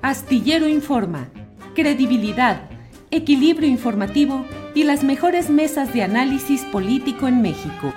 Astillero Informa, credibilidad, equilibrio informativo y las mejores mesas de análisis político en México.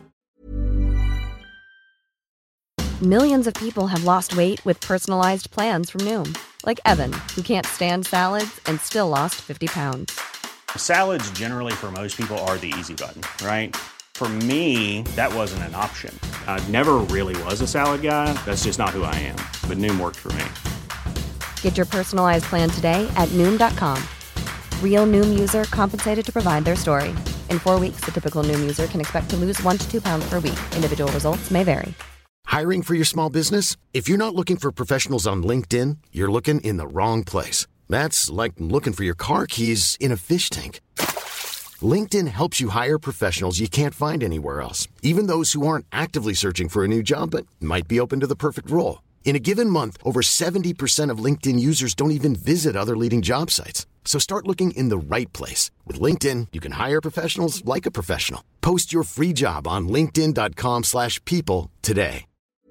Millions of people have lost weight with personalized plans from Noom. Like Evan, who can't stand salads and still lost 50 pounds. Salads generally for most people are the easy button, right? For me, that wasn't an option. I never really was a salad guy. That's just not who I am. But Noom worked for me. Get your personalized plan today at Noom.com. Real Noom user compensated to provide their story. In 4 weeks, the typical Noom user can expect to lose 1 to 2 pounds per week. Individual results may vary. Hiring for your small business? If you're not looking for professionals on LinkedIn, you're looking in the wrong place. That's like looking for your car keys in a fish tank. LinkedIn helps you hire professionals you can't find anywhere else, even those who aren't actively searching for a new job but might be open to the perfect role. In a given month, over 70% of LinkedIn users don't even visit other leading job sites. So start looking in the right place. With LinkedIn, you can hire professionals like a professional. Post your free job on linkedin.com/people today.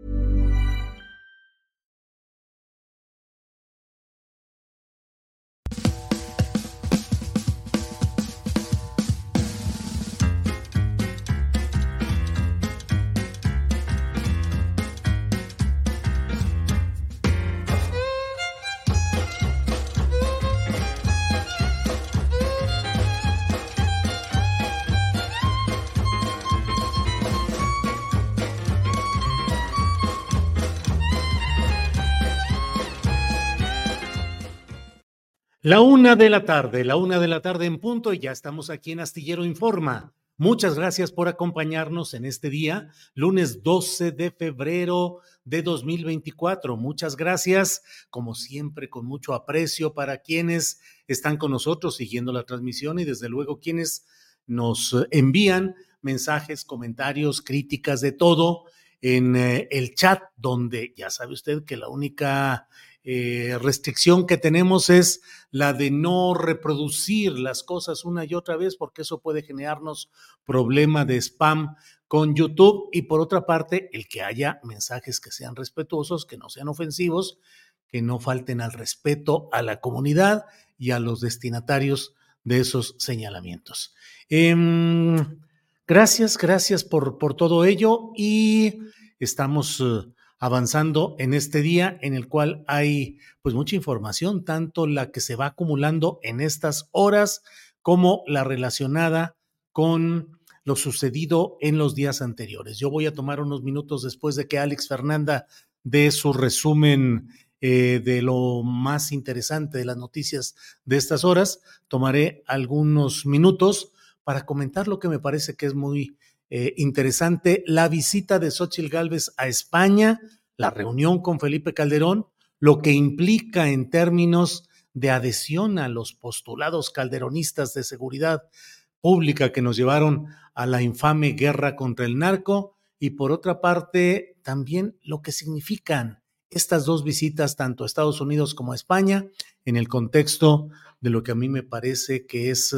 La una de la tarde en punto, y ya estamos aquí en Astillero Informa. Muchas gracias por acompañarnos en este día, lunes 12 de febrero de 2024. Muchas gracias, como siempre, con mucho aprecio para quienes están con nosotros siguiendo la transmisión y desde luego quienes nos envían mensajes, comentarios, críticas, de todo en el chat, donde ya sabe usted que la única restricción que tenemos es la de no reproducir las cosas una y otra vez, porque eso puede generarnos problema de spam con YouTube. Y por otra parte, el que haya mensajes que sean respetuosos, que no sean ofensivos, que no falten al respeto a la comunidad y a los destinatarios de esos señalamientos. Gracias por todo ello, y estamos avanzando en este día en el cual hay pues mucha información, tanto la que se va acumulando en estas horas como la relacionada con lo sucedido en los días anteriores. Yo voy a tomar unos minutos después de que Alex Fernanda dé su resumen de lo más interesante de las noticias de estas horas. Tomaré algunos minutos para comentar lo que me parece que es muy interesante: la visita de Xóchitl Gálvez a España, la reunión con Felipe Calderón, lo que implica en términos de adhesión a los postulados calderonistas de seguridad pública que nos llevaron a la infame guerra contra el narco, y por otra parte también lo que significan estas dos visitas tanto a Estados Unidos como a España en el contexto de lo que a mí me parece que es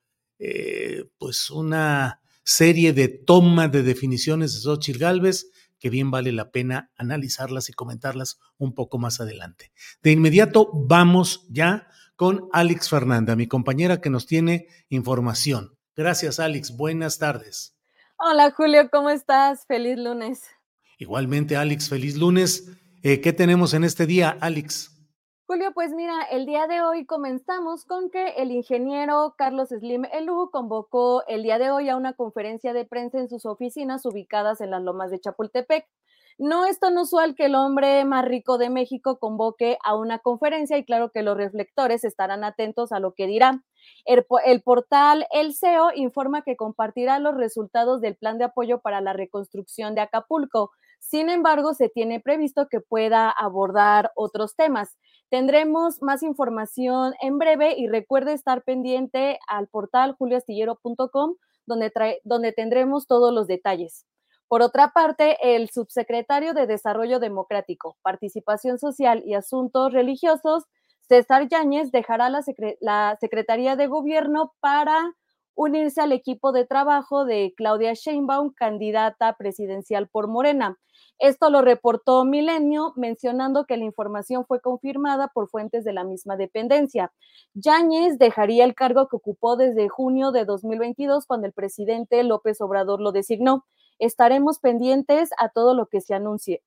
pues una serie de toma de definiciones de Xóchitl Gálvez que bien vale la pena analizarlas y comentarlas un poco más adelante. De inmediato vamos ya con Alex Fernanda, mi compañera que nos tiene información. Gracias, Alex. Buenas tardes. Hola, Julio, ¿cómo estás? Feliz lunes. Igualmente, Alex, feliz lunes. ¿Qué tenemos en este día, Alex? Julio, pues mira, el día de hoy comenzamos con que el ingeniero Carlos Slim Elú convocó el día de hoy a una conferencia de prensa en sus oficinas ubicadas en las Lomas de Chapultepec. No es tan usual que el hombre más rico de México convoque a una conferencia, y claro que los reflectores estarán atentos a lo que dirá. El portal El SEO informa que compartirá los resultados del plan de apoyo para la reconstrucción de Acapulco. Sin embargo, se tiene previsto que pueda abordar otros temas. Tendremos más información en breve, y recuerde estar pendiente al portal julioastillero.com, donde tendremos todos los detalles. Por otra parte, el subsecretario de Desarrollo Democrático, Participación Social y Asuntos Religiosos, César Yáñez, dejará la Secretaría de Gobierno para unirse al equipo de trabajo de Claudia Sheinbaum, candidata presidencial por Morena. Esto lo reportó Milenio, mencionando que la información fue confirmada por fuentes de la misma dependencia. Yáñez dejaría el cargo que ocupó desde junio de 2022, cuando el presidente López Obrador lo designó. Estaremos pendientes a todo lo que se anuncie.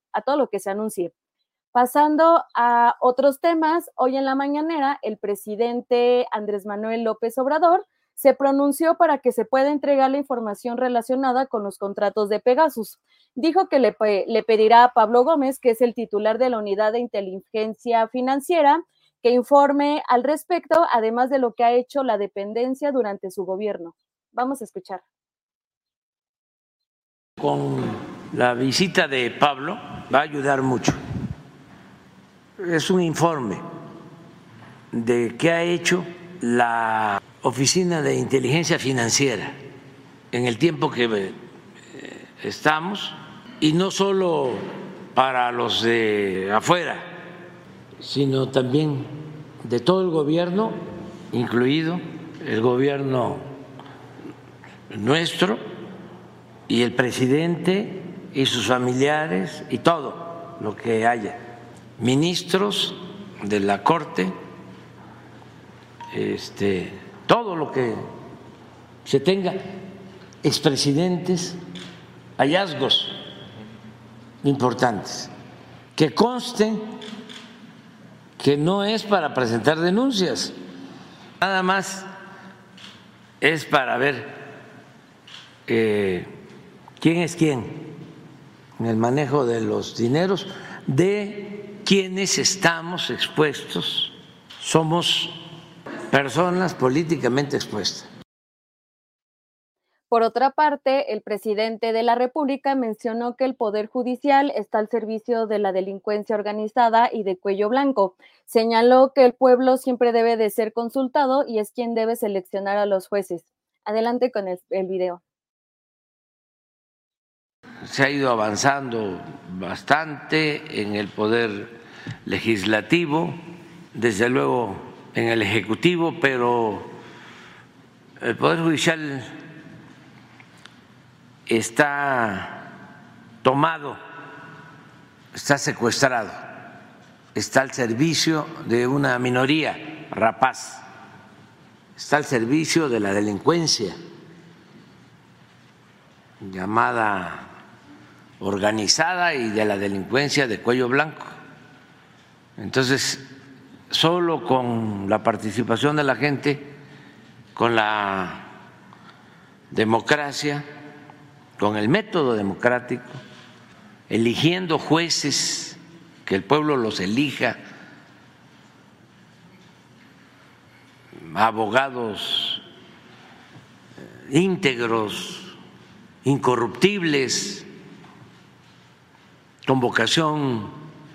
Pasando a otros temas, hoy en la mañanera el presidente Andrés Manuel López Obrador se pronunció para que se pueda entregar la información relacionada con los contratos de Pegasus. Dijo que le pedirá a Pablo Gómez, que es el titular de la Unidad de Inteligencia Financiera, que informe al respecto, además de lo que ha hecho la dependencia durante su gobierno. Vamos a escuchar. Con la visita de Pablo va a ayudar mucho. Es un informe de qué ha hecho la Oficina de Inteligencia Financiera en el tiempo que estamos, y no solo para los de afuera, sino también de todo el gobierno, incluido el gobierno nuestro y el presidente y sus familiares y todo lo que haya, ministros de la Corte, todo lo que se tenga, expresidentes, hallazgos importantes, que consten que no es para presentar denuncias, nada más es para ver quién es quién en el manejo de los dineros de quienes estamos expuestos, somos personas políticamente expuestas. Por otra parte, el presidente de la República mencionó que el Poder Judicial está al servicio de la delincuencia organizada y de cuello blanco. Señaló que el pueblo siempre debe de ser consultado y es quien debe seleccionar a los jueces. Adelante con el video. Se ha ido avanzando bastante en el Poder Legislativo, desde luego en el Ejecutivo, pero el Poder Judicial está tomado, está secuestrado, está al servicio de una minoría rapaz, está al servicio de la delincuencia llamada organizada y de la delincuencia de cuello blanco. Entonces, solo con la participación de la gente, con la democracia, con el método democrático, eligiendo jueces, que el pueblo los elija, abogados íntegros, incorruptibles, con vocación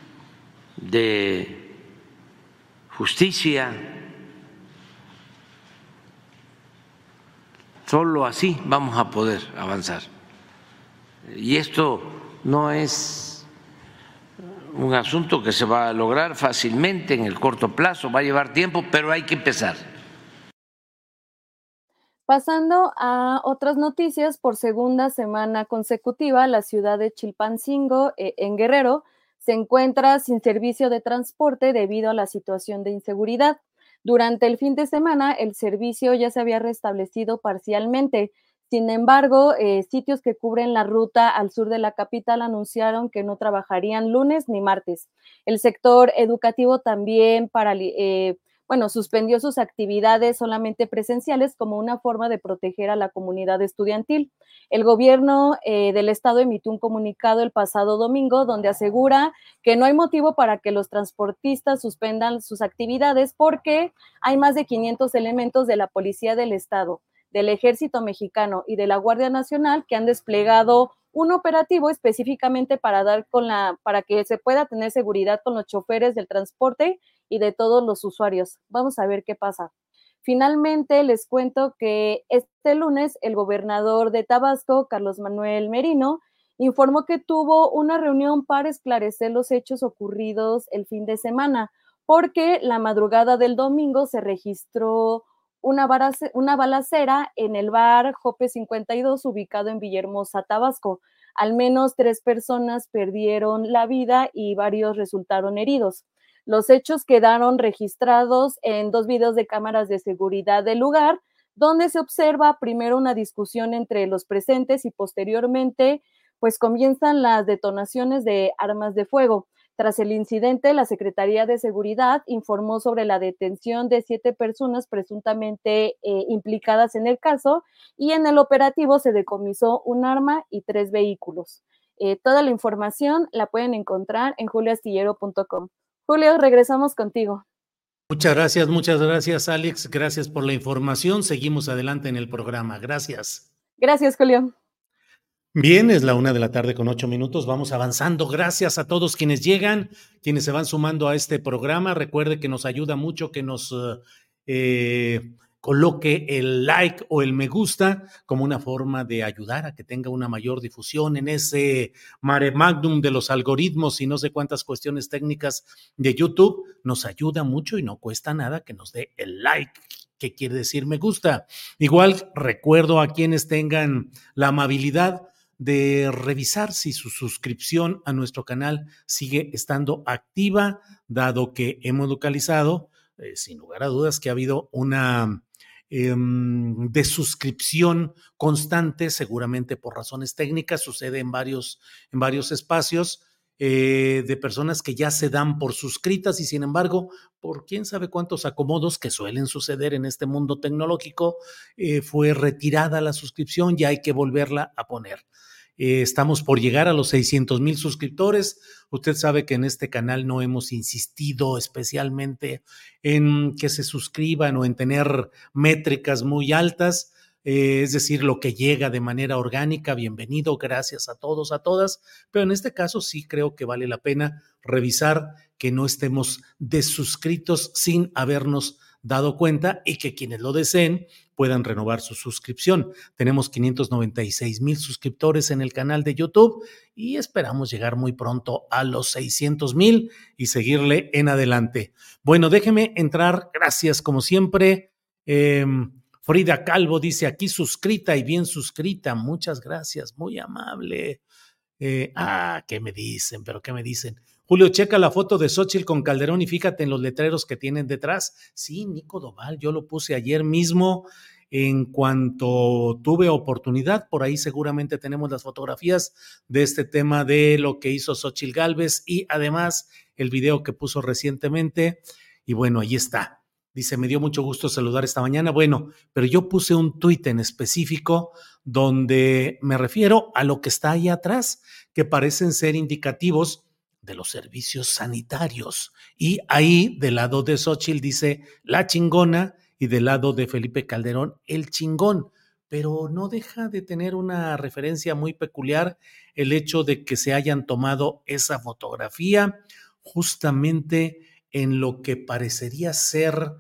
de justicia. Solo así vamos a poder avanzar. Y esto no es un asunto que se va a lograr fácilmente en el corto plazo, va a llevar tiempo, pero hay que empezar. Pasando a otras noticias, por segunda semana consecutiva, la ciudad de Chilpancingo, en Guerrero, se encuentra sin servicio de transporte debido a la situación de inseguridad. Durante el fin de semana, el servicio ya se había restablecido parcialmente. Sin embargo, sitios que cubren la ruta al sur de la capital anunciaron que no trabajarían lunes ni martes. El sector educativo también suspendió sus actividades solamente presenciales como una forma de proteger a la comunidad estudiantil. El gobierno del estado emitió un comunicado el pasado domingo donde asegura que no hay motivo para que los transportistas suspendan sus actividades porque hay más de 500 elementos de la Policía del Estado, del Ejército Mexicano y de la Guardia Nacional que han desplegado un operativo específicamente para que se pueda tener seguridad con los choferes del transporte y de todos los usuarios. Vamos a ver qué pasa. Finalmente, les cuento que este lunes el gobernador de Tabasco, Carlos Manuel Merino, informó que tuvo una reunión para esclarecer los hechos ocurridos el fin de semana, porque la madrugada del domingo se registró una balacera en el bar Jope 52, ubicado en Villahermosa, Tabasco. Al menos 3 personas perdieron la vida y varios resultaron heridos. Los hechos quedaron registrados en 2 videos de cámaras de seguridad del lugar, donde se observa primero una discusión entre los presentes y posteriormente, pues comienzan las detonaciones de armas de fuego. Tras el incidente, la Secretaría de Seguridad informó sobre la detención de 7 personas presuntamente implicadas en el caso, y en el operativo se decomisó un arma y 3 vehículos. Toda la información la pueden encontrar en julioastillero.com. Julio, regresamos contigo. Muchas gracias, Alex. Gracias por la información. Seguimos adelante en el programa. Gracias. Gracias, Julio. Bien, es la 1:08 p.m. Vamos avanzando. Gracias a todos quienes llegan, quienes se van sumando a este programa. Recuerde que nos ayuda mucho que nos coloque el like o el me gusta como una forma de ayudar a que tenga una mayor difusión en ese mare magnum de los algoritmos y no sé cuántas cuestiones técnicas de YouTube. Nos ayuda mucho y no cuesta nada que nos dé el like, que quiere decir me gusta. Igual recuerdo a quienes tengan la amabilidad de revisar si su suscripción a nuestro canal sigue estando activa, dado que hemos localizado, sin lugar a dudas, que ha habido una desuscripción constante, seguramente por razones técnicas, sucede en varios espacios, de personas que ya se dan por suscritas y sin embargo, por quién sabe cuántos acomodos que suelen suceder en este mundo tecnológico, fue retirada la suscripción y hay que volverla a poner. Estamos por llegar a los 600,000 suscriptores. Usted sabe que en este canal no hemos insistido especialmente en que se suscriban o en tener métricas muy altas. Es decir, lo que llega de manera orgánica, bienvenido, gracias a todos, a todas, pero en este caso sí creo que vale la pena revisar que no estemos desuscritos sin habernos dado cuenta y que quienes lo deseen puedan renovar su suscripción. Tenemos 596,000 suscriptores en el canal de YouTube y esperamos llegar muy pronto a los 600,000 y seguirle en adelante. Bueno, déjeme entrar, gracias como siempre. Frida Calvo dice aquí suscrita y bien suscrita, muchas gracias, muy amable. ¿Qué me dicen? ¿Pero qué me dicen? Julio, checa la foto de Xóchitl con Calderón y fíjate en los letreros que tienen detrás. Sí, Nico Doval, yo lo puse ayer mismo en cuanto tuve oportunidad. Por ahí seguramente tenemos las fotografías de este tema de lo que hizo Xóchitl Gálvez y además el video que puso recientemente. Y bueno, ahí está. Dice, me dio mucho gusto saludar esta mañana. Bueno, pero yo puse un tuit en específico donde me refiero a lo que está ahí atrás, que parecen ser indicativos de los servicios sanitarios. Y ahí, del lado de Xóchitl, dice la chingona y del lado de Felipe Calderón, el chingón. Pero no deja de tener una referencia muy peculiar el hecho de que se hayan tomado esa fotografía justamente en lo que parecería ser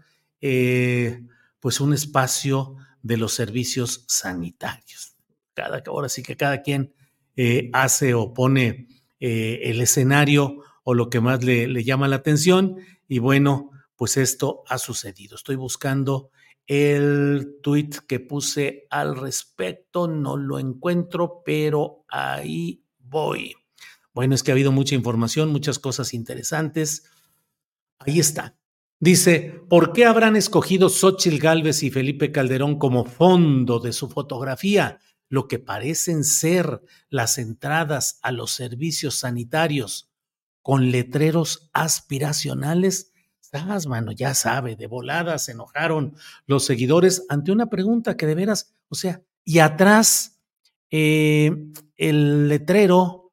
pues un espacio de los servicios sanitarios. Ahora sí que cada quien hace o pone el escenario o lo que más le llama la atención y bueno, pues esto ha sucedido. Estoy buscando el tuit que puse al respecto, no lo encuentro, pero ahí voy. Bueno, es que ha habido mucha información, muchas cosas interesantes. Ahí está. Dice, ¿por qué habrán escogido Xóchitl Gálvez y Felipe Calderón como fondo de su fotografía? Lo que parecen ser las entradas a los servicios sanitarios con letreros aspiracionales. Mano, ya sabe, de volada se enojaron los seguidores ante una pregunta que de veras, o sea, y atrás el letrero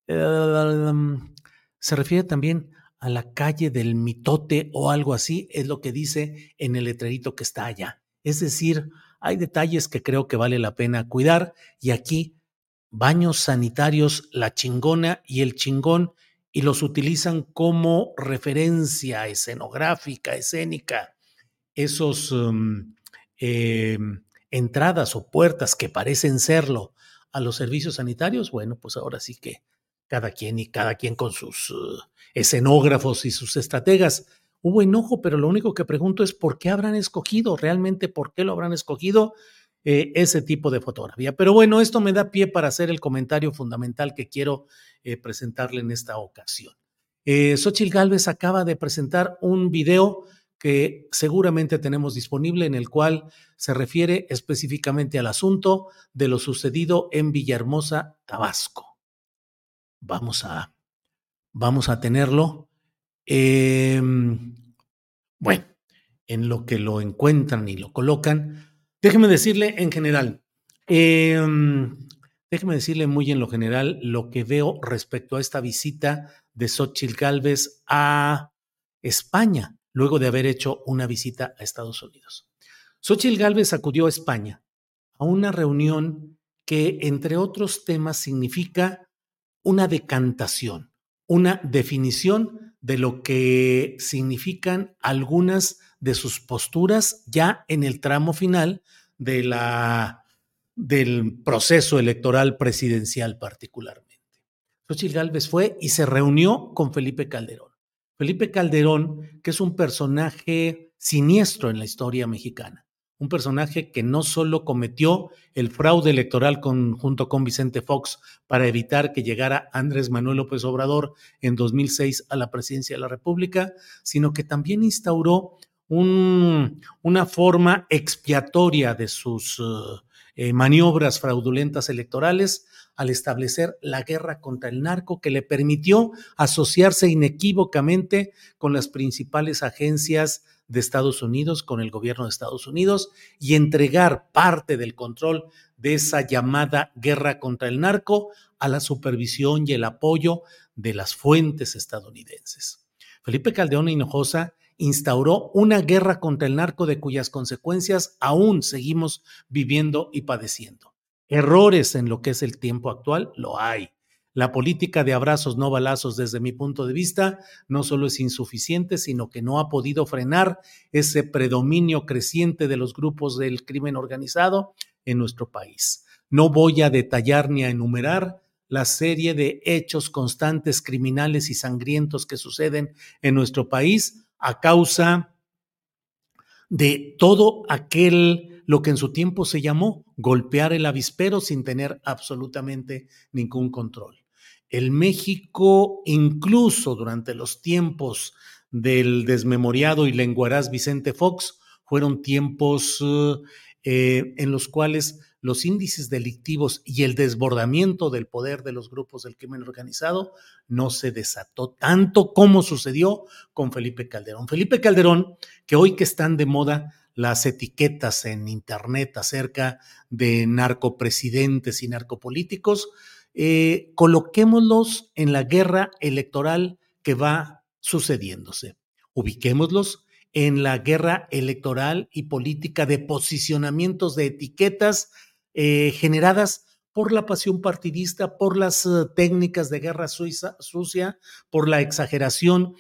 se refiere también a la calle del Mitote o algo así, es lo que dice en el letrerito que está allá. Es decir, hay detalles que creo que vale la pena cuidar y aquí baños sanitarios, la chingona y el chingón y los utilizan como referencia escenográfica, escénica. Esos entradas o puertas que parecen serlo a los servicios sanitarios, bueno, pues ahora sí que cada quien con sus escenógrafos y sus estrategas. hubo enojo, pero lo único que pregunto es ¿por qué habrán escogido? ¿Realmente por qué lo habrán escogido ese tipo de fotografía? Pero bueno, esto me da pie para hacer el comentario fundamental que quiero presentarle en esta ocasión. Xóchitl Gálvez acaba de presentar un video que seguramente tenemos disponible, en el cual se refiere específicamente al asunto de lo sucedido en Villahermosa, Tabasco. Vamos a tenerlo. Bueno, en lo que lo encuentran y lo colocan, déjeme decirle en general, déjeme decirle muy en lo general lo que veo respecto a esta visita de Xóchitl Gálvez a España, luego de haber hecho una visita a Estados Unidos. Xóchitl Gálvez acudió a España a una reunión que, entre otros temas, significa una decantación, una definición de lo que significan algunas de sus posturas ya en el tramo final del proceso electoral presidencial particularmente. Xóchitl Gálvez fue y se reunió con Felipe Calderón. Felipe Calderón, que es un personaje siniestro en la historia mexicana, un personaje que no solo cometió el fraude electoral junto con Vicente Fox para evitar que llegara Andrés Manuel López Obrador en 2006 a la presidencia de la República, sino que también instauró una forma expiatoria de sus maniobras fraudulentas electorales al establecer la guerra contra el narco, que le permitió asociarse inequívocamente con las principales agencias de Estados Unidos, con el gobierno de Estados Unidos, y entregar parte del control de esa llamada guerra contra el narco a la supervisión y el apoyo de las fuentes estadounidenses. Felipe Calderón Hinojosa instauró una guerra contra el narco de cuyas consecuencias aún seguimos viviendo y padeciendo. Errores en lo que es el tiempo actual, lo hay. La política de abrazos no balazos, desde mi punto de vista, no solo es insuficiente, sino que no ha podido frenar ese predominio creciente de los grupos del crimen organizado en nuestro país. No voy a detallar ni a enumerar la serie de hechos constantes, criminales y sangrientos que suceden en nuestro país a causa de todo lo que en su tiempo se llamó golpear el avispero sin tener absolutamente ningún control. El México, incluso durante los tiempos del desmemoriado y lenguaraz Vicente Fox, fueron tiempos en los cuales los índices delictivos y el desbordamiento del poder de los grupos del crimen organizado no se desató tanto como sucedió con Felipe Calderón. Felipe Calderón, que hoy que están de moda las etiquetas en internet acerca de narcopresidentes y narcopolíticos, coloquémoslos en la guerra electoral que va sucediéndose. Ubiquémoslos en la guerra electoral y política de posicionamientos de etiquetas generadas por la pasión partidista, por las técnicas de guerra sucia, por la exageración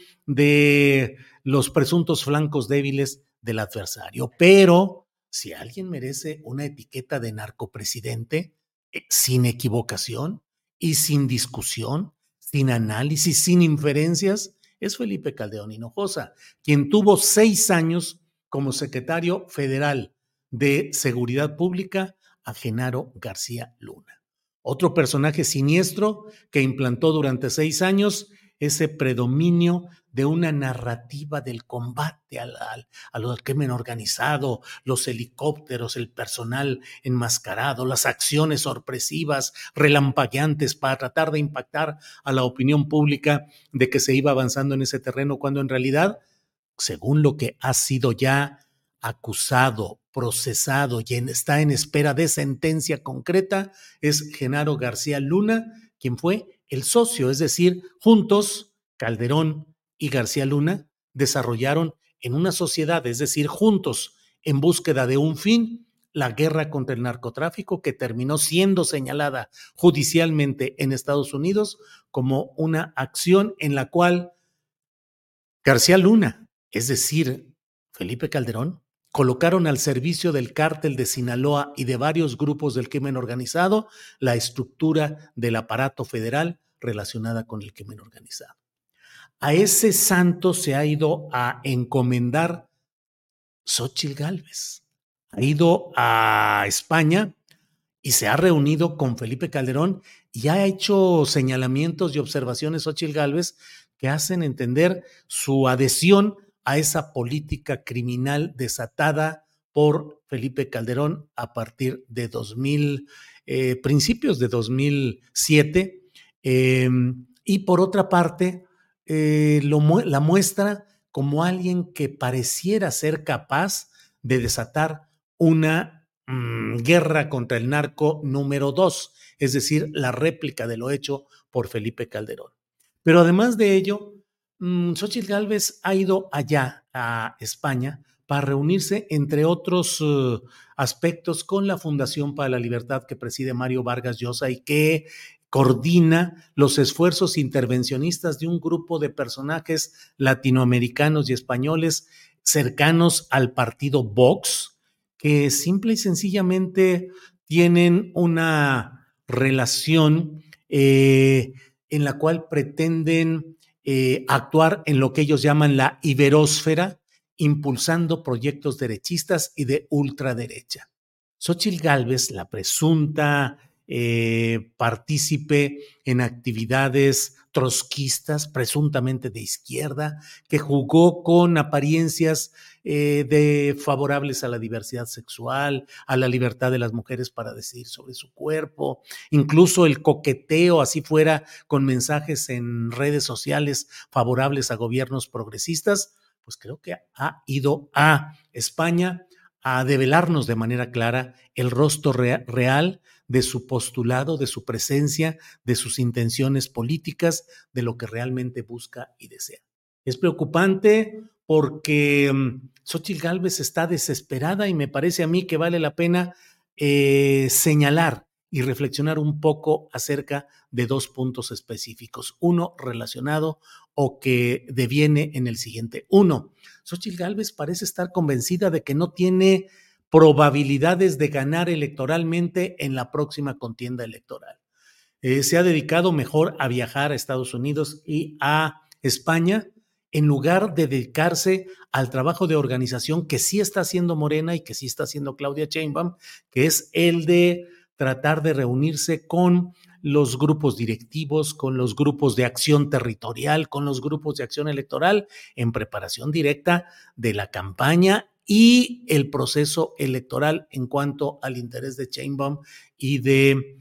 de los presuntos flancos débiles del adversario. Pero si alguien merece una etiqueta de narcopresidente, sin equivocación y sin discusión, sin análisis, sin inferencias, es Felipe Calderón Hinojosa, quien tuvo 6 años como secretario federal de Seguridad Pública a Genaro García Luna. Otro personaje siniestro que implantó durante 6 años ese predominio de una narrativa del combate al crimen organizado, los helicópteros, el personal enmascarado, las acciones sorpresivas, relampagueantes para tratar de impactar a la opinión pública de que se iba avanzando en ese terreno, cuando en realidad, según lo que ha sido ya acusado, procesado y está en espera de sentencia concreta, es Genaro García Luna, quien fue el socio, es decir, juntos, Calderón y García Luna desarrollaron en una sociedad, es decir, juntos, en búsqueda de un fin, la guerra contra el narcotráfico, que terminó siendo señalada judicialmente en Estados Unidos como una acción en la cual García Luna, es decir, Felipe Calderón, colocaron al servicio del cártel de Sinaloa y de varios grupos del crimen organizado la estructura del aparato federal relacionada con el crimen organizado. A ese santo se ha ido a encomendar Xóchitl Gálvez. Ha ido a España y se ha reunido con Felipe Calderón y ha hecho señalamientos y observaciones Xóchitl Gálvez que hacen entender su adhesión a esa política criminal desatada por Felipe Calderón a partir de principios de 2007. Y por otra parte, la muestra como alguien que pareciera ser capaz de desatar una guerra contra el narco número 2, es decir, la réplica de lo hecho por Felipe Calderón. Pero además de ello, Xóchitl Gálvez ha ido allá a España para reunirse, entre otros aspectos, con la Fundación para la Libertad que preside Mario Vargas Llosa y que coordina los esfuerzos intervencionistas de un grupo de personajes latinoamericanos y españoles cercanos al partido Vox, que simple y sencillamente tienen una relación en la cual pretenden actuar en lo que ellos llaman la iberósfera, impulsando proyectos derechistas y de ultraderecha. Xóchitl Gálvez, la presunta partícipe en actividades trotskistas, presuntamente de izquierda, que jugó con apariencias favorables a la diversidad sexual, a la libertad de las mujeres para decidir sobre su cuerpo, incluso el coqueteo, así fuera, con mensajes en redes sociales favorables a gobiernos progresistas, pues creo que ha ido a España a develarnos de manera clara el rostro real de su postulado, de su presencia, de sus intenciones políticas, de lo que realmente busca y desea. Es preocupante porque Xóchitl Gálvez está desesperada y me parece a mí que vale la pena señalar y reflexionar un poco acerca de dos puntos específicos. Uno relacionado o que deviene en el siguiente. Uno, Xóchitl Gálvez parece estar convencida de que no tiene probabilidades de ganar electoralmente en la próxima contienda electoral. Se ha dedicado mejor a viajar a Estados Unidos y a España en lugar de dedicarse al trabajo de organización que sí está haciendo Morena y que sí está haciendo Claudia Sheinbaum, que es el de tratar de reunirse con los grupos directivos, con los grupos de acción territorial, con los grupos de acción electoral en preparación directa de la campaña y el proceso electoral en cuanto al interés de Sheinbaum y de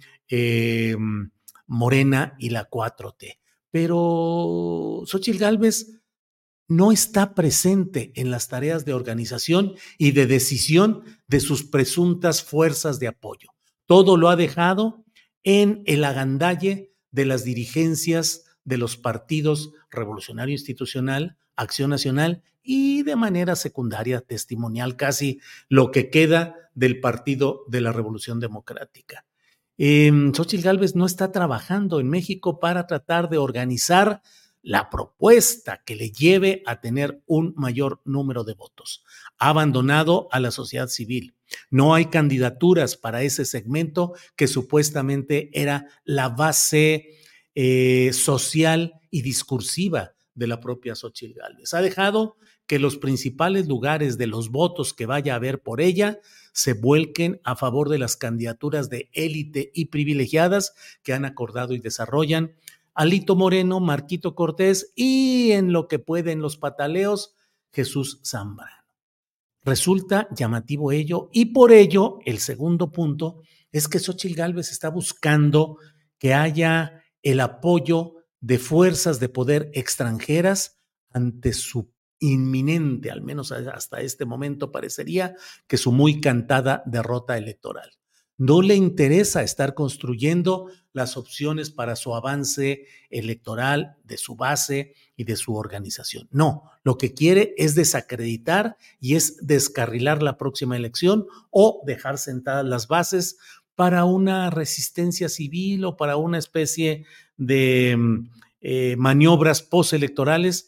Morena y la 4T. Pero Xóchitl Gálvez no está presente en las tareas de organización y de decisión de sus presuntas fuerzas de apoyo. Todo lo ha dejado en el agandalle de las dirigencias de los partidos Revolucionario Institucional, Acción Nacional y de manera secundaria, testimonial, casi lo que queda del Partido de la Revolución Democrática. Xóchitl Gálvez no está trabajando en México para tratar de organizar la propuesta que le lleve a tener un mayor número de votos. Ha abandonado a la sociedad civil. No hay candidaturas para ese segmento que supuestamente era la base social y discursiva de la propia Xóchitl Gálvez. Ha dejado que los principales lugares de los votos que vaya a haber por ella se vuelquen a favor de las candidaturas de élite y privilegiadas que han acordado y desarrollan Alito Moreno, Marquito Cortés y en lo que pueden los pataleos, Jesús Zambrano. Resulta llamativo ello y por ello el segundo punto es que Xóchitl Gálvez está buscando que haya el apoyo de fuerzas de poder extranjeras ante su inminente, al menos hasta este momento parecería que su muy cantada derrota electoral. No le interesa estar construyendo las opciones para su avance electoral de su base y de su organización. No, lo que quiere es desacreditar y es descarrilar la próxima elección o dejar sentadas las bases para una resistencia civil o para una especie de maniobras postelectorales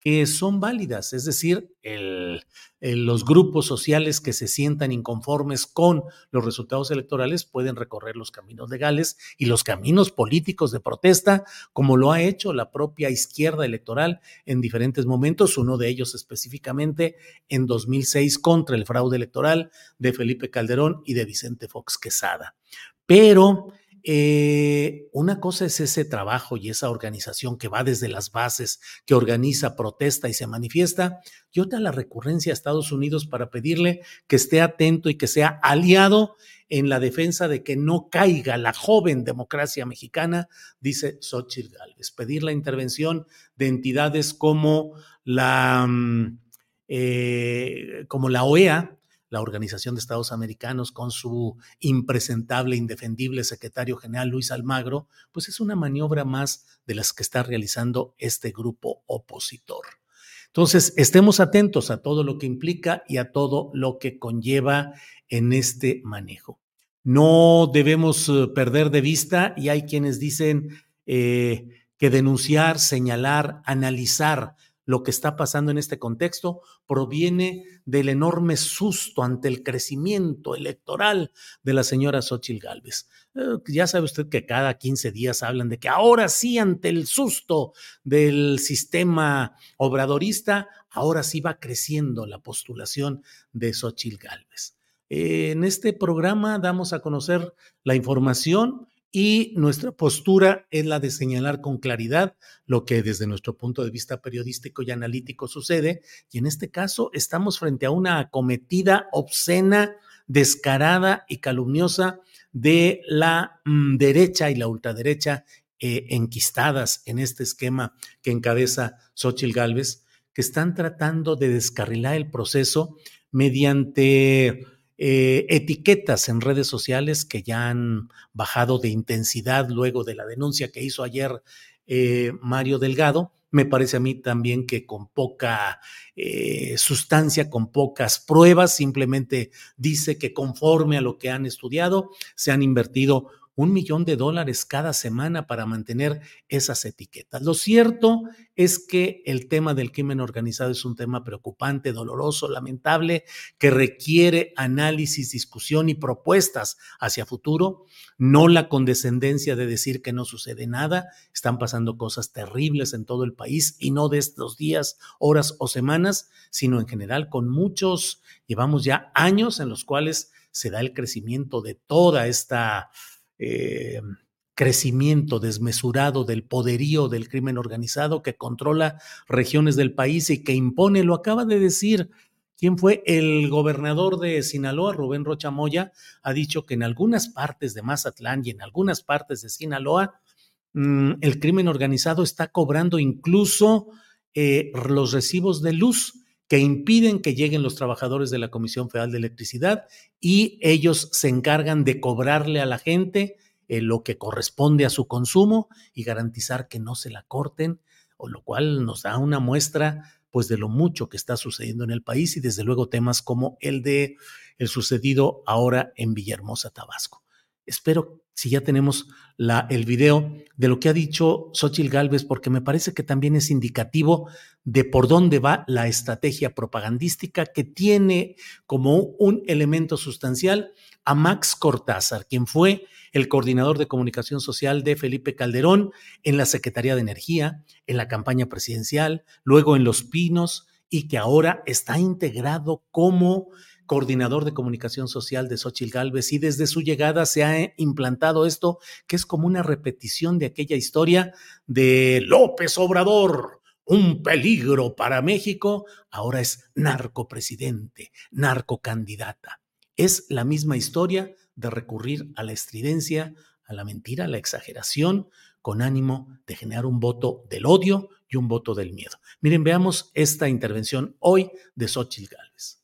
que son válidas, es decir, los grupos sociales que se sientan inconformes con los resultados electorales pueden recorrer los caminos legales y los caminos políticos de protesta, como lo ha hecho la propia izquierda electoral en diferentes momentos, uno de ellos específicamente en 2006 contra el fraude electoral de Felipe Calderón y de Vicente Fox Quesada. Pero una cosa es ese trabajo y esa organización que va desde las bases, que organiza, protesta y se manifiesta, y otra la recurrencia a Estados Unidos para pedirle que esté atento y que sea aliado en la defensa de que no caiga la joven democracia mexicana, dice Xóchitl Gálvez. Pedir la intervención de entidades como la OEA, la Organización de Estados Americanos, con su impresentable, indefendible secretario general Luis Almagro, pues es una maniobra más de las que está realizando este grupo opositor. Entonces, estemos atentos a todo lo que implica y a todo lo que conlleva en este manejo. No debemos perder de vista, y hay quienes dicen que denunciar, señalar, analizar lo que está pasando en este contexto proviene del enorme susto ante el crecimiento electoral de la señora Xóchitl Gálvez. Ya sabe usted que cada 15 días hablan de que ahora sí, ante el susto del sistema obradorista, ahora sí va creciendo la postulación de Xóchitl Gálvez. En este programa damos a conocer la información y nuestra postura es la de señalar con claridad lo que desde nuestro punto de vista periodístico y analítico sucede, y en este caso estamos frente a una acometida obscena, descarada y calumniosa de la derecha y la ultraderecha enquistadas en este esquema que encabeza Xóchitl Gálvez, que están tratando de descarrilar el proceso mediante etiquetas en redes sociales que ya han bajado de intensidad luego de la denuncia que hizo ayer Mario Delgado. Me parece a mí también que con poca sustancia, con pocas pruebas, simplemente dice que conforme a lo que han estudiado, se han invertido $1 millón cada semana para mantener esas etiquetas. Lo cierto es que el tema del crimen organizado es un tema preocupante, doloroso, lamentable, que requiere análisis, discusión y propuestas hacia futuro, no la condescendencia de decir que no sucede nada. Están pasando cosas terribles en todo el país, y no de estos días, horas o semanas, sino en general con muchos, llevamos ya años en los cuales se da el crecimiento de toda esta crecimiento desmesurado del poderío del crimen organizado que controla regiones del país y que impone, lo acaba de decir, ¿quién fue? El gobernador de Sinaloa, Rubén Rocha Moya, ha dicho que en algunas partes de Mazatlán y en algunas partes de Sinaloa el crimen organizado está cobrando incluso los recibos de luz que impiden que lleguen los trabajadores de la Comisión Federal de Electricidad, y ellos se encargan de cobrarle a la gente lo que corresponde a su consumo y garantizar que no se la corten, o lo cual nos da una muestra pues de lo mucho que está sucediendo en el país, y desde luego temas como el sucedido ahora en Villahermosa, Tabasco. Espero, si ya tenemos el video de lo que ha dicho Xóchitl Gálvez, porque me parece que también es indicativo de por dónde va la estrategia propagandística, que tiene como un elemento sustancial a Max Cortázar, quien fue el coordinador de comunicación social de Felipe Calderón en la Secretaría de Energía, en la campaña presidencial, luego en Los Pinos, y que ahora está integrado como coordinador de comunicación social de Xóchitl Gálvez, y desde su llegada se ha implantado esto, que es como una repetición de aquella historia de López Obrador, un peligro para México. Ahora es narcopresidente, narcocandidata. Es la misma historia de recurrir a la estridencia, a la mentira, a la exageración, con ánimo de generar un voto del odio y un voto del miedo. Miren, veamos esta intervención hoy de Xóchitl Gálvez.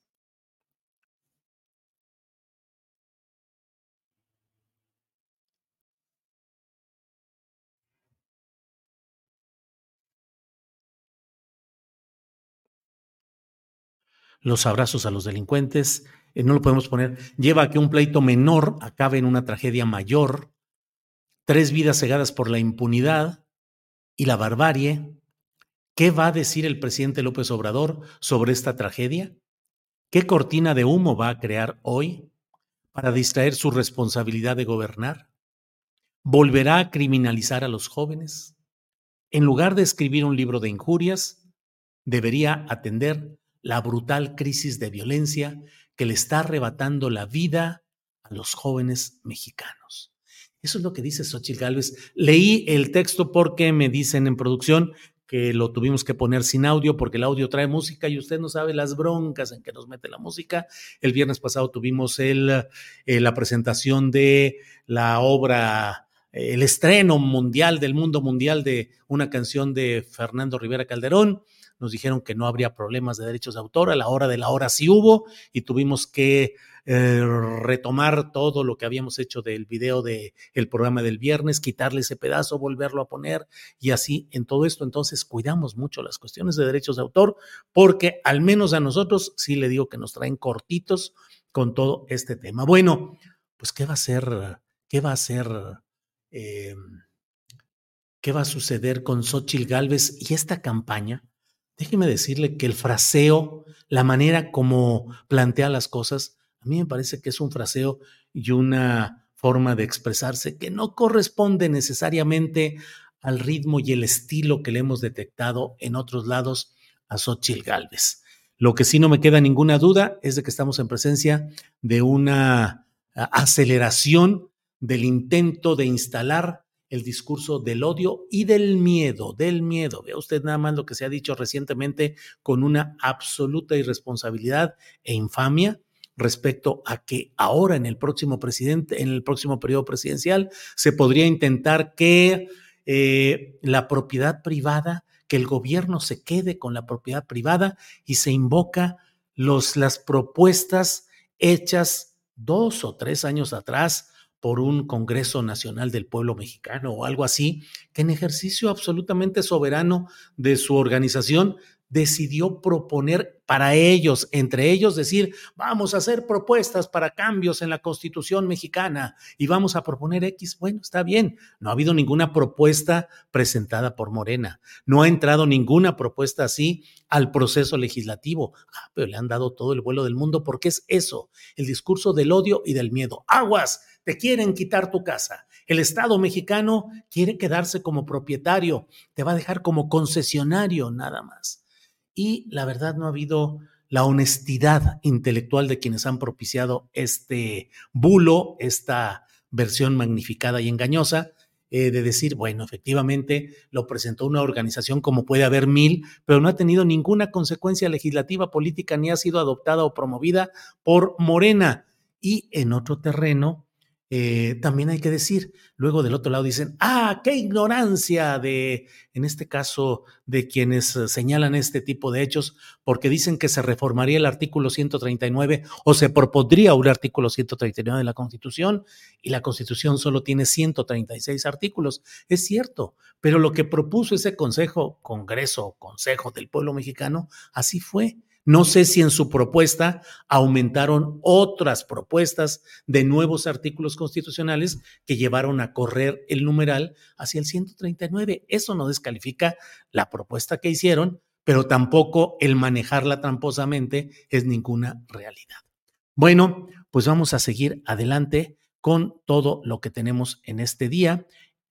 Los abrazos a los delincuentes, no lo podemos poner, lleva a que un pleito menor acabe en una tragedia mayor, 3 vidas cegadas por la impunidad y la barbarie, ¿Qué va a decir el presidente López Obrador sobre esta tragedia? ¿Qué cortina de humo va a crear hoy para distraer su responsabilidad de gobernar? ¿Volverá a criminalizar a los jóvenes? En lugar de escribir un libro de injurias, debería atender la brutal crisis de violencia que le está arrebatando la vida a los jóvenes mexicanos. Eso es lo que dice Xóchitl Gálvez. Leí el texto porque me dicen en producción que lo tuvimos que poner sin audio porque el audio trae música y usted no sabe las broncas en que nos mete la música. El viernes pasado tuvimos la presentación de la obra, el estreno mundial del mundo mundial de una canción de Fernando Rivera Calderón. Nos dijeron que no habría problemas de derechos de autor, a la hora de la hora sí hubo y tuvimos que retomar todo lo que habíamos hecho del video del programa del viernes, quitarle ese pedazo, volverlo a poner y así en todo esto. Entonces cuidamos mucho las cuestiones de derechos de autor porque al menos a nosotros sí le digo que nos traen cortitos con todo este tema. Bueno, pues ¿qué va a hacer? ¿Qué va a hacer? ¿Qué va a suceder con Xóchitl Gálvez y esta campaña? Déjeme decirle que el fraseo, la manera como plantea las cosas, a mí me parece que es un fraseo y una forma de expresarse que no corresponde necesariamente al ritmo y el estilo que le hemos detectado en otros lados a Xóchitl Gálvez. Lo que sí no me queda ninguna duda es de que estamos en presencia de una aceleración del intento de instalar el discurso del odio y del miedo, del miedo. Vea usted nada más lo que se ha dicho recientemente con una absoluta irresponsabilidad e infamia respecto a que ahora en el próximo periodo presidencial se podría intentar que la propiedad privada, que el gobierno se quede con la propiedad privada y se invoca las propuestas hechas 2 o 3 años atrás por un Congreso Nacional del Pueblo Mexicano o algo así, que en ejercicio absolutamente soberano de su organización decidió proponer para ellos, entre ellos decir, vamos a hacer propuestas para cambios en la Constitución mexicana y vamos a proponer X. Bueno, está bien, no ha habido ninguna propuesta presentada por Morena, no ha entrado ninguna propuesta así al proceso legislativo, pero le han dado todo el vuelo del mundo porque es eso, el discurso del odio y del miedo. ¡Aguas! Te quieren quitar tu casa. El Estado mexicano quiere quedarse como propietario, te va a dejar como concesionario nada más. Y la verdad no ha habido la honestidad intelectual de quienes han propiciado este bulo, esta versión magnificada y engañosa, de decir, bueno, efectivamente lo presentó una organización como puede haber 1000, pero no ha tenido ninguna consecuencia legislativa, política, ni ha sido adoptada o promovida por Morena. Y en otro terreno, también hay que decir, luego del otro lado dicen, qué ignorancia en este caso, de quienes señalan este tipo de hechos, porque dicen que se reformaría el artículo 139 o se propondría un artículo 139 de la Constitución y la Constitución solo tiene 136 artículos. Es cierto, pero lo que propuso ese Consejo del Pueblo Mexicano, así fue. No sé si en su propuesta aumentaron otras propuestas de nuevos artículos constitucionales que llevaron a correr el numeral hacia el 139. Eso no descalifica la propuesta que hicieron, pero tampoco el manejarla tramposamente es ninguna realidad. Bueno, pues vamos a seguir adelante con todo lo que tenemos en este día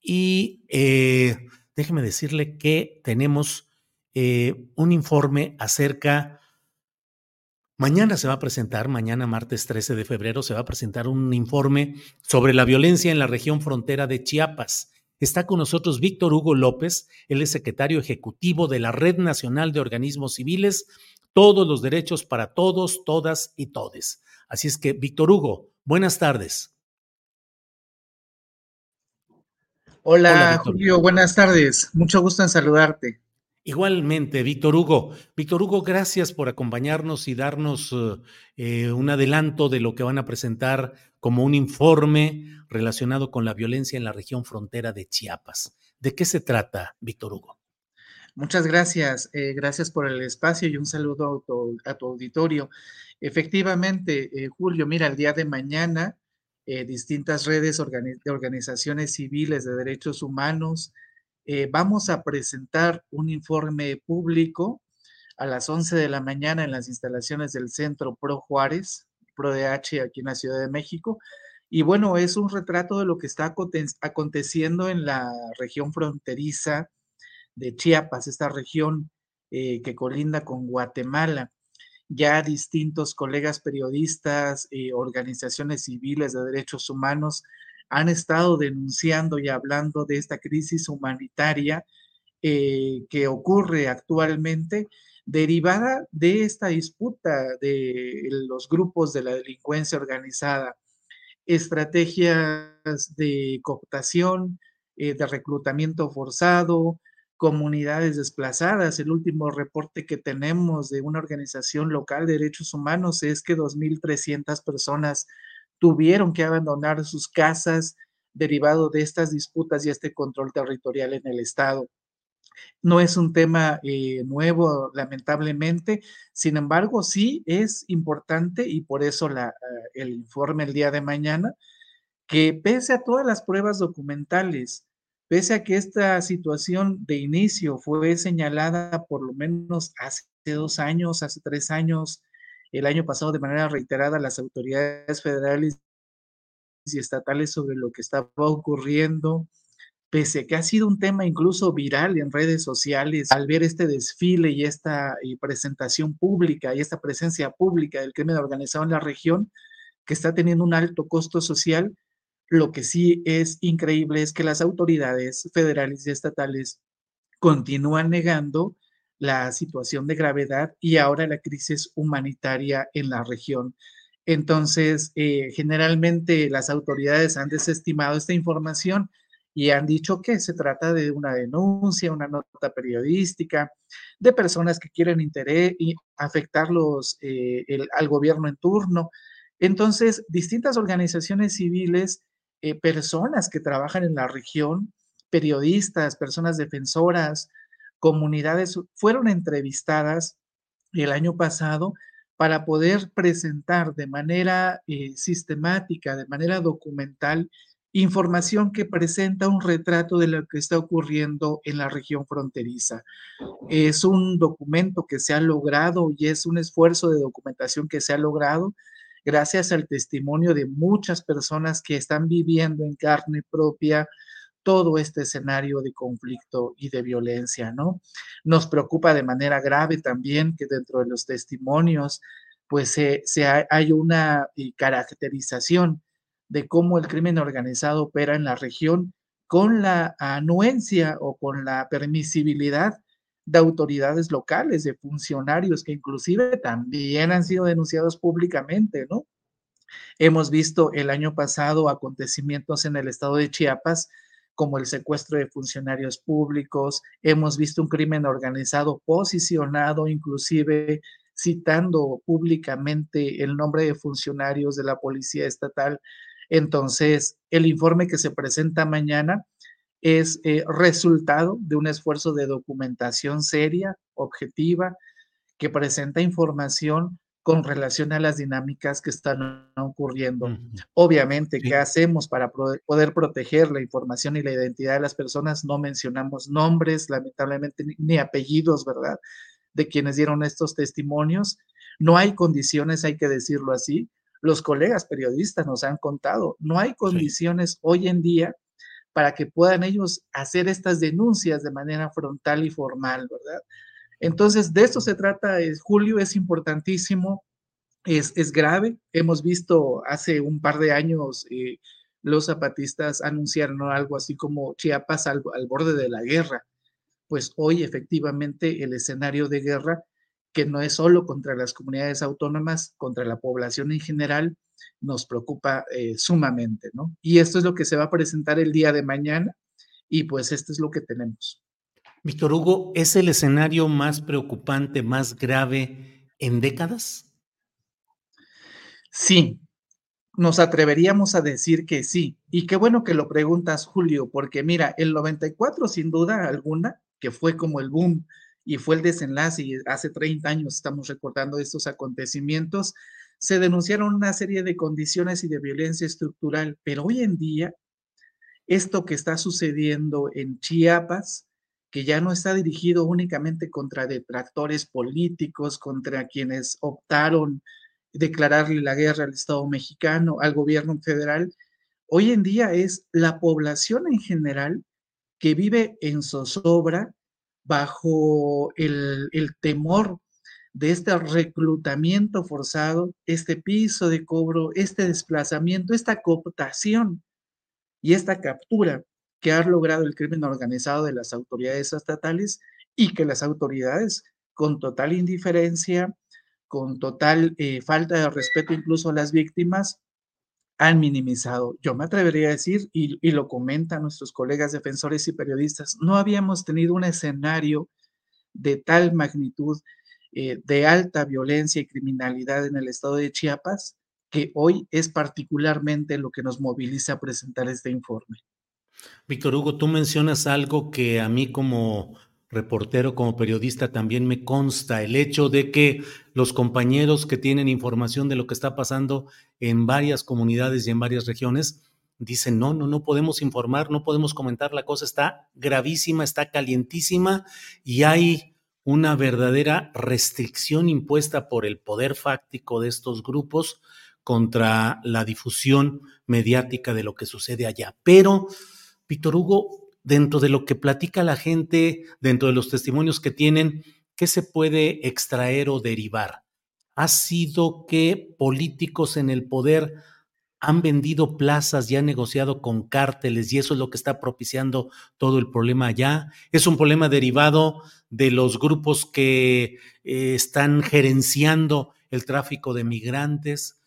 y déjeme decirle que tenemos un informe acerca. Mañana se va a presentar, mañana martes 13 de febrero, se va a presentar un informe sobre la violencia en la región frontera de Chiapas. Está con nosotros Víctor Hugo López, él es secretario ejecutivo de la Red Nacional de Organismos Civiles, Todos los Derechos para Todos, Todas y Todes. Así es que, Víctor Hugo, buenas tardes. Hola Julio, buenas tardes. Mucho gusto en saludarte. Igualmente, Víctor Hugo. Víctor Hugo, gracias por acompañarnos y darnos un adelanto de lo que van a presentar como un informe relacionado con la violencia en la región frontera de Chiapas. ¿De qué se trata, Víctor Hugo? Muchas gracias. Gracias por el espacio y un saludo a tu auditorio. Efectivamente, Julio, mira, el día de mañana, distintas redes de organizaciones civiles de derechos humanos vamos a presentar un informe público a las 11 de la mañana en las instalaciones del Centro Pro Juárez, ProDH, aquí en la Ciudad de México. Y bueno, es un retrato de lo que está aconteciendo en la región fronteriza de Chiapas, esta región que colinda con Guatemala. Ya distintos colegas periodistas, organizaciones civiles de derechos humanos han estado denunciando y hablando de esta crisis humanitaria que ocurre actualmente derivada de esta disputa de los grupos de la delincuencia organizada, estrategias de cooptación, de reclutamiento forzado, comunidades desplazadas. El último reporte que tenemos de una organización local de derechos humanos es que 2.300 personas tuvieron que abandonar sus casas derivado de estas disputas y este control territorial en el estado. No es un tema nuevo, lamentablemente. Sin embargo, sí es importante y por eso el informe el día de mañana, que pese a todas las pruebas documentales, pese a que esta situación de inicio fue señalada por lo menos hace 2 años, hace 3 años, el año pasado de manera reiterada a las autoridades federales y estatales sobre lo que estaba ocurriendo, pese a que ha sido un tema incluso viral en redes sociales, al ver este desfile y esta presentación pública y esta presencia pública del crimen organizado en la región, que está teniendo un alto costo social, lo que sí es increíble es que las autoridades federales y estatales continúan negando la situación de gravedad y ahora la crisis humanitaria en la región. Entonces, generalmente las autoridades han desestimado esta información y han dicho que se trata de una denuncia, una nota periodística, de personas que quieren afectarlos al gobierno en turno. Entonces, distintas organizaciones civiles, personas que trabajan en la región, periodistas, personas defensoras, comunidades, fueron entrevistadas el año pasado para poder presentar de manera sistemática, de manera documental, información que presenta un retrato de lo que está ocurriendo en la región fronteriza. Es un documento que se ha logrado y es un esfuerzo de documentación que se ha logrado gracias al testimonio de muchas personas que están viviendo en carne propia todo este escenario de conflicto y de violencia, ¿no? Nos preocupa de manera grave también que dentro de los testimonios, pues hay una caracterización de cómo el crimen organizado opera en la región con la anuencia o con la permisibilidad de autoridades locales, de funcionarios que inclusive también han sido denunciados públicamente, ¿no? Hemos visto el año pasado acontecimientos en el estado de Chiapas como el secuestro de funcionarios públicos, hemos visto un crimen organizado posicionado, inclusive citando públicamente el nombre de funcionarios de la policía estatal. Entonces, el informe que se presenta mañana es resultado de un esfuerzo de documentación seria, objetiva, que presenta información con relación a las dinámicas que están ocurriendo. Obviamente, ¿qué hacemos para poder proteger la información y la identidad de las personas? No mencionamos nombres, lamentablemente, ni apellidos, ¿verdad?, de quienes dieron estos testimonios. No hay condiciones, hay que decirlo así. Los colegas periodistas nos han contado, no hay condiciones hoy en día para que puedan ellos hacer estas denuncias de manera frontal y formal, ¿verdad? Entonces, de esto se trata, Julio, es importantísimo, es grave. Hemos visto hace un par de años los zapatistas anunciaron algo así como Chiapas al borde de la guerra. Pues hoy efectivamente el escenario de guerra, que no es solo contra las comunidades autónomas, contra la población en general, nos preocupa sumamente, ¿no? Y esto es lo que se va a presentar el día de mañana y pues esto es lo que tenemos. Víctor Hugo, ¿es el escenario más preocupante, más grave en décadas? Sí, nos atreveríamos a decir que sí. Y qué bueno que lo preguntas, Julio, porque mira, el 94 sin duda alguna, que fue como el boom y fue el desenlace, y hace 30 años estamos recordando estos acontecimientos, se denunciaron una serie de condiciones y de violencia estructural, pero hoy en día esto que está sucediendo en Chiapas, que ya no está dirigido únicamente contra detractores políticos, contra quienes optaron declararle la guerra al Estado mexicano, al gobierno federal. Hoy en día es la población en general que vive en zozobra bajo el temor de este reclutamiento forzado, este piso de cobro, este desplazamiento, esta cooptación y esta captura que ha logrado el crimen organizado de las autoridades estatales y que las autoridades, con total indiferencia, con total falta de respeto incluso a las víctimas, han minimizado. Yo me atrevería a decir, y lo comentan nuestros colegas defensores y periodistas, no habíamos tenido un escenario de tal magnitud, de alta violencia y criminalidad en el estado de Chiapas, que hoy es particularmente lo que nos moviliza a presentar este informe. Víctor Hugo, tú mencionas algo que a mí como reportero, como periodista, también me consta, el hecho de que los compañeros que tienen información de lo que está pasando en varias comunidades y en varias regiones, dicen, no podemos informar, no podemos comentar, la cosa está gravísima, está calientísima y hay una verdadera restricción impuesta por el poder fáctico de estos grupos contra la difusión mediática de lo que sucede allá. Pero Víctor Hugo, dentro de lo que platica la gente, dentro de los testimonios que tienen, ¿qué se puede extraer o derivar? ¿Ha sido que políticos en el poder han vendido plazas y han negociado con cárteles y eso es lo que está propiciando todo el problema allá? ¿Es un problema derivado de los grupos que están gerenciando el tráfico de migrantes?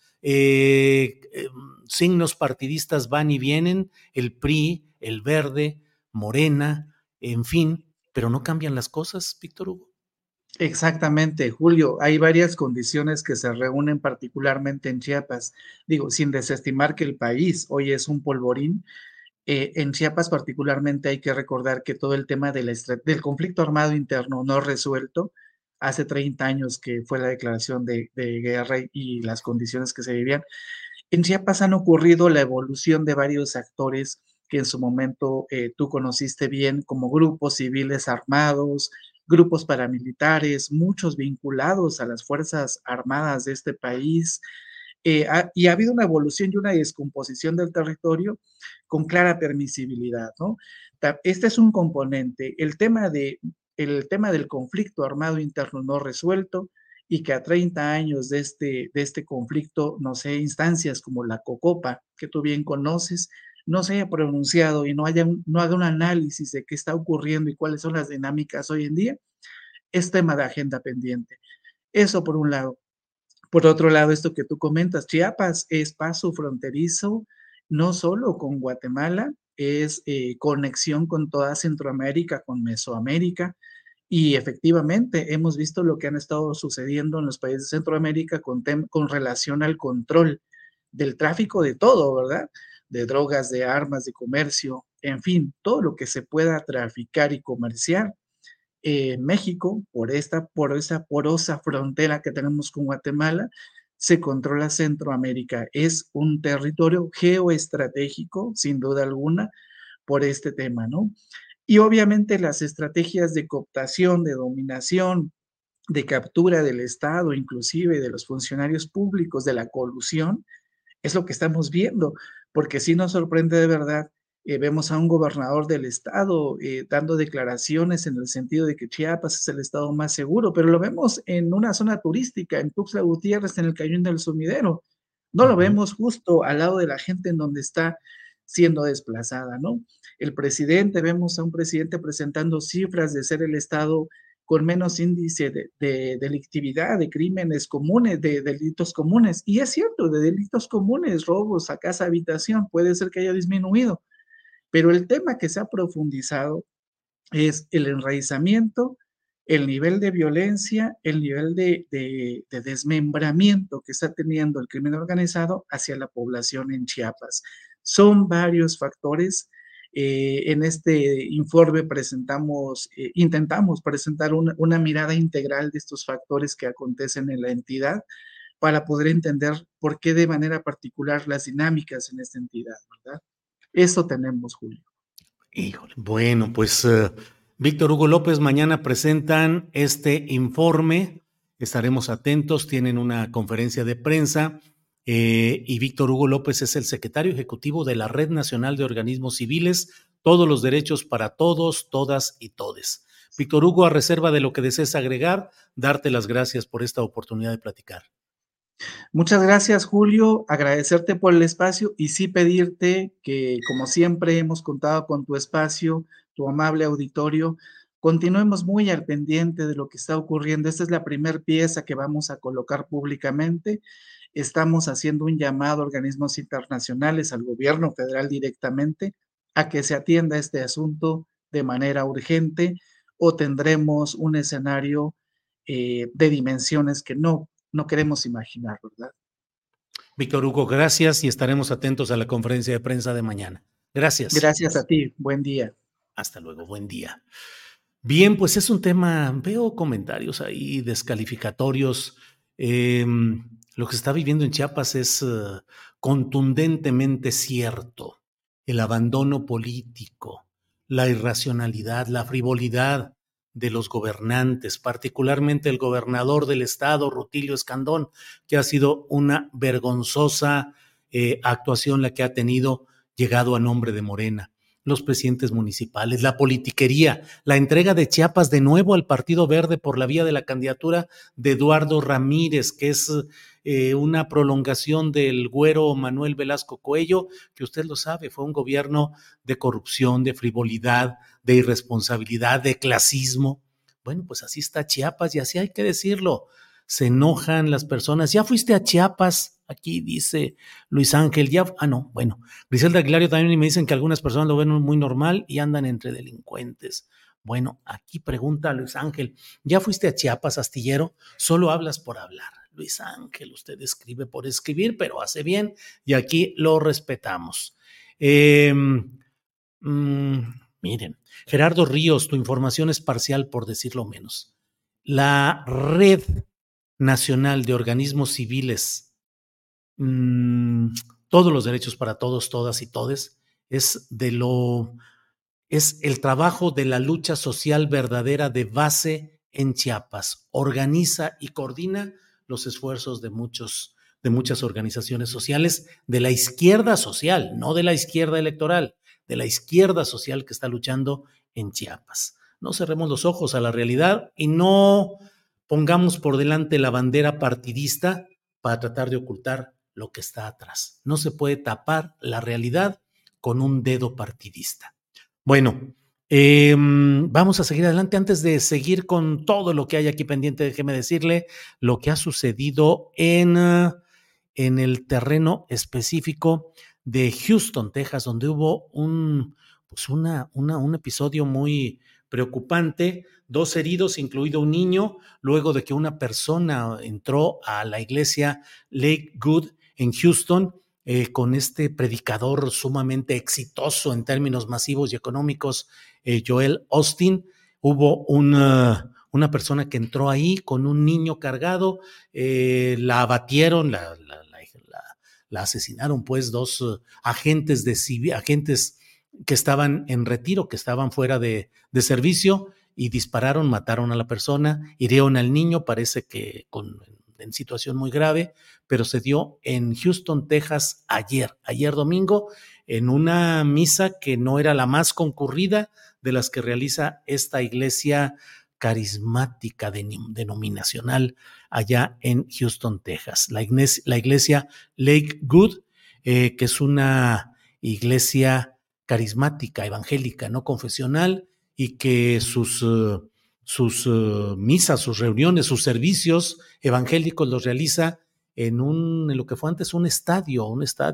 Signos partidistas van y vienen, el PRI, el Verde, Morena, en fin, pero no cambian las cosas, Víctor Hugo. Exactamente, Julio. Hay varias condiciones que se reúnen particularmente en Chiapas. Digo, sin desestimar que el país hoy es un polvorín. En Chiapas particularmente hay que recordar que todo el tema del conflicto armado interno no resuelto, hace 30 años que fue la declaración de guerra y las condiciones que se vivían, en Chiapas han ocurrido la evolución de varios actores que en su momento tú conociste bien, como grupos civiles armados, grupos paramilitares, muchos vinculados a las Fuerzas Armadas de este país, y ha habido una evolución y una descomposición del territorio con clara permisibilidad, ¿no? Este es un componente. El tema del conflicto armado interno no resuelto y que a 30 años de este conflicto, no sé, instancias como la COCOPA, que tú bien conoces, no se haya pronunciado y no haga un análisis de qué está ocurriendo y cuáles son las dinámicas hoy en día, es tema de agenda pendiente. Eso por un lado. Por otro lado, esto que tú comentas, Chiapas es paso fronterizo, no solo con Guatemala, es conexión con toda Centroamérica, con Mesoamérica, y efectivamente hemos visto lo que han estado sucediendo en los países de Centroamérica con relación al control del tráfico de todo, ¿verdad? De drogas, de armas, de comercio, en fin, todo lo que se pueda traficar y comerciar. México, por esa porosa frontera que tenemos con Guatemala, se controla Centroamérica. Es un territorio geoestratégico, sin duda alguna, por este tema, ¿no? Y obviamente las estrategias de cooptación, de dominación, de captura del Estado, inclusive de los funcionarios públicos, de la colusión, es lo que estamos viendo, porque sí nos sorprende de verdad. Vemos a un gobernador del estado dando declaraciones en el sentido de que Chiapas es el estado más seguro, pero lo vemos en una zona turística, en Tuxtla Gutiérrez, en el Cañón del Sumidero. No lo vemos justo al lado de la gente en donde está siendo desplazada, ¿no? Vemos a un presidente presentando cifras de ser el estado con menos índice de delictividad, de crímenes comunes, de delitos comunes. Y es cierto, de delitos comunes, robos a casa, habitación, puede ser que haya disminuido. Pero el tema que se ha profundizado es el enraizamiento, el nivel de violencia, el nivel de desmembramiento que está teniendo el crimen organizado hacia la población en Chiapas. Son varios factores. En este informe intentamos presentar una mirada integral de estos factores que acontecen en la entidad para poder entender por qué de manera particular las dinámicas en esta entidad, ¿verdad? Eso tenemos, Julio. Híjole, bueno, pues Víctor Hugo López, mañana presentan este informe, estaremos atentos, tienen una conferencia de prensa y Víctor Hugo López es el secretario ejecutivo de la Red Nacional de Organismos Civiles, todos los derechos para todos, todas y todes. Víctor Hugo, a reserva de lo que desees agregar, darte las gracias por esta oportunidad de platicar. Muchas gracias, Julio. Agradecerte por el espacio y sí pedirte que, como siempre, hemos contado con tu espacio, tu amable auditorio. Continuemos muy al pendiente de lo que está ocurriendo. Esta es la primera pieza que vamos a colocar públicamente. Estamos haciendo un llamado a organismos internacionales, al gobierno federal directamente, a que se atienda este asunto de manera urgente o tendremos un escenario de dimensiones que no queremos imaginar, ¿verdad? Víctor Hugo, gracias y estaremos atentos a la conferencia de prensa de mañana. Gracias. Gracias a ti. Buen día. Hasta luego. Buen día. Bien, pues es un tema, veo comentarios ahí descalificatorios. Lo que se está viviendo en Chiapas es contundentemente cierto. El abandono político, la irracionalidad, la frivolidad de los gobernantes, particularmente el gobernador del estado, Rutilio Escandón, que ha sido una vergonzosa actuación la que ha tenido, llegado a nombre de Morena. Los presidentes municipales, la politiquería, la entrega de Chiapas de nuevo al Partido Verde por la vía de la candidatura de Eduardo Ramírez, que es una prolongación del güero Manuel Velasco Coello, que usted lo sabe, fue un gobierno de corrupción, de frivolidad, de irresponsabilidad, de clasismo. Bueno, pues así está Chiapas y así hay que decirlo. Se enojan las personas. ¿Ya fuiste a Chiapas? Aquí dice Luis Ángel. Bueno. Griselda Aguilario también me dicen que algunas personas lo ven muy normal y andan entre delincuentes. Bueno, aquí pregunta Luis Ángel, ¿ya fuiste a Chiapas, astillero? Solo hablas por hablar. Luis Ángel, usted escribe por escribir, pero hace bien y aquí lo respetamos. Miren, Gerardo Ríos, tu información es parcial por decirlo menos. La Red Nacional de Organismos Civiles, todos los derechos para todos, todas y todes, es el trabajo de la lucha social verdadera de base en Chiapas. Organiza y coordina los esfuerzos de muchas organizaciones sociales de la izquierda social, no de la izquierda electoral, de la izquierda social que está luchando en Chiapas. No cerremos los ojos a la realidad y no pongamos por delante la bandera partidista para tratar de ocultar lo que está atrás. No se puede tapar la realidad con un dedo partidista. Bueno, vamos a seguir adelante. Antes de seguir con todo lo que hay aquí pendiente, déjeme decirle lo que ha sucedido en el terreno específico de Houston, Texas, donde hubo un episodio muy preocupante, 2 heridos, incluido un niño, luego de que una persona entró a la iglesia Lakewood en Houston con este predicador sumamente exitoso en términos masivos y económicos, Joel Austin. Hubo una persona que entró ahí con un niño cargado, la abatieron, la asesinaron, pues 2 agentes que estaban en retiro, que estaban fuera de servicio, y dispararon, mataron a la persona, hirieron al niño, parece que en situación muy grave, pero se dio en Houston, Texas, ayer domingo, en una misa que no era la más concurrida de las que realiza esta iglesia carismática denominacional allá en Houston, Texas. La iglesia Lakewood, que es una iglesia carismática, evangélica, no confesional, y que sus misas, sus reuniones, sus servicios evangélicos los realiza en lo que fue antes un estadio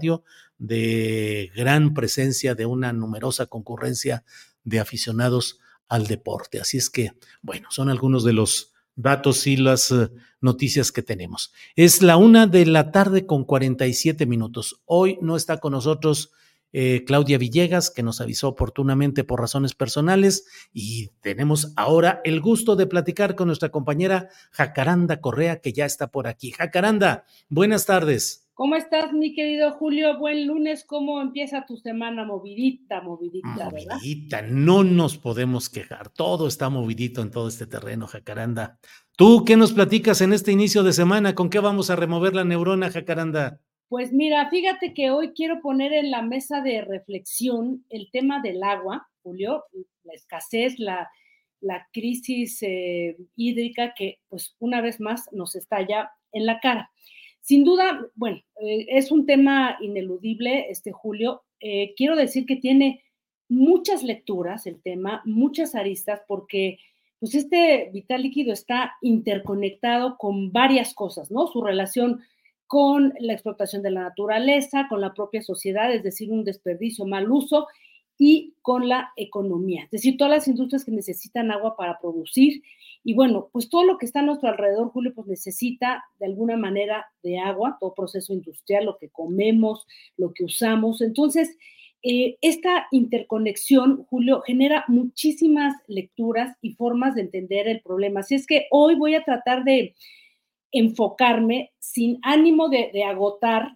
de gran presencia, de una numerosa concurrencia de aficionados al deporte. Así es que, bueno, son algunos de los datos y las noticias que tenemos. Es la 1:00 con 47 minutos. Hoy no está con nosotros Claudia Villegas, que nos avisó oportunamente por razones personales, y tenemos ahora el gusto de platicar con nuestra compañera Jacaranda Correa, que ya está por aquí. Jacaranda, buenas tardes. ¿Cómo estás, mi querido Julio? Buen lunes, ¿cómo empieza tu semana? Movidita, ¿verdad? Movidita, no nos podemos quejar, todo está movidito en todo este terreno, Jacaranda. ¿Tú qué nos platicas en este inicio de semana? ¿Con qué vamos a remover la neurona, Jacaranda? Pues mira, fíjate que hoy quiero poner en la mesa de reflexión el tema del agua, Julio, la escasez, la crisis hídrica que pues una vez más nos estalla en la cara. Sin duda, bueno, es un tema ineludible, Julio. Quiero decir que tiene muchas lecturas el tema, muchas aristas, porque pues este vital líquido está interconectado con varias cosas, ¿no? Su relación con la explotación de la naturaleza, con la propia sociedad, es decir, un desperdicio, mal uso, y con la economía, es decir, todas las industrias que necesitan agua para producir. Y bueno, pues todo lo que está a nuestro alrededor, Julio, pues necesita de alguna manera de agua, todo proceso industrial, lo que comemos, lo que usamos. Entonces, esta interconexión, Julio, genera muchísimas lecturas y formas de entender el problema. Así es que hoy voy a tratar de enfocarme sin ánimo de agotar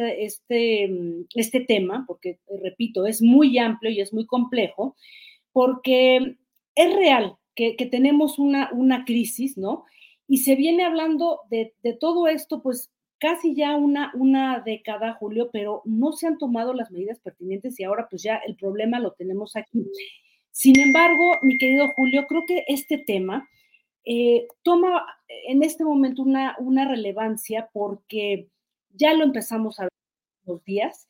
este tema, porque, repito, es muy amplio y es muy complejo, porque es real que tenemos una crisis, ¿no? Y se viene hablando de todo esto, pues casi ya una década, Julio, pero no se han tomado las medidas pertinentes y ahora pues ya el problema lo tenemos aquí. Sin embargo, mi querido Julio, creo que este tema toma en este momento una relevancia porque ya lo empezamos a ver los días.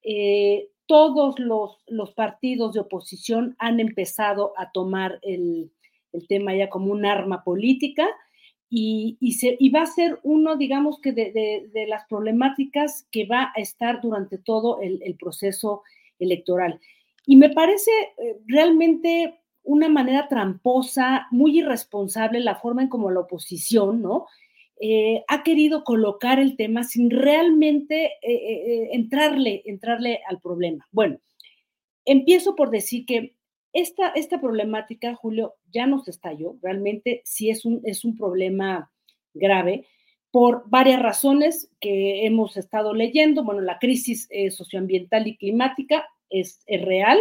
Todos los partidos de oposición han empezado a tomar el tema ya como un arma política y va a ser uno, digamos que de las problemáticas que va a estar durante todo el proceso electoral. Y me parece realmente una manera tramposa, muy irresponsable la forma en como la oposición, ¿no? Ha querido colocar el tema sin realmente entrarle al problema. Bueno, empiezo por decir que esta problemática, Julio, ya nos estalló, realmente sí es un problema grave por varias razones que hemos estado leyendo. Bueno, la crisis socioambiental y climática es real.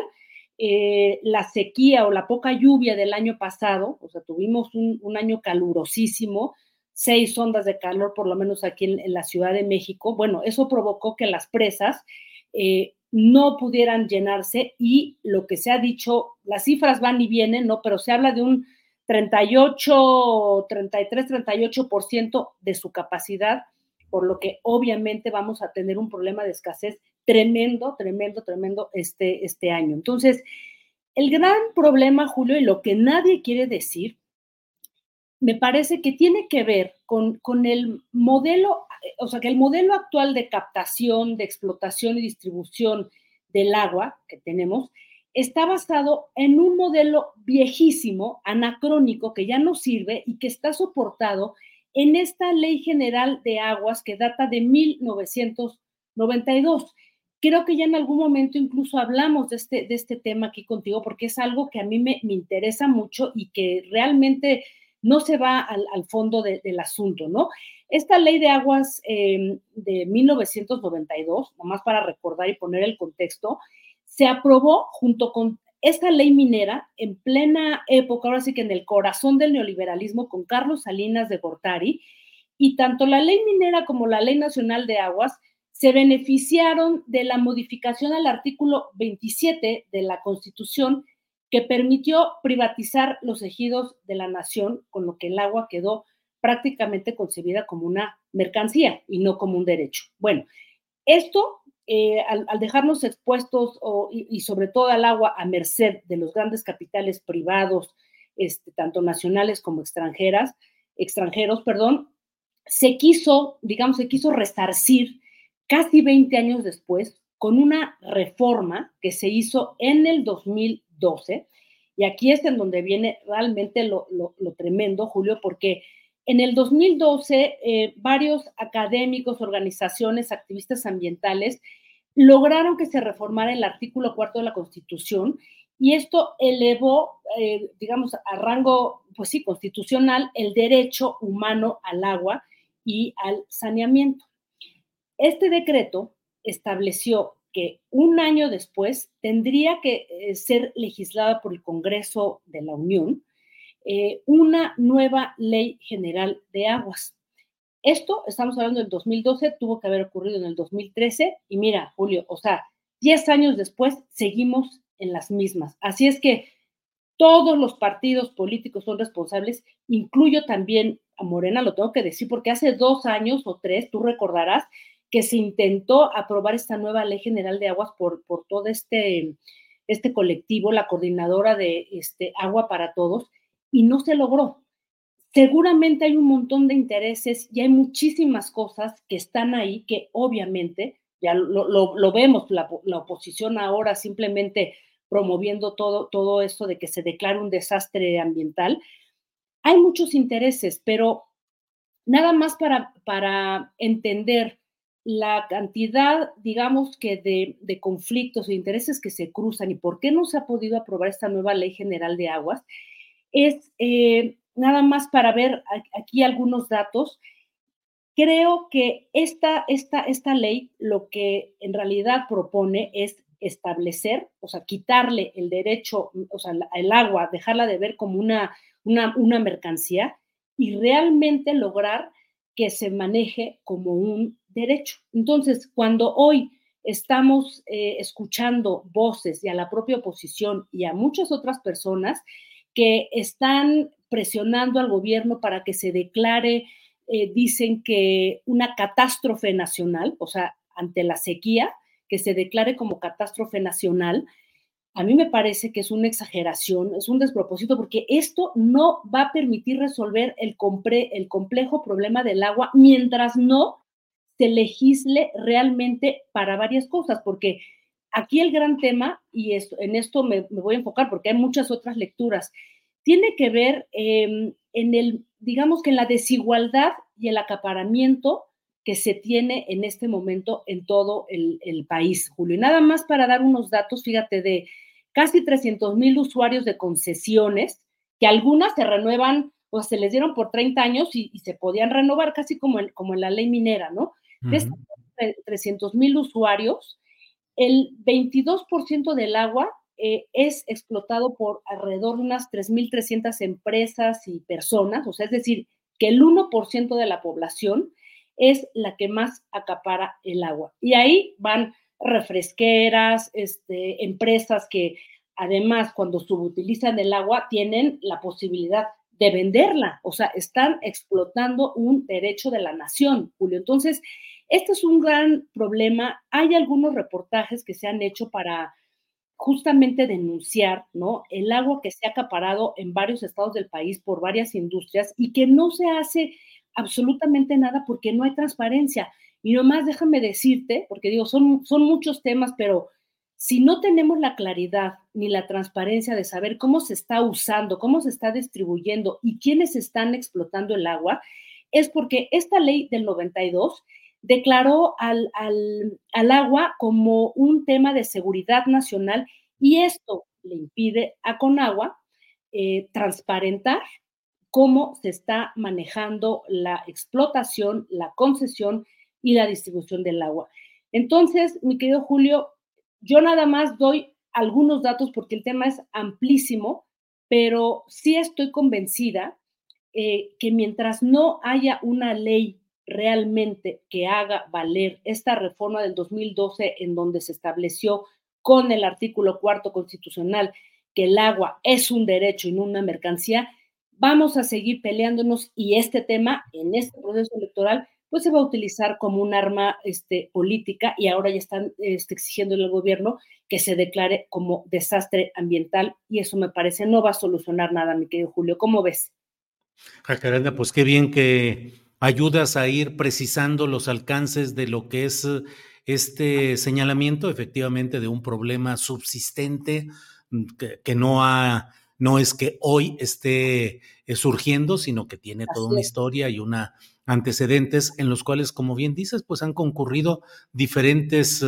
La sequía o la poca lluvia del año pasado, o sea, tuvimos un año calurosísimo, 6 ondas de calor, por lo menos aquí en la Ciudad de México. Bueno, eso provocó que las presas no pudieran llenarse y lo que se ha dicho, las cifras van y vienen, ¿no? Pero se habla de un 38, 33, 38% de su capacidad, por lo que obviamente vamos a tener un problema de escasez tremendo este año. Entonces, el gran problema, Julio, y lo que nadie quiere decir, me parece que tiene que ver con el modelo, o sea, que el modelo actual de captación, de explotación y distribución del agua que tenemos está basado en un modelo viejísimo, anacrónico, que ya no sirve y que está soportado en esta Ley General de Aguas que data de 1992. Creo que ya en algún momento incluso hablamos de este tema aquí contigo porque es algo que a mí me interesa mucho y que realmente no se va al fondo del asunto, ¿no? Esta ley de aguas de 1992, nomás para recordar y poner el contexto, se aprobó junto con esta ley minera en plena época, ahora sí que en el corazón del neoliberalismo, con Carlos Salinas de Gortari, y tanto la ley minera como la ley nacional de aguas se beneficiaron de la modificación al artículo 27 de la Constitución que permitió privatizar los ejidos de la nación, con lo que el agua quedó prácticamente concebida como una mercancía y no como un derecho. Bueno, esto, al dejarnos expuestos y sobre todo al agua a merced de los grandes capitales privados, tanto nacionales como extranjeros, se quiso resarcir casi 20 años después con una reforma que se hizo en el 2012, y aquí es en donde viene realmente lo tremendo, Julio, porque en el 2012 varios académicos, organizaciones, activistas ambientales lograron que se reformara el artículo 4 de la Constitución y esto elevó, a rango, pues sí, constitucional el derecho humano al agua y al saneamiento. Este decreto estableció que un año después tendría que ser legislada por el Congreso de la Unión una nueva ley general de aguas. Esto, estamos hablando del 2012, tuvo que haber ocurrido en el 2013 y mira, Julio, o sea, 10 años después seguimos en las mismas. Así es que todos los partidos políticos son responsables, incluyo también a Morena, lo tengo que decir, porque hace 2 años o 3, tú recordarás, que se intentó aprobar esta nueva ley general de aguas por todo este colectivo, la coordinadora de Agua para Todos, y no se logró. Seguramente hay un montón de intereses y hay muchísimas cosas que están ahí que obviamente, ya lo vemos, la oposición ahora simplemente promoviendo todo esto de que se declare un desastre ambiental. Hay muchos intereses, pero nada más para entender la cantidad, digamos que de conflictos e intereses que se cruzan y por qué no se ha podido aprobar esta nueva ley general de aguas, es nada más para ver aquí algunos datos. Creo que esta ley lo que en realidad propone es establecer, o sea, quitarle el derecho, o sea, el agua, dejarla de ver como una mercancía y realmente lograr que se maneje como un derecho. Entonces, cuando hoy estamos escuchando voces y a la propia oposición y a muchas otras personas que están presionando al gobierno para que se declare, dicen que una catástrofe nacional, o sea, ante la sequía, que se declare como catástrofe nacional, a mí me parece que es una exageración, es un despropósito, porque esto no va a permitir resolver el complejo problema del agua mientras no se legisle realmente para varias cosas, porque aquí el gran tema, y en esto me voy a enfocar porque hay muchas otras lecturas, tiene que ver digamos que en la desigualdad y el acaparamiento que se tiene en este momento en todo el país, Julio. Y nada más para dar unos datos, fíjate, de casi 300,000 usuarios de concesiones, que algunas se renuevan, o se les dieron por 30 años y se podían renovar casi como en la ley minera, ¿no? De estos 300,000 usuarios, el 22% del agua es explotado por alrededor de unas 3,300 empresas y personas, o sea, es decir, que el 1% de la población es la que más acapara el agua. Y ahí van refresqueras, empresas que además cuando subutilizan el agua tienen la posibilidad de venderla, o sea, están explotando un derecho de la nación, Julio. Entonces, este es un gran problema. Hay algunos reportajes que se han hecho para justamente denunciar, ¿no?, el agua que se ha acaparado en varios estados del país por varias industrias y que no se hace absolutamente nada porque no hay transparencia. Y nomás déjame decirte, porque digo, son muchos temas, pero si no tenemos la claridad ni la transparencia de saber cómo se está usando, cómo se está distribuyendo y quiénes están explotando el agua, es porque esta ley del 92 declaró al agua como un tema de seguridad nacional y esto le impide a Conagua transparentar cómo se está manejando la explotación, la concesión y la distribución del agua. Entonces, mi querido Julio, yo nada más doy algunos datos porque el tema es amplísimo, pero sí estoy convencida que mientras no haya una ley realmente que haga valer esta reforma del 2012 en donde se estableció con el artículo 4 constitucional que el agua es un derecho y no una mercancía, vamos a seguir peleándonos y este tema en este proceso electoral pues se va a utilizar como un arma política y ahora ya están exigiéndole al gobierno que se declare como desastre ambiental y eso me parece no va a solucionar nada, mi querido Julio. ¿Cómo ves? Jacaranda, pues qué bien que ayudas a ir precisando los alcances de lo que es este señalamiento, efectivamente, de un problema subsistente que no es que hoy esté surgiendo, sino que tiene toda una historia y una antecedentes en los cuales, como bien dices, pues han concurrido diferentes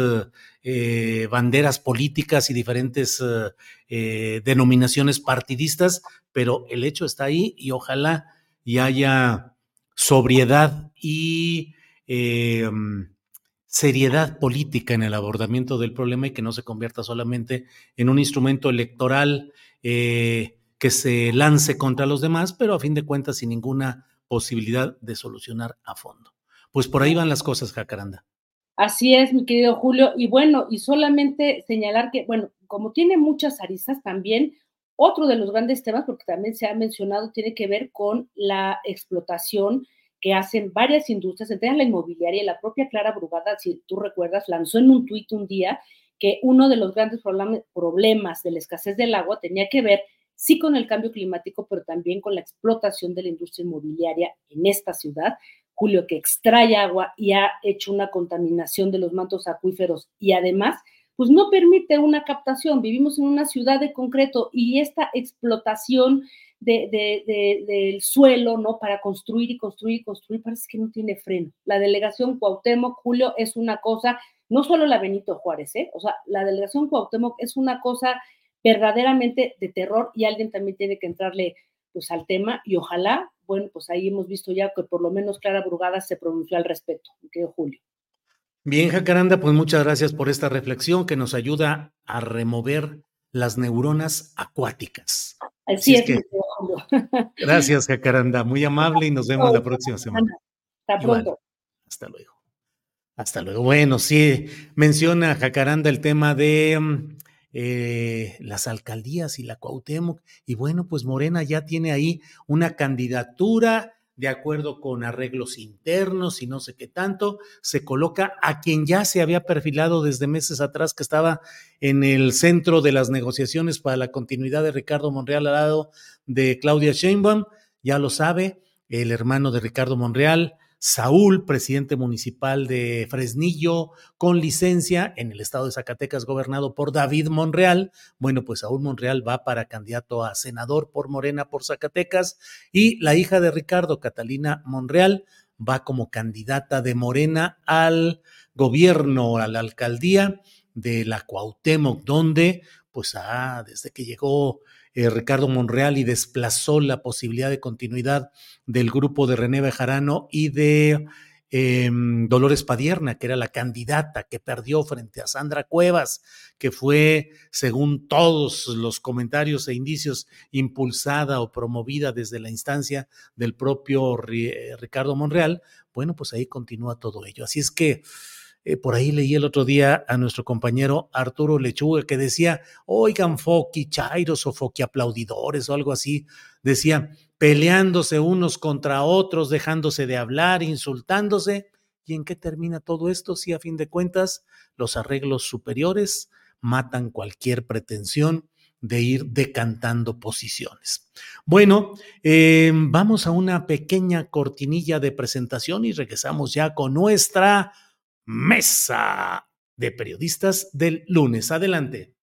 banderas políticas y diferentes denominaciones partidistas, pero el hecho está ahí y ojalá y haya sobriedad y seriedad política en el abordamiento del problema y que no se convierta solamente en un instrumento electoral que se lance contra los demás, pero a fin de cuentas sin ninguna posibilidad de solucionar a fondo. Pues por ahí van las cosas, Jacaranda. Así es, mi querido Julio. Y bueno, y solamente señalar que, bueno, como tiene muchas aristas también, otro de los grandes temas, porque también se ha mencionado, tiene que ver con la explotación que hacen varias industrias, entre ellas la inmobiliaria. La propia Clara Brugada, si tú recuerdas, lanzó en un tuit un día que uno de los grandes problemas de la escasez del agua tenía que ver sí con el cambio climático, pero también con la explotación de la industria inmobiliaria en esta ciudad, Julio, que extrae agua y ha hecho una contaminación de los mantos acuíferos y además, pues no permite una captación. Vivimos en una ciudad de concreto y esta explotación del suelo, ¿no? Para construir y construir y construir, parece que no tiene freno. La delegación Cuauhtémoc, Julio, es una cosa, no solo la Benito Juárez, o sea, la delegación Cuauhtémoc es una cosa verdaderamente de terror y alguien también tiene que entrarle pues al tema y ojalá, bueno, pues ahí hemos visto ya que por lo menos Clara Brugada se pronunció al respecto, mi querido Julio. Bien, Jacaranda, pues muchas gracias por esta reflexión que nos ayuda a remover las neuronas acuáticas. Así es que, mi querido Julio. Gracias, Jacaranda, muy amable y nos vemos la próxima semana. Hasta pronto. Hasta luego. Hasta luego. Bueno, sí, menciona Jacaranda el tema de las alcaldías y la Cuauhtémoc, y bueno, pues Morena ya tiene ahí una candidatura de acuerdo con arreglos internos y no sé qué tanto, se coloca a quien ya se había perfilado desde meses atrás, que estaba en el centro de las negociaciones para la continuidad de Ricardo Monreal al lado de Claudia Sheinbaum, ya lo sabe, el hermano de Ricardo Monreal, Saúl, presidente municipal de Fresnillo, con licencia en el estado de Zacatecas, gobernado por David Monreal. Bueno, pues Saúl Monreal va para candidato a senador por Morena por Zacatecas y la hija de Ricardo, Catalina Monreal, va como candidata de Morena al gobierno, a la alcaldía de la Cuauhtémoc, donde pues desde que llegó Ricardo Monreal y desplazó la posibilidad de continuidad del grupo de René Bejarano y de Dolores Padierna, que era la candidata que perdió frente a Sandra Cuevas, que fue, según todos los comentarios e indicios, impulsada o promovida desde la instancia del propio Ricardo Monreal. Bueno, pues ahí continúa todo ello. Así es que por ahí leí el otro día a nuestro compañero Arturo Lechuga que decía, oigan, foqui chairos o foqui aplaudidores o algo así, decía, peleándose unos contra otros, dejándose de hablar, insultándose. ¿Y en qué termina todo esto? Si a fin de cuentas los arreglos superiores matan cualquier pretensión de ir decantando posiciones. Bueno, vamos a una pequeña cortinilla de presentación y regresamos ya con nuestra mesa de periodistas del lunes. Adelante.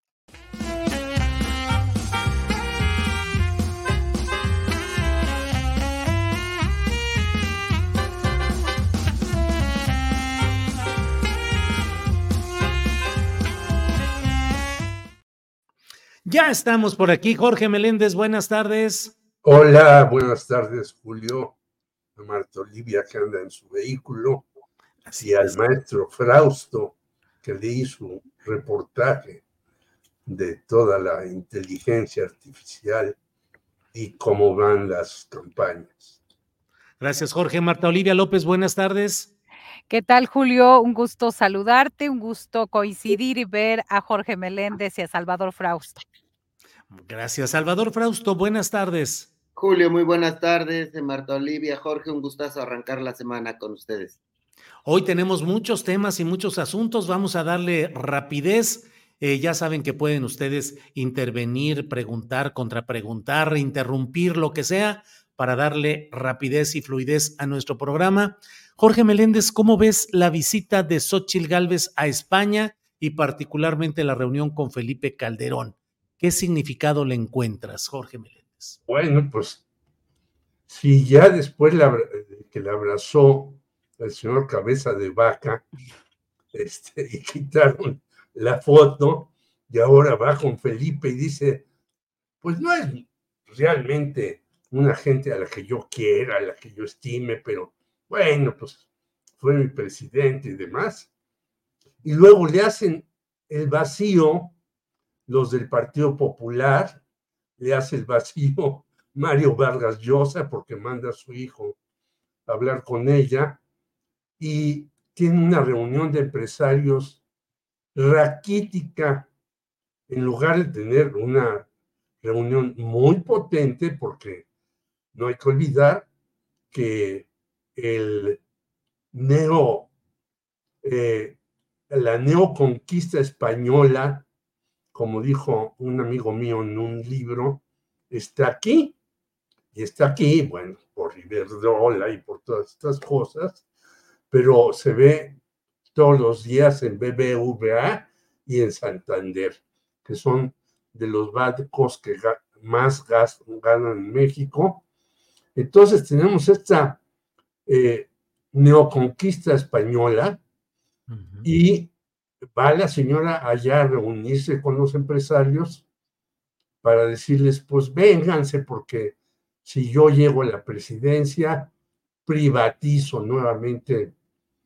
Ya estamos por aquí. Jorge Meléndez, buenas tardes. Hola, buenas tardes, Julio. A Marta Olivia, que anda en su vehículo. Y al maestro Frausto, que leí su reportaje de toda la inteligencia artificial y cómo van las campañas. Gracias, Jorge. Marta Olivia López, buenas tardes. ¿Qué tal, Julio? Un gusto saludarte, un gusto coincidir y ver a Jorge Meléndez y a Salvador Frausto. Gracias, Salvador Frausto. Buenas tardes. Julio, muy buenas tardes. Marta Olivia, Jorge, un gustazo arrancar la semana con ustedes. Hoy tenemos muchos temas y muchos asuntos. Vamos a darle rapidez. Ya saben que pueden ustedes intervenir, preguntar, contrapreguntar, interrumpir, lo que sea, para darle rapidez y fluidez a nuestro programa. Jorge Meléndez, ¿cómo ves la visita de Xóchitl Gálvez a España y particularmente la reunión con Felipe Calderón? ¿Qué significado le encuentras, Jorge Meléndez? Bueno, pues si ya después que le abrazó el señor Cabeza de Vaca y quitaron la foto y ahora va con Felipe y dice, pues no es realmente una gente a la que yo quiera, a la que yo estime, pero bueno, pues fue mi presidente y demás. y luego le hacen el vacío los del Partido Popular, le hace el vacío Mario Vargas Llosa porque manda a su hijo a hablar con ella, y tiene una reunión de empresarios raquítica en lugar de tener una reunión muy potente, porque no hay que olvidar que la neoconquista española, como dijo un amigo mío en un libro, está aquí, y está aquí, bueno, por Iberdrola y por todas estas cosas, pero se ve todos los días en BBVA y en Santander, que son de los bancos que más ganan en México. Entonces tenemos esta neoconquista española, y va la señora allá a reunirse con los empresarios para decirles, pues vénganse, porque si yo llego a la presidencia, privatizo nuevamente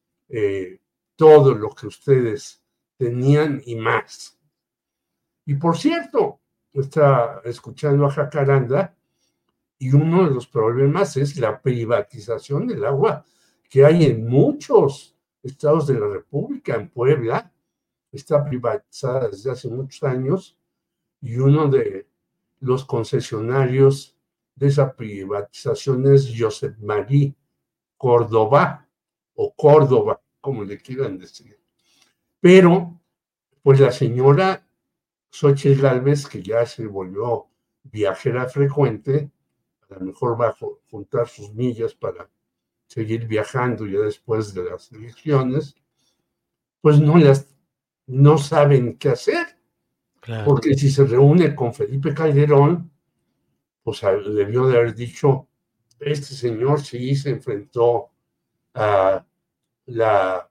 todo lo que ustedes tenían y más. Y por cierto, está escuchando a Jacaranda, y uno de los problemas es la privatización del agua que hay en muchos estados de la República. En Puebla está privatizada desde hace muchos años, y uno de los concesionarios de esa privatización es Josep María Córdoba, o Córdoba, como le quieran decir. Pero, pues la señora Xóchitl Gálvez, que ya se volvió viajera frecuente, a lo mejor va a juntar sus millas para seguir viajando ya después de las elecciones, pues no saben qué hacer. Claro. Porque si se reúne con Felipe Calderón, pues debió de haber dicho, este señor sí se enfrentó a la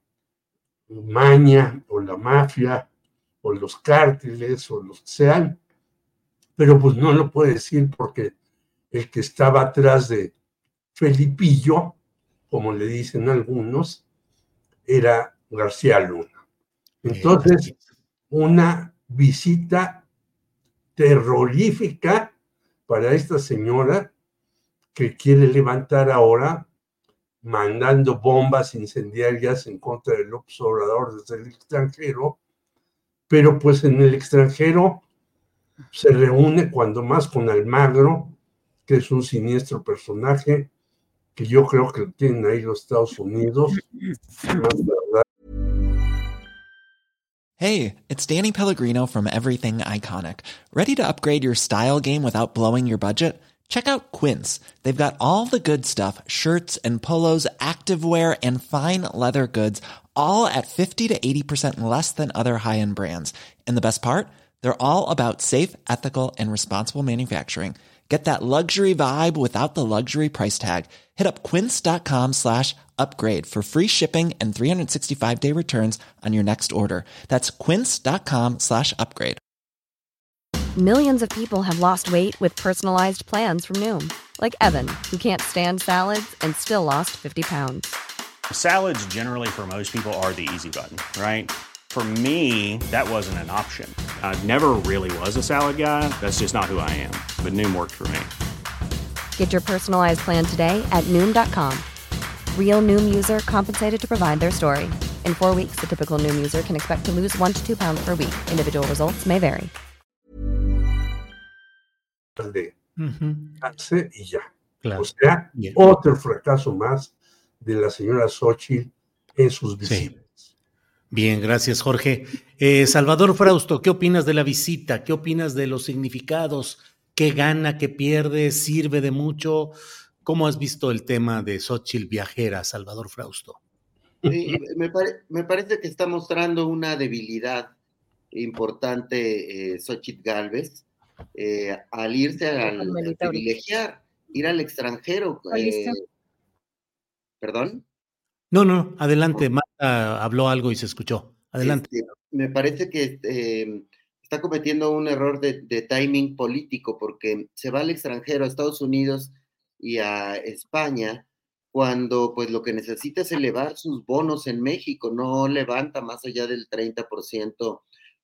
maña o la mafia o los cárteles o los que sean, pero pues no lo puede decir porque el que estaba atrás de Felipillo, como le dicen algunos, era García Luna. Entonces, una visita terrorífica para esta señora que quiere levantar ahora, mandando bombas incendiarias en contra de López Obrador desde el extranjero, pero pues en el extranjero se reúne cuando más con Almagro, que es un siniestro personaje que yo creo que tienen ahí los Estados Unidos. Hey, it's Danny Pellegrino from Everything Iconic. Ready to upgrade your style game without blowing your budget? Check out Quince. They've got all the good stuff, shirts and polos, activewear, and fine leather goods, all at 50 to 80% less than other high-end brands. And the best part? They're all about safe, ethical, and responsible manufacturing. Get that luxury vibe without the luxury price tag. Hit up quince.com/upgrade for free shipping and 365-day returns on your next order. That's quince.com/upgrade. Millions of people have lost weight with personalized plans from Noom. Like Evan, who can't stand salads and still lost 50 pounds. Salads generally for most people are the easy button, right? For me, that wasn't an option. I never really was a salad guy. That's just not who I am. But Noom worked for me. Get your personalized plan today at Noom.com. Real Noom user compensated to provide their story. In 4 weeks, the typical Noom user can expect to lose 1 to 2 pounds per week. Individual results may vary. Y ya. Claro. O sea, otro fracaso más de la señora Xóchitl en sus visitas. Sí. Bien, gracias, Jorge. Salvador Frausto, ¿qué opinas de la visita? ¿Qué opinas de los significados? ¿Qué gana, qué pierde? ¿Sirve de mucho? ¿Cómo has visto el tema de Xóchitl viajera, Salvador Frausto? Sí, me parece que está mostrando una debilidad importante Xóchitl Gálvez al irse al privilegiar, ir al extranjero. ¿Perdón? No, adelante. Marta habló algo y se escuchó. Adelante. Me parece que está cometiendo un error de timing político porque se va al extranjero, a Estados Unidos y a España, cuando pues lo que necesita es elevar sus bonos en México, no levanta más allá del 30%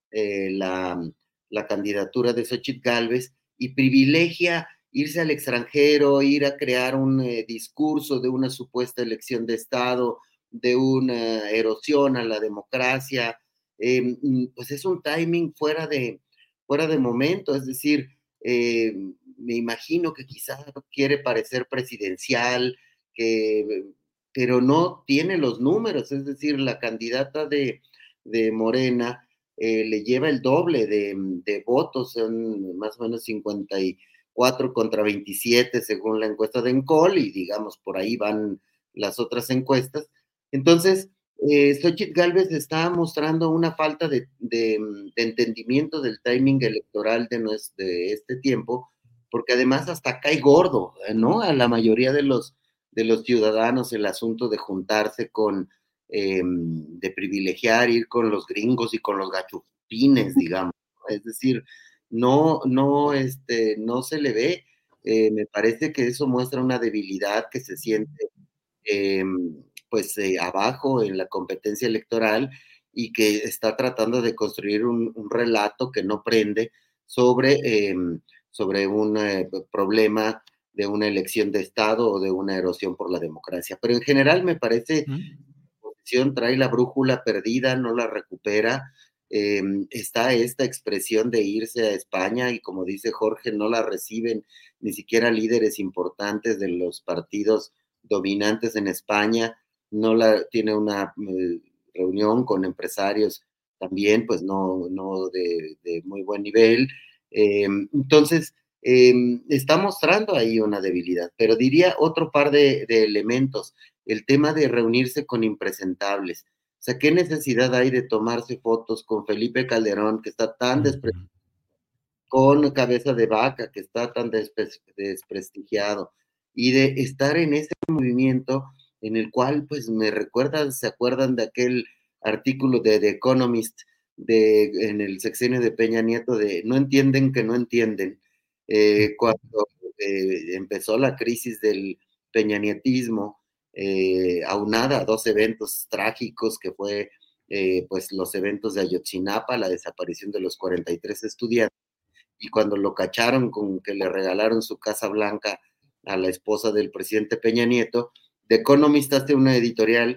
la candidatura de Xóchitl Gálvez y privilegia irse al extranjero, ir a crear un discurso de una supuesta elección de Estado, de una erosión a la democracia, pues es un timing fuera de momento, es decir, me imagino que quizás quiere parecer presidencial, pero no tiene los números, es decir, la candidata de Morena le lleva el doble de votos, son más o menos 54 contra 27 según la encuesta de Encol, y digamos por ahí van las otras encuestas. Entonces, Xóchitl Gálvez está mostrando una falta de entendimiento del timing electoral de este tiempo, porque además hasta cae gordo, ¿no? A la mayoría de los ciudadanos el asunto de juntarse de privilegiar, ir con los gringos y con los gachupines, digamos. Es decir, no se le ve. Me parece que eso muestra una debilidad que se siente abajo en la competencia electoral y que está tratando de construir un relato que no prende sobre un problema de una elección de Estado o de una erosión por la democracia. Pero en general me parece que la oposición trae la brújula perdida, no la recupera. Está esta expresión de irse a España y, como dice Jorge, no la reciben ni siquiera líderes importantes de los partidos dominantes en España. Tiene una reunión con empresarios también, pues no de muy buen nivel. Entonces, está mostrando ahí una debilidad, pero diría otro par de elementos, el tema de reunirse con impresentables. O sea, ¿qué necesidad hay de tomarse fotos con Felipe Calderón, que está tan desprestigiado, con Cabeza de Vaca, que está tan desprestigiado, y de estar en ese movimiento en el cual, pues, se acuerdan de aquel artículo de The Economist en el sexenio de Peña Nieto de no entienden que no entienden, cuando empezó la crisis del peñanietismo, aunada a dos eventos trágicos que fue pues los eventos de Ayotzinapa, la desaparición de los 43 estudiantes, y cuando lo cacharon con que le regalaron su Casa Blanca a la esposa del presidente Peña Nieto, The Economist hace una editorial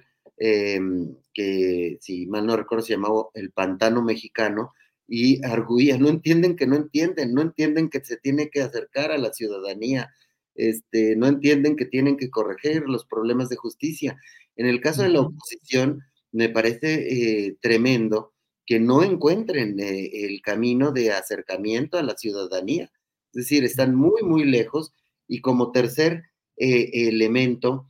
que, si mal no recuerdo, se llamaba El Pantano Mexicano, y arguía, no entienden que no entienden que se tiene que acercar a la ciudadanía, no entienden que tienen que corregir los problemas de justicia. En el caso de la oposición, me parece tremendo que no encuentren el camino de acercamiento a la ciudadanía. Es decir, están muy, muy lejos, y como tercer elemento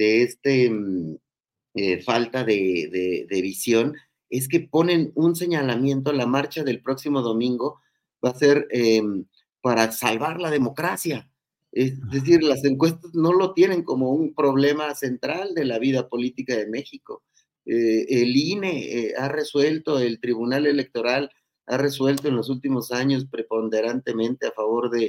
de falta de visión, es que ponen un señalamiento. La marcha del próximo domingo va a ser para salvar la democracia. Es decir, las encuestas no lo tienen como un problema central de la vida política de México. El INE ha resuelto, el Tribunal Electoral ha resuelto en los últimos años preponderantemente a favor de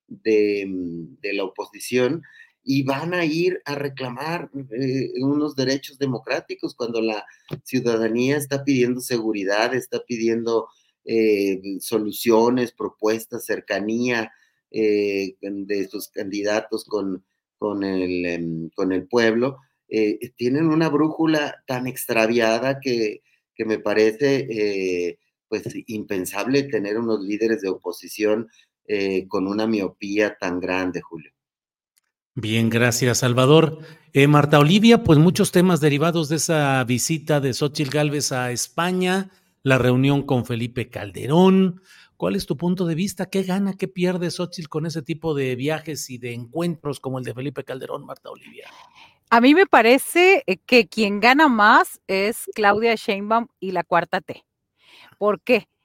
la oposición, y van a ir a reclamar unos derechos democráticos cuando la ciudadanía está pidiendo seguridad, está pidiendo soluciones, propuestas, cercanía de sus candidatos con el pueblo. Tienen una brújula tan extraviada que me parece pues impensable tener unos líderes de oposición con una miopía tan grande, Julio. Bien, gracias, Salvador. Marta Olivia, pues muchos temas derivados de esa visita de Xóchitl Gálvez a España, la reunión con Felipe Calderón. ¿Cuál es tu punto de vista? ¿Qué gana, qué pierde Xóchitl con ese tipo de viajes y de encuentros como el de Felipe Calderón, Marta Olivia? A mí me parece que quien gana más es Claudia Sheinbaum y la Cuarta T. ¿Por qué?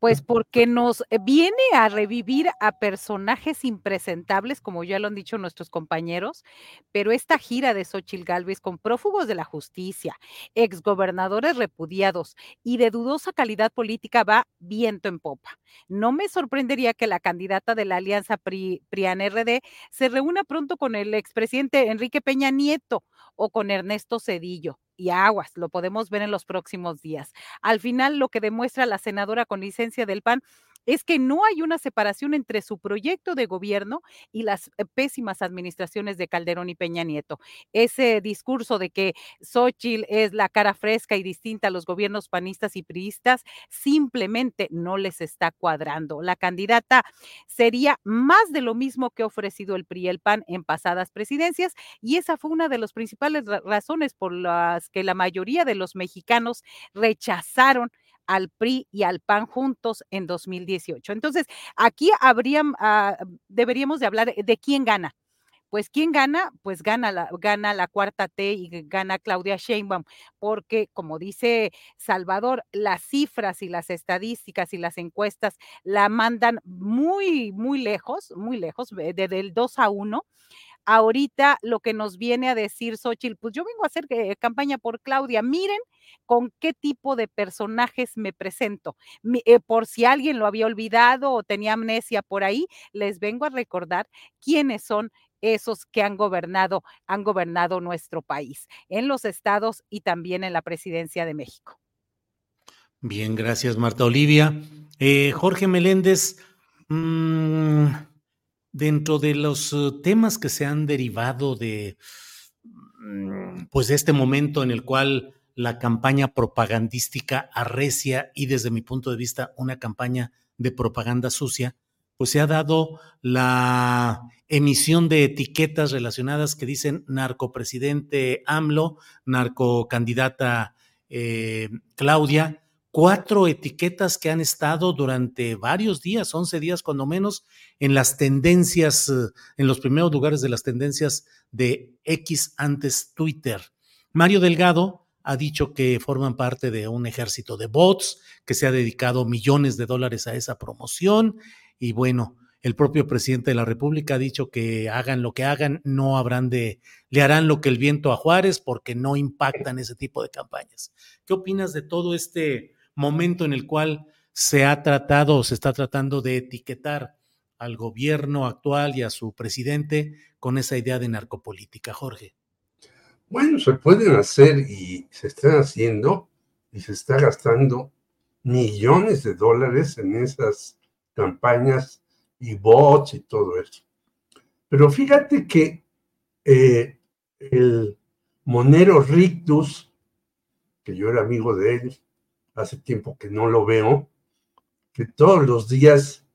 Pues porque nos viene a revivir a personajes impresentables, como ya lo han dicho nuestros compañeros, pero esta gira de Xóchitl Gálvez con prófugos de la justicia, exgobernadores repudiados y de dudosa calidad política va viento en popa. No me sorprendería que la candidata de la alianza PRIAN-RD se reúna pronto con el expresidente Enrique Peña Nieto o con Ernesto Zedillo. Y aguas, lo podemos ver en los próximos días. Al final, lo que demuestra la senadora con licencia del PAN es que no hay una separación entre su proyecto de gobierno y las pésimas administraciones de Calderón y Peña Nieto. Ese discurso de que Xóchitl es la cara fresca y distinta a los gobiernos panistas y priistas simplemente no les está cuadrando. La candidata sería más de lo mismo que ha ofrecido el PRI y el PAN en pasadas presidencias, y esa fue una de las principales razones por las que la mayoría de los mexicanos rechazaron al PRI y al PAN juntos en 2018. Entonces, aquí deberíamos de hablar de quién gana. Pues, ¿quién gana? Pues gana la cuarta T y gana Claudia Sheinbaum, porque, como dice Salvador, las cifras y las estadísticas y las encuestas la mandan muy, muy lejos, del 2-1. Ahorita lo que nos viene a decir Xóchitl, pues yo vengo a hacer campaña por Claudia, miren con qué tipo de personajes me presento. Por si alguien lo había olvidado o tenía amnesia por ahí, les vengo a recordar quiénes son esos que han gobernado nuestro país, en los estados y también en la presidencia de México. Bien, gracias, Marta Olivia. Jorge Meléndez, dentro de los temas que se han derivado de, pues, de este momento en el cual la campaña propagandística arrecia y, desde mi punto de vista, una campaña de propaganda sucia, pues se ha dado la emisión de etiquetas relacionadas que dicen narcopresidente AMLO, narcocandidata Claudia, 4 etiquetas que han estado durante varios días, 11 días cuando menos, en las tendencias, en los primeros lugares de las tendencias de X, antes Twitter. Mario Delgado ha dicho que forman parte de un ejército de bots, que se ha dedicado millones de dólares a esa promoción, y bueno, el propio presidente de la República ha dicho que hagan lo que hagan, le harán lo que el viento a Juárez, porque no impactan ese tipo de campañas. ¿Qué opinas de todo este momento en el cual se está tratando de etiquetar al gobierno actual y a su presidente con esa idea de narcopolítica, Jorge? Bueno, se pueden hacer y se están haciendo y se está gastando millones de dólares en esas campañas y bots y todo eso. Pero fíjate que el monero Rictus, que yo era amigo de él, hace tiempo que no lo veo, que todos los días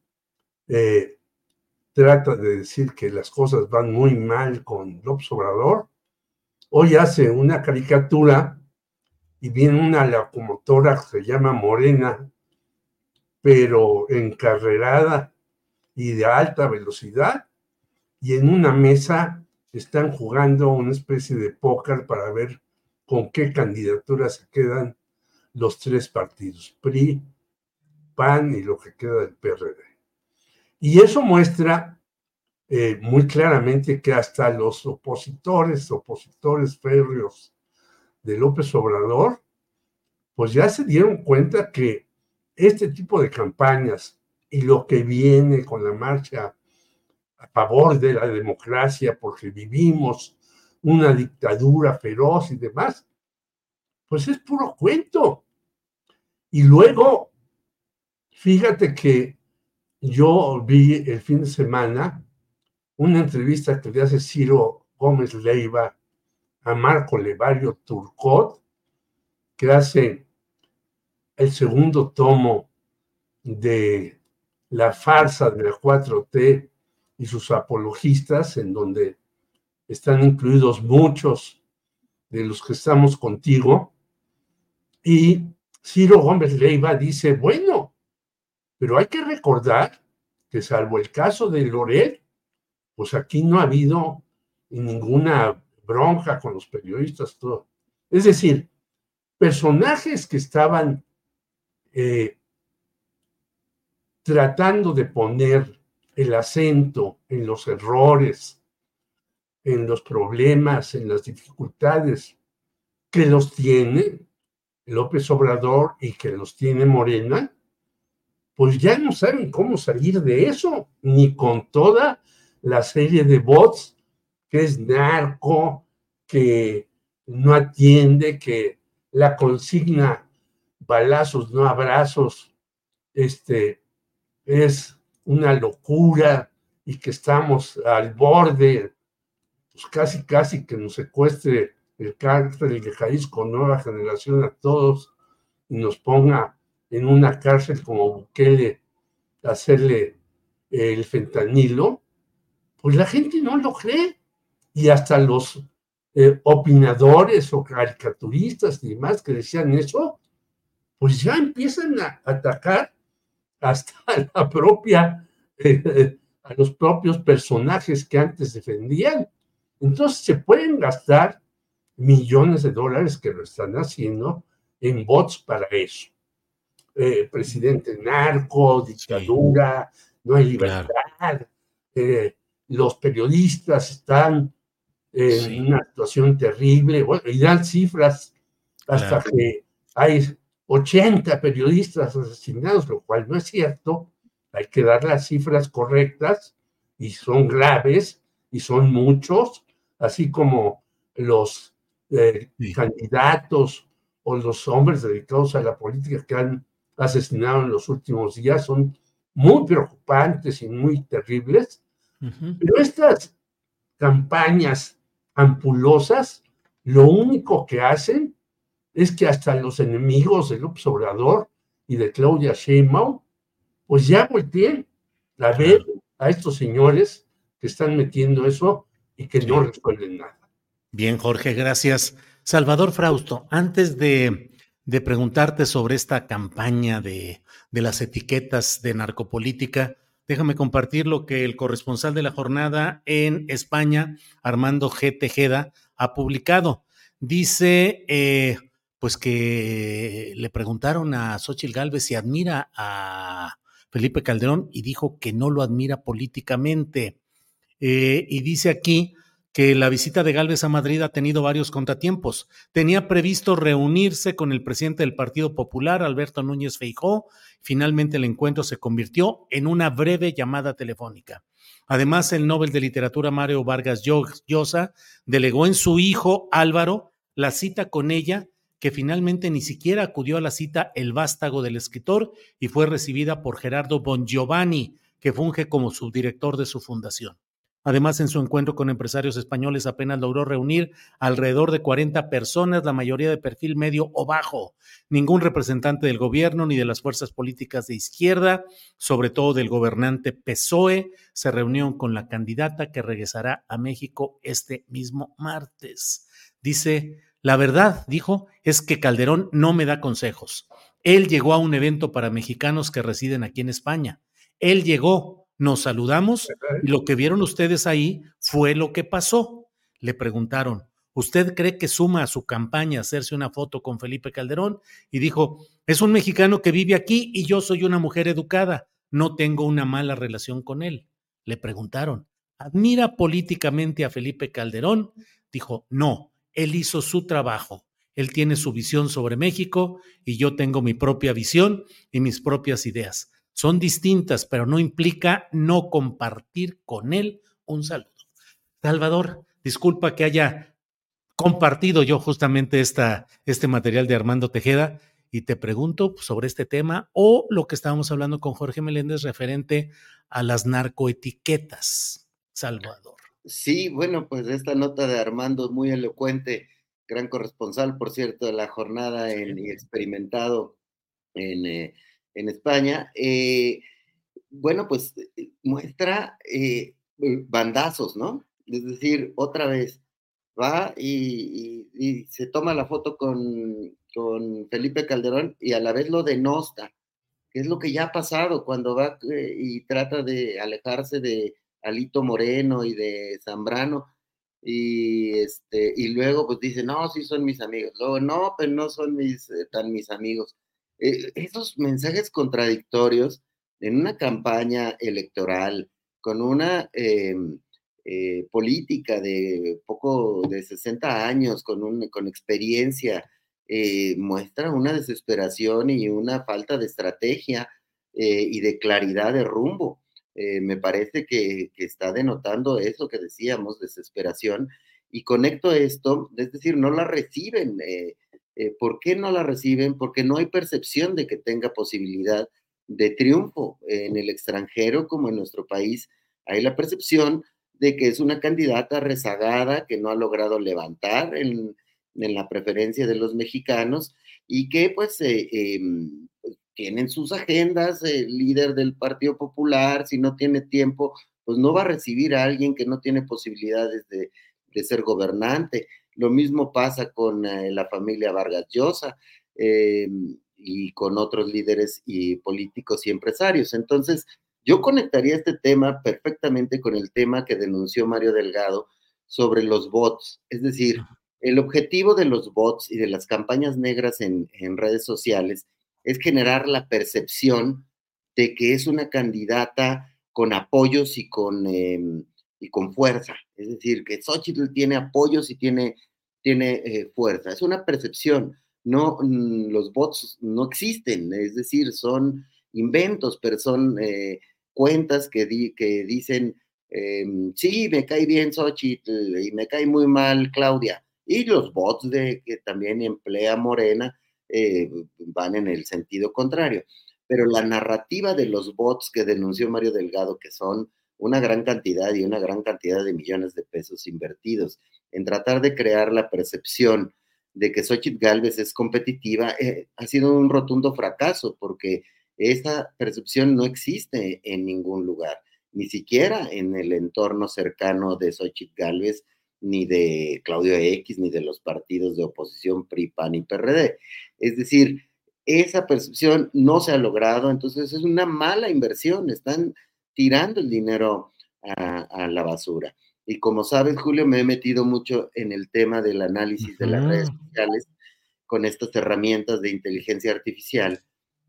trata de decir que las cosas van muy mal con López Obrador, hoy hace una caricatura y viene una locomotora que se llama Morena, pero encarrerada y de alta velocidad, y en una mesa están jugando una especie de póker para ver con qué candidatura se quedan los 3 partidos, PRI, PAN y lo que queda del PRD. Y eso muestra muy claramente que hasta los opositores férreos de López Obrador, pues ya se dieron cuenta que este tipo de campañas y lo que viene con la marcha a favor de la democracia, porque vivimos una dictadura feroz y demás, pues es puro cuento. Y luego, fíjate que yo vi el fin de semana una entrevista que le hace Ciro Gómez Leiva a Marco Levario Turcot, que hace el segundo tomo de la farsa de la 4T y sus apologistas, en donde están incluidos muchos de los que estamos contigo. Y Ciro Gómez Leiva dice, bueno, pero hay que recordar que salvo el caso de Loret, pues aquí no ha habido ninguna bronca con los periodistas, todo. Es decir, personajes que estaban tratando de poner el acento en los errores, en los problemas, en las dificultades que los tiene López Obrador y que los tiene Morena, pues ya no saben cómo salir de eso, ni con toda la serie de bots que es narco, que no atiende, que la consigna balazos, no abrazos, es una locura y que estamos al borde, pues casi que nos secuestre el cártel de Jalisco Nueva Generación a todos y nos ponga en una cárcel como Bukele a hacerle el fentanilo, pues la gente no lo cree. Y hasta los opinadores o caricaturistas y demás que decían eso, pues ya empiezan a atacar hasta la propia, a los propios personajes que antes defendían. Entonces se pueden gastar millones de dólares, que lo están haciendo, en bots para eso. Presidente narco, dictadura, no hay libertad. Claro. Los periodistas están en una situación terrible, bueno, y dan cifras hasta que hay 80 periodistas asesinados, lo cual no es cierto. Hay que dar las cifras correctas y son graves y son muchos, así como los candidatos o los hombres dedicados a la política que han asesinado en los últimos días son muy preocupantes y muy terribles. Pero estas campañas ampulosas, lo único que hacen es que hasta los enemigos de López Obrador y de Claudia Sheinbaum, pues ya volteen a ver a estos señores que están metiendo eso y que no resuelven nada. Bien, Jorge, gracias. Salvador Frausto, antes de preguntarte sobre esta campaña de las etiquetas de narcopolítica, déjame compartir lo que el corresponsal de la jornada en España, Armando G. Tejeda, ha publicado. Dice, pues que le preguntaron a Xóchitl Gálvez si admira a Felipe Calderón y dijo que no lo admira políticamente. Y dice aquí que la visita de Gálvez a Madrid ha tenido varios contratiempos. Tenía previsto reunirse con el presidente del Partido Popular, Alberto Núñez Feijóo. Finalmente el encuentro se convirtió en una breve llamada telefónica. Además, el Nobel de Literatura Mario Vargas Llosa delegó en su hijo Álvaro la cita con ella, que finalmente ni siquiera acudió a la cita el vástago del escritor y fue recibida por Gerardo Bongiovanni, que funge como subdirector de su fundación. Además, en su encuentro con empresarios españoles apenas logró reunir alrededor de 40 personas, la mayoría de perfil medio o bajo. Ningún representante del gobierno ni de las fuerzas políticas de izquierda, sobre todo del gobernante PSOE, se reunió con la candidata que regresará a México este mismo martes. Dice, la verdad, dijo, es que Calderón no me da consejos. Él llegó a un evento para mexicanos que residen aquí en España. Él llegó, nos saludamos y lo que vieron ustedes ahí fue lo que pasó. Le preguntaron, ¿usted cree que suma a su campaña hacerse una foto con Felipe Calderón? Y dijo, es un mexicano que vive aquí y yo soy una mujer educada. No tengo una mala relación con él. Le preguntaron, ¿admira políticamente a Felipe Calderón? Dijo, no, él hizo su trabajo. Él tiene su visión sobre México y yo tengo mi propia visión y mis propias ideas. Son distintas, pero no implica no compartir con él un saludo. Salvador, disculpa que haya compartido yo justamente este material de Armando Tejeda y te pregunto sobre este tema o lo que estábamos hablando con Jorge Meléndez referente a las narcoetiquetas. Salvador. Sí, bueno, pues esta nota de Armando es muy elocuente, gran corresponsal, por cierto, de la jornada y experimentado en España. Bueno, pues muestra bandazos, ¿no? Es decir, otra vez va y se toma la foto con Felipe Calderón y a la vez lo denosta, que es lo que ya ha pasado cuando va y trata de alejarse de Alito Moreno y de Zambrano y luego pues dice, no, sí son mis amigos, luego no, pues no son mis amigos. Esos mensajes contradictorios en una campaña electoral, con una política de poco de 60 años, con experiencia, muestra una desesperación y una falta de estrategia y de claridad de rumbo. Me parece que está denotando eso que decíamos, desesperación, y conecto esto, es decir, no la reciben. ¿Por qué no la reciben? Porque no hay percepción de que tenga posibilidad de triunfo. En el extranjero, como en nuestro país, hay la percepción de que es una candidata rezagada, que no ha logrado levantar en la preferencia de los mexicanos y que pues tienen sus agendas. El líder del Partido Popular, si no tiene tiempo, pues no va a recibir a alguien que no tiene posibilidades de ser gobernante. Lo mismo pasa con la familia Vargas Llosa y con otros líderes y políticos y empresarios. Entonces, yo conectaría este tema perfectamente con el tema que denunció Mario Delgado sobre los bots. Es decir, el objetivo de los bots y de las campañas negras en redes sociales es generar la percepción de que es una candidata con apoyos y con fuerza. Es decir, que Xóchitl tiene apoyos y tiene fuerza. Es una percepción. No, los bots no existen, es decir, son inventos, pero son cuentas que dicen, sí, me cae bien Xóchitl y me cae muy mal Claudia. Y los bots que también emplea Morena van en el sentido contrario. Pero la narrativa de los bots que denunció Mario Delgado, que son una gran cantidad y una gran cantidad de millones de pesos invertidos en tratar de crear la percepción de que Xóchitl Gálvez es competitiva, ha sido un rotundo fracaso, porque esa percepción no existe en ningún lugar, ni siquiera en el entorno cercano de Xóchitl Gálvez, ni de Claudio X, ni de los partidos de oposición PRI, PAN y PRD. Es decir, esa percepción no se ha logrado, entonces es una mala inversión, están tirando el dinero a la basura. Y como sabes, Julio, me he metido mucho en el tema del análisis de las redes sociales con estas herramientas de inteligencia artificial.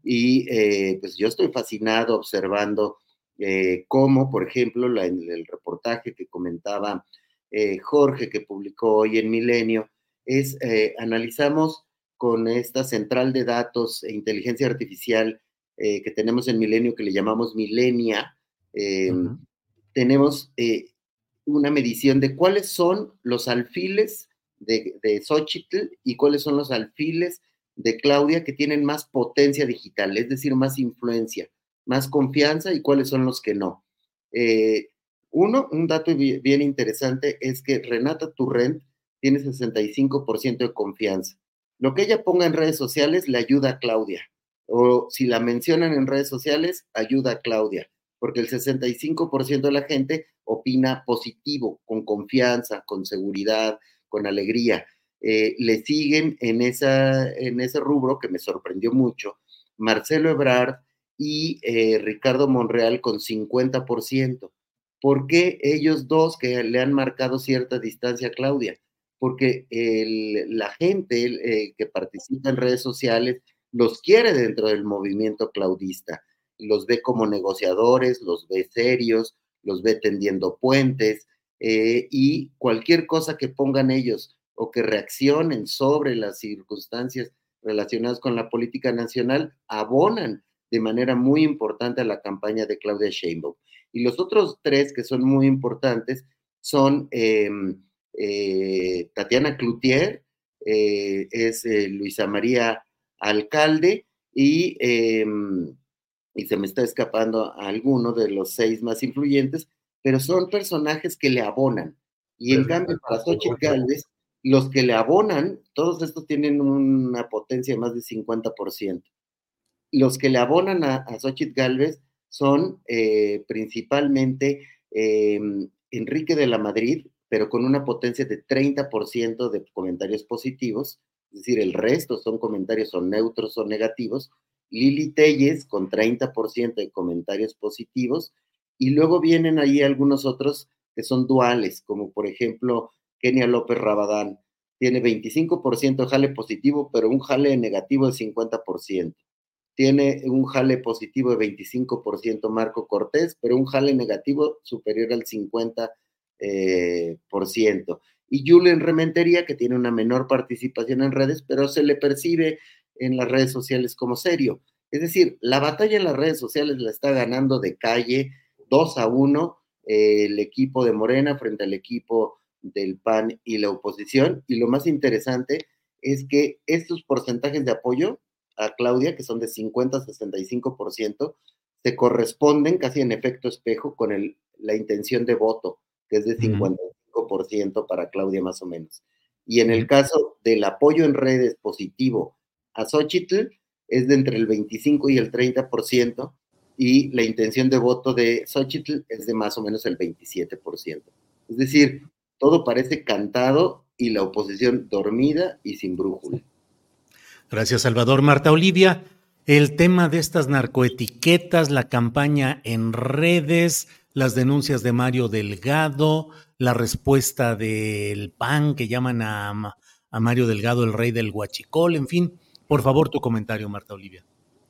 Y pues yo estoy fascinado observando cómo, por ejemplo, el reportaje que comentaba Jorge, que publicó hoy en Milenio, analizamos con esta central de datos e inteligencia artificial que tenemos en Milenio, que le llamamos Milenia. Tenemos una medición de cuáles son los alfiles de Xóchitl y cuáles son los alfiles de Claudia que tienen más potencia digital, es decir, más influencia, más confianza, y cuáles son los que no. Un dato bien interesante es que Renata Turrent tiene 65% de confianza. Lo que ella ponga en redes sociales le ayuda a Claudia, o si la mencionan en redes sociales, ayuda a Claudia, porque el 65% de la gente opina positivo, con confianza, con seguridad, con alegría. Le siguen en ese rubro, que me sorprendió mucho, Marcelo Ebrard y Ricardo Monreal con 50%. ¿Por qué ellos dos, que le han marcado cierta distancia a Claudia? Porque la gente que participa en redes sociales los quiere dentro del movimiento claudista, los ve como negociadores, los ve serios, los ve tendiendo puentes, y cualquier cosa que pongan ellos o que reaccionen sobre las circunstancias relacionadas con la política nacional abonan de manera muy importante a la campaña de Claudia Sheinbaum. Y los otros tres que son muy importantes son Tatiana Cloutier, es Luisa María Alcalde, y se me está escapando a alguno de los 6 más influyentes, pero son personajes que le abonan. Y en cambio, para Xóchitl Gálvez, los que le abonan, todos estos tienen una potencia de más de 50%. Los que le abonan a Xóchitl Gálvez son principalmente Enrique de la Madrid, pero con una potencia de 30% de comentarios positivos, es decir, el resto son comentarios o neutros o negativos. Lili Telles con 30% de comentarios positivos, y luego vienen ahí algunos otros que son duales, como por ejemplo Kenia López Rabadán, tiene 25% de jale positivo, pero un jale negativo de 50%. tiene un jale positivo de 25% Marco Cortés, pero un jale negativo superior al 50%. Y Julen Rementería, que tiene una menor participación en redes, pero se le percibe en las redes sociales como serio. Es decir, la batalla en las redes sociales la está ganando de calle 2-1 el equipo de Morena frente al equipo del PAN y la oposición. Y lo más interesante es que estos porcentajes de apoyo a Claudia, que son de 50-65%, se corresponden casi en efecto espejo con la intención de voto, que es de 55% para Claudia más o menos. Y en el caso del apoyo en redes positivo a Xóchitl, es de entre el 25 y el 30%, y la intención de voto de Xóchitl es de más o menos el 27%. Es decir, todo parece cantado y la oposición dormida y sin brújula. Gracias, Salvador. Marta Olivia, el tema de estas narcoetiquetas, la campaña en redes, las denuncias de Mario Delgado, la respuesta del PAN que llaman a Mario Delgado el rey del huachicol, en fin, por favor tu comentario, Marta Olivia.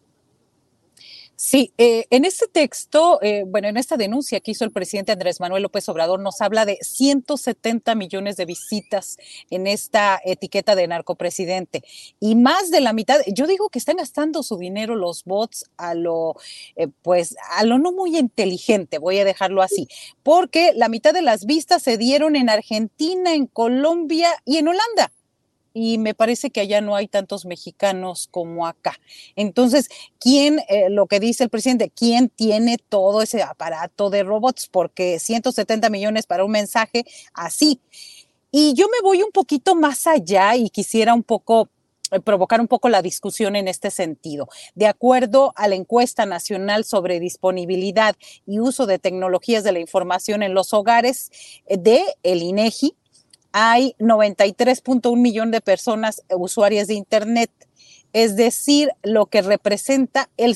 Sí, en este texto, en esta denuncia que hizo el presidente Andrés Manuel López Obrador, nos habla de 170 millones de visitas en esta etiqueta de narcopresidente y más de la mitad, yo digo que están gastando su dinero los bots a lo no muy inteligente, voy a dejarlo así, porque la mitad de las vistas se dieron en Argentina, en Colombia y en Holanda. Y me parece que allá no hay tantos mexicanos como acá. Entonces, lo que dice el presidente, ¿quién tiene todo ese aparato de robots? Porque 170 millones para un mensaje así. Y yo me voy un poquito más allá y quisiera provocar un poco la discusión en este sentido. De acuerdo a la encuesta nacional sobre disponibilidad y uso de tecnologías de la información en los hogares de el INEGI, hay 93.1 millones de personas usuarias de Internet, es decir, lo que representa el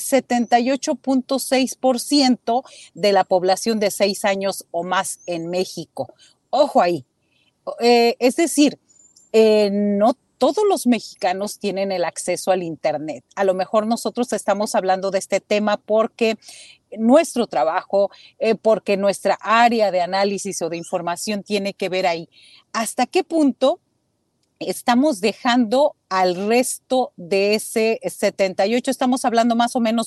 78.6% de la población de 6 años o más en México. Ojo ahí. Es decir, no todos los mexicanos tienen el acceso al Internet. A lo mejor nosotros estamos hablando de este tema porque nuestro trabajo, porque nuestra área de análisis o de información tiene que ver ahí. ¿Hasta qué punto estamos dejando al resto de ese 78? Estamos hablando más o menos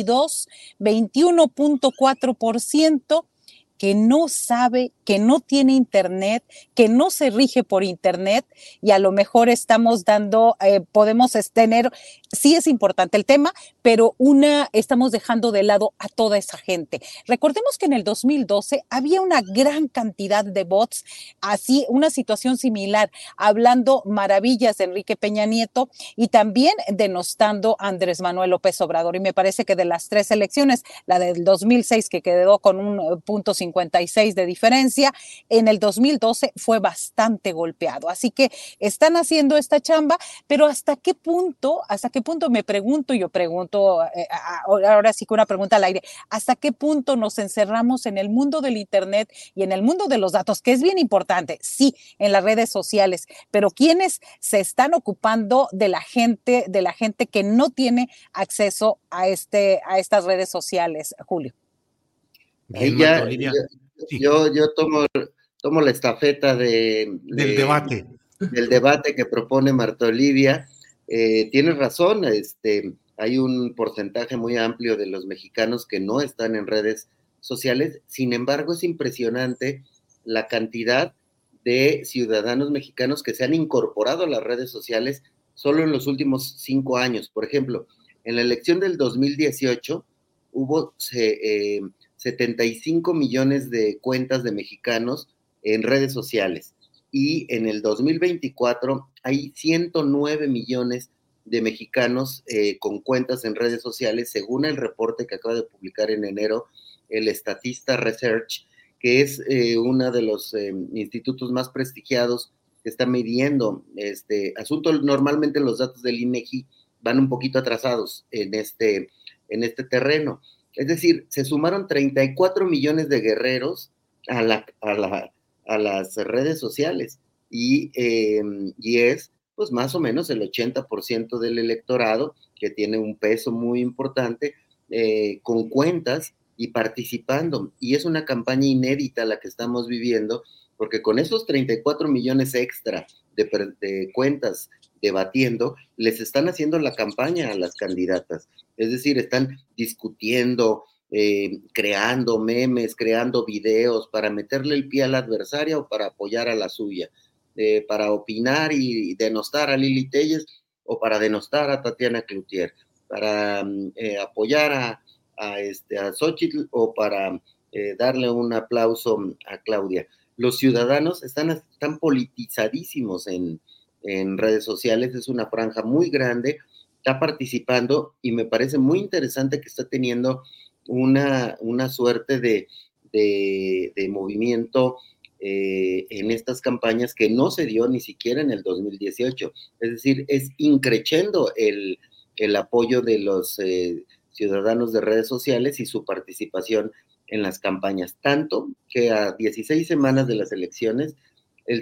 21.4% que no sabe, que no tiene Internet, que no se rige por Internet, y a lo mejor estamos podemos tener, sí es importante el tema, pero estamos dejando de lado a toda esa gente. Recordemos que en el 2012 había una gran cantidad de bots, así, una situación similar, hablando maravillas de Enrique Peña Nieto y también denostando a Andrés Manuel López Obrador. Y me parece que de las 3 elecciones, la del 2006 que quedó con un 0.56 de diferencia, en el 2012 fue bastante golpeado. Así que están haciendo esta chamba, pero ¿hasta qué punto me pregunto, ahora sí que una pregunta al aire, ¿hasta qué punto nos encerramos en el mundo del Internet y en el mundo de los datos, que es bien importante, sí, en las redes sociales, pero quiénes se están ocupando de la gente que no tiene acceso a estas redes sociales, Julio? Ahí ya, yo tomo la estafeta del debate que propone Marta Olivia. Tienes razón, hay un porcentaje muy amplio de los mexicanos que no están en redes sociales. Sin embargo, es impresionante la cantidad de ciudadanos mexicanos que se han incorporado a las redes sociales solo en los últimos 5 años. Por ejemplo, en la elección del 2018 hubo 75 millones de cuentas de mexicanos en redes sociales, y en el 2024 hay 109 millones de mexicanos con cuentas en redes sociales, según el reporte que acaba de publicar en enero el Statista Research, que es uno de los institutos más prestigiados que está midiendo este asunto. Normalmente los datos del INEGI van un poquito atrasados en este terreno. Es decir, se sumaron 34 millones de guerreros a las redes sociales, y es pues más o menos el 80% del electorado, que tiene un peso muy importante, con cuentas y participando. Y es una campaña inédita la que estamos viviendo, porque con esos 34 millones extra de cuentas debatiendo, les están haciendo la campaña a las candidatas. Es decir, están discutiendo, creando memes, creando videos para meterle el pie a la adversaria o para apoyar a la suya, para opinar y denostar a Lili Téllez o para denostar a Tatiana Cloutier, para apoyar a Xóchitl o para darle un aplauso a Claudia. Los ciudadanos están politizadísimos en redes sociales, es una franja muy grande, está participando y me parece muy interesante que está teniendo una suerte de movimiento en estas campañas que no se dio ni siquiera en el 2018. Es decir, es increciendo el apoyo de los ciudadanos de redes sociales y su participación en las campañas, tanto que a 16 semanas de las elecciones, el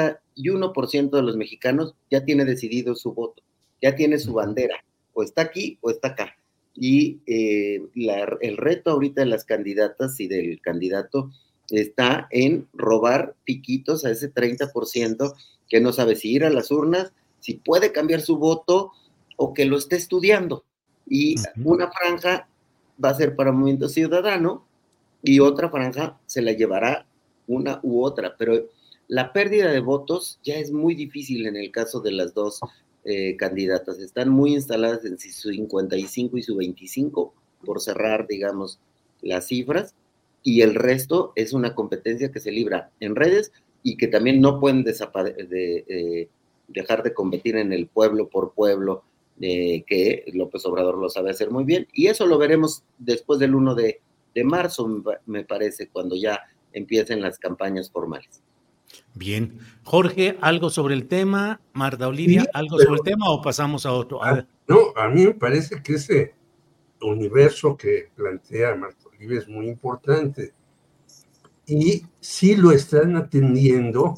71% de los mexicanos ya tiene decidido su voto, ya tiene su bandera, o está aquí o está acá. Y el reto ahorita de las candidatas y del candidato está en robar piquitos a ese 30% que no sabe si ir a las urnas, si puede cambiar su voto o que lo esté estudiando. Y una franja va a ser para Movimiento Ciudadano y otra franja se la llevará una u otra, pero la pérdida de votos ya es muy difícil en el caso de las dos candidatas. Están muy instaladas en su 55 y su 25, por cerrar, digamos, las cifras, y el resto es una competencia que se libra en redes y que también no pueden dejar de competir en el pueblo por pueblo, que López Obrador lo sabe hacer muy bien, y eso lo veremos después del 1 de marzo, me parece, cuando ya empiecen las campañas formales. Bien. Jorge, ¿algo sobre el tema? Marta Olivia, sí, ¿algo sobre el tema o pasamos a otro? No, a mí me parece que ese universo que plantea Marta Olivia es muy importante y sí lo están atendiendo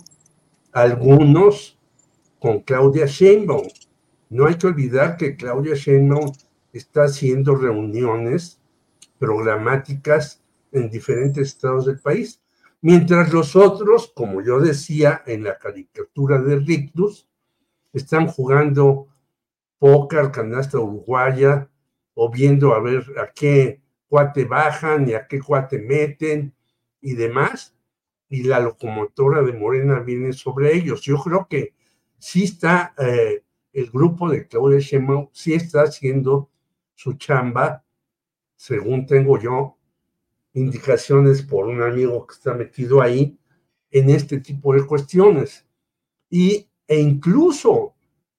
algunos con Claudia Sheinbaum. No hay que olvidar que Claudia Sheinbaum está haciendo reuniones programáticas en diferentes estados del país, mientras los otros, como yo decía en la caricatura de Rictus, están jugando póker, canasta uruguaya, o viendo a ver a qué cuate bajan y a qué cuate meten y demás, y la locomotora de Morena viene sobre ellos. Yo creo que sí está, el grupo de Claudia Sheinbaum sí está haciendo su chamba, según tengo yo indicaciones por un amigo que está metido ahí en este tipo de cuestiones. E incluso,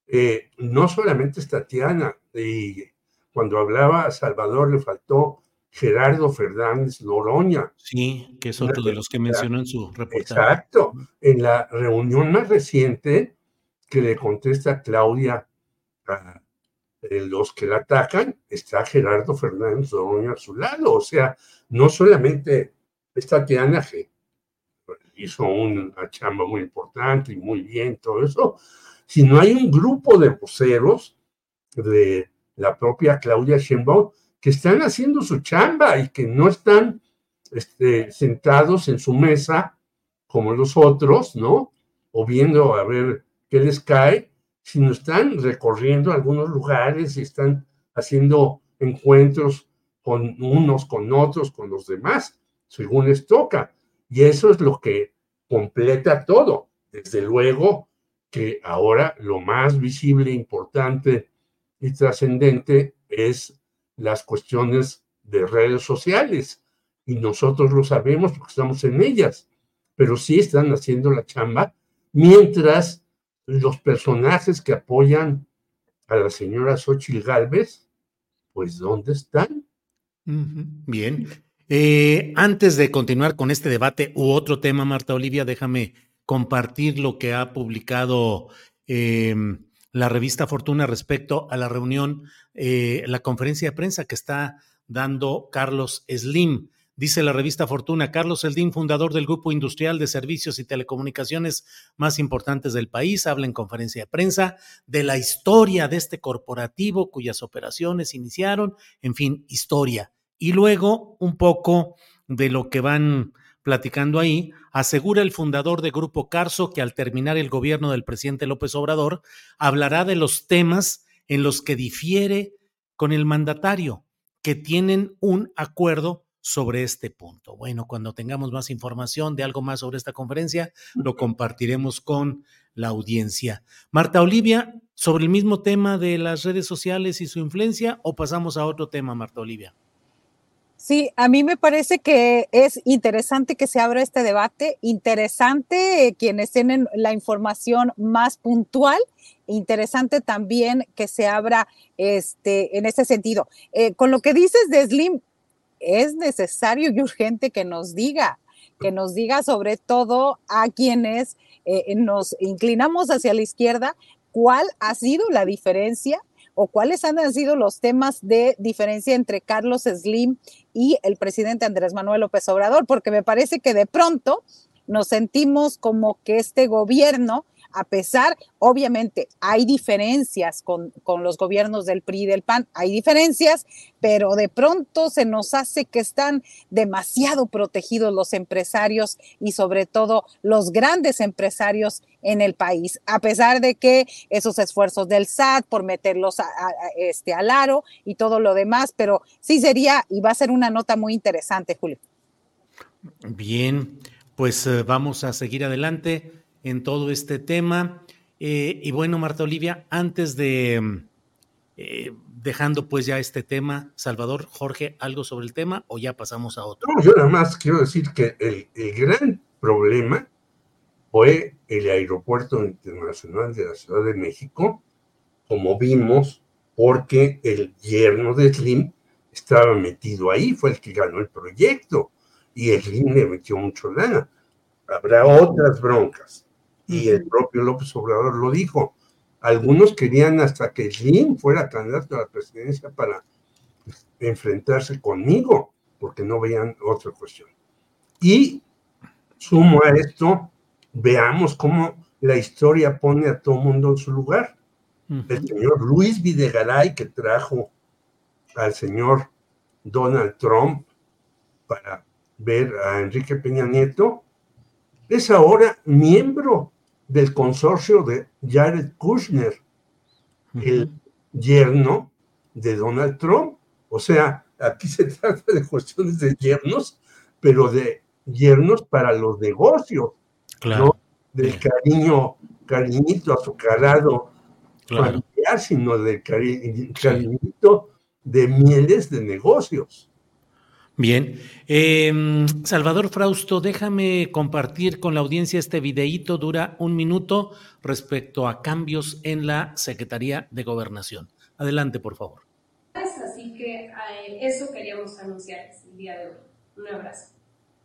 no solamente es Tatiana, y cuando hablaba a Salvador le faltó Gerardo Fernández Noroña. Sí, que es otro de los que mencionó en su reportaje. Exacto. En la reunión más reciente que le contesta Claudia a los que la atacan, está Gerardo Fernández Noroña a su lado. O sea, no solamente es Tatiana, que hizo una chamba muy importante y muy bien, todo eso, sino hay un grupo de voceros de la propia Claudia Sheinbaum que están haciendo su chamba y que no están sentados en su mesa como los otros, ¿no? O viendo a ver qué les cae, sino están recorriendo algunos lugares y están haciendo encuentros con unos, con otros, con los demás, según les toca. Y eso es lo que completa todo. Desde luego que ahora lo más visible, importante y trascendente es las cuestiones de redes sociales. Y nosotros lo sabemos porque estamos en ellas. Pero sí están haciendo la chamba, mientras los personajes que apoyan a la señora Xóchitl Gálvez, pues ¿dónde están? Bien. Antes de continuar con este debate u otro tema, Marta Olivia, déjame compartir lo que ha publicado la revista Fortuna respecto a la reunión, la conferencia de prensa que está dando Carlos Slim Dice la revista Fortuna, Carlos Slim, fundador del grupo industrial de servicios y telecomunicaciones más importantes del país, habla en conferencia de prensa de la historia de este corporativo cuyas operaciones iniciaron, en fin, historia. Y luego un poco de lo que van platicando ahí, asegura el fundador de Grupo Carso que al terminar el gobierno del presidente López Obrador, hablará de los temas en los que difiere con el mandatario, que tienen un acuerdo sobre este punto. Bueno, cuando tengamos más información de algo más sobre esta conferencia, lo compartiremos con la audiencia. Marta Olivia, sobre el mismo tema de las redes sociales y su influencia, ¿o pasamos a otro tema, Marta Olivia? Sí, a mí me parece que es interesante que se abra este debate, interesante quienes tienen la información más puntual, interesante también que se abra en este sentido. Con lo que dices de Slim, es necesario y urgente que nos diga sobre todo a quienes nos inclinamos hacia la izquierda, cuál ha sido la diferencia o cuáles han sido los temas de diferencia entre Carlos Slim y el presidente Andrés Manuel López Obrador, porque me parece que de pronto nos sentimos como que este gobierno, a pesar, obviamente, hay diferencias con los gobiernos del PRI y del PAN, hay diferencias, pero de pronto se nos hace que están demasiado protegidos los empresarios y sobre todo los grandes empresarios en el país, a pesar de que esos esfuerzos del SAT por meterlos al aro y todo lo demás, pero sí sería y va a ser una nota muy interesante, Julio. Bien, pues vamos a seguir adelante en todo este tema. Y bueno, Marta Olivia, antes de dejando pues ya este tema, Salvador, Jorge, ¿algo sobre el tema o ya pasamos a otro? No, yo nada más quiero decir que el gran problema fue el Aeropuerto Internacional de la Ciudad de México, como vimos, porque el yerno de Slim estaba metido ahí, fue el que ganó el proyecto, y Slim le metió mucho lana. Habrá otras broncas. Y el propio López Obrador lo dijo. Algunos querían hasta que Slim fuera candidato a la presidencia para enfrentarse conmigo, porque no veían otra cuestión. Y sumo a esto, veamos cómo la historia pone a todo mundo en su lugar. El señor Luis Videgaray, que trajo al señor Donald Trump para ver a Enrique Peña Nieto, es ahora miembro del consorcio de Jared Kushner, el yerno de Donald Trump. O sea, aquí se trata de cuestiones de yernos, pero de yernos para los negocios, claro, no del cariñito azucarado, claro, familiar, sino del cariñito de mieles de negocios. Bien, Salvador Frausto, déjame compartir con la audiencia este videíto, dura 1 minuto, respecto a cambios en la Secretaría de Gobernación. Adelante, por favor. Así que eso queríamos anunciarles el día de hoy. Un abrazo.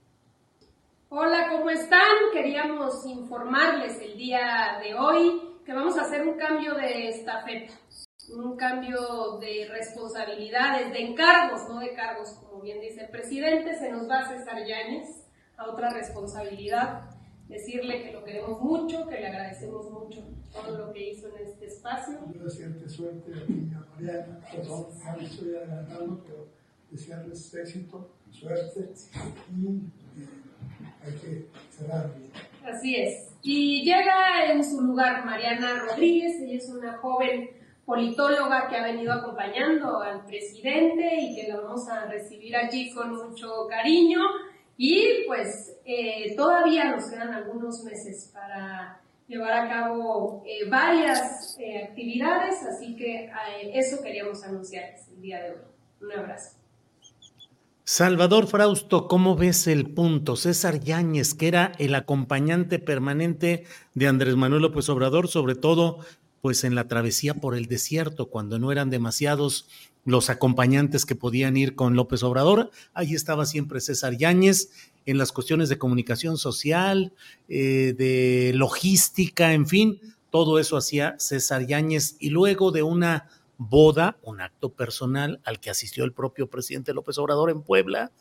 Hola, ¿cómo están? Queríamos informarles el día de hoy que vamos a hacer un cambio de estafeta, un cambio de responsabilidades, de encargos, no de cargos, como bien dice el presidente. Se nos va César Yáñez a otra responsabilidad, decirle que lo queremos mucho, que le agradecemos mucho todo lo que hizo en este espacio. Yo desearte suerte a ti y a Mariana, perdón, ya me estoy adelantando, pero desearles éxito, suerte y hay que cerrar bien. Así es. Y llega en su lugar Mariana Rodríguez, ella es una joven politóloga que ha venido acompañando al presidente y que la vamos a recibir aquí con mucho cariño. Y pues todavía nos quedan algunos meses para llevar a cabo varias actividades, así que eso queríamos anunciarles el día de hoy. Un abrazo. Salvador Frausto, ¿cómo ves el punto? César Yáñez, que era el acompañante permanente de Andrés Manuel López Obrador, sobre todo pues en la travesía por el desierto, cuando no eran demasiados los acompañantes que podían ir con López Obrador, ahí estaba siempre César Yáñez, en las cuestiones de comunicación social, de logística, en fin, todo eso hacía César Yáñez, y luego de una boda, un acto personal al que asistió el propio presidente López Obrador en Puebla,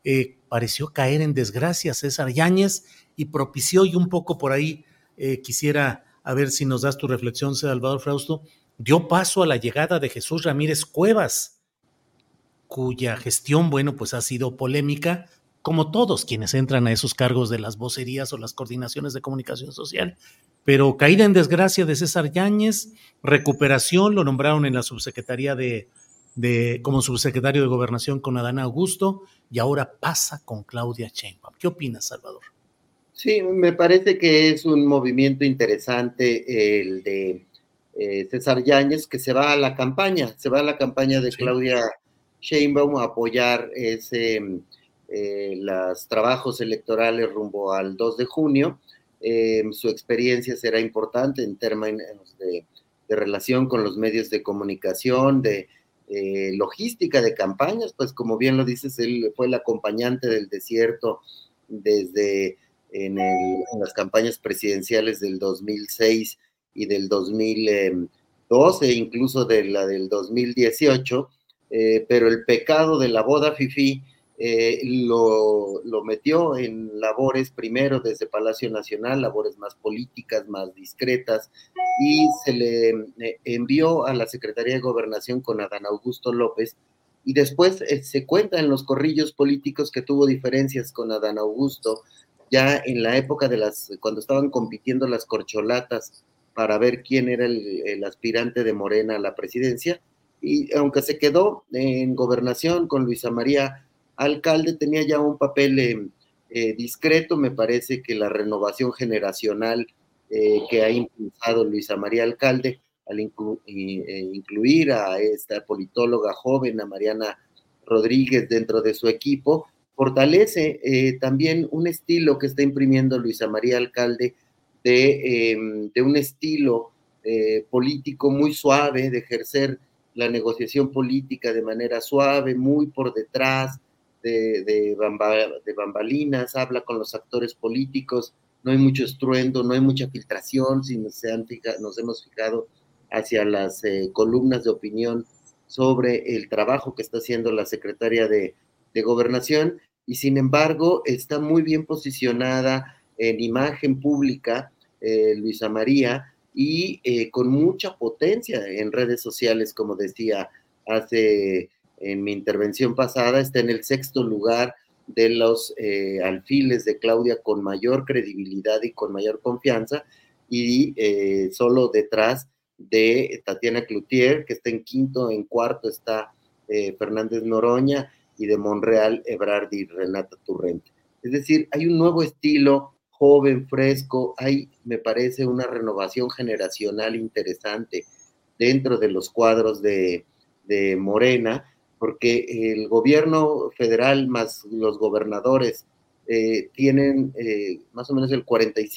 pareció caer en desgracia César Yáñez y propició, y un poco por ahí quisiera a ver si nos das tu reflexión, Salvador Frausto, dio paso a la llegada de Jesús Ramírez Cuevas, cuya gestión, bueno, pues ha sido polémica, como todos quienes entran a esos cargos de las vocerías o las coordinaciones de comunicación social. Pero caída en desgracia de César Yáñez, recuperación, lo nombraron en la subsecretaría como subsecretario de Gobernación con Adán Augusto, y ahora pasa con Claudia Sheinbaum. ¿Qué opinas, Salvador? Sí, me parece que es un movimiento interesante el de César Yáñez, que se va a la campaña de Claudia Sheinbaum a apoyar los trabajos electorales rumbo al 2 de junio. Su experiencia será importante en términos de relación con los medios de comunicación, de logística de campañas, pues como bien lo dices, él fue el acompañante del desierto desde en las campañas presidenciales del 2006 y del 2012, incluso de la del 2018, pero el pecado de la boda fifí lo metió en labores primero desde Palacio Nacional, labores más políticas, más discretas, y se le envió a la Secretaría de Gobernación con Adán Augusto López, y después se cuenta en los corrillos políticos que tuvo diferencias con Adán Augusto, ya en la época cuando estaban compitiendo las corcholatas para ver quién era el aspirante de Morena a la presidencia, y aunque se quedó en Gobernación con Luisa María Alcalde, tenía ya un papel discreto. Me parece que la renovación generacional que ha impulsado Luisa María Alcalde al incluir a esta politóloga joven, a Mariana Rodríguez, dentro de su equipo, fortalece también un estilo que está imprimiendo Luisa María Alcalde de un estilo político muy suave, de ejercer la negociación política de manera suave, muy por detrás, de bambalinas, habla con los actores políticos, no hay mucho estruendo, no hay mucha filtración, si nos hemos fijado hacia las columnas de opinión sobre el trabajo que está haciendo la secretaria de Gobernación, y sin embargo está muy bien posicionada en imagen pública, Luisa María, y con mucha potencia en redes sociales, como decía en mi intervención pasada, está en el 6º lugar de los alfiles de Claudia con mayor credibilidad y con mayor confianza, y solo detrás de Tatiana Cloutier, que está en 5º, en 4º está Fernández Noroña, y de Monreal, Ebrard y Renata Turrente. Es decir, hay un nuevo estilo, joven, fresco, hay, me parece, una renovación generacional interesante dentro de los cuadros de Morena, porque el gobierno federal más los gobernadores tienen más o menos el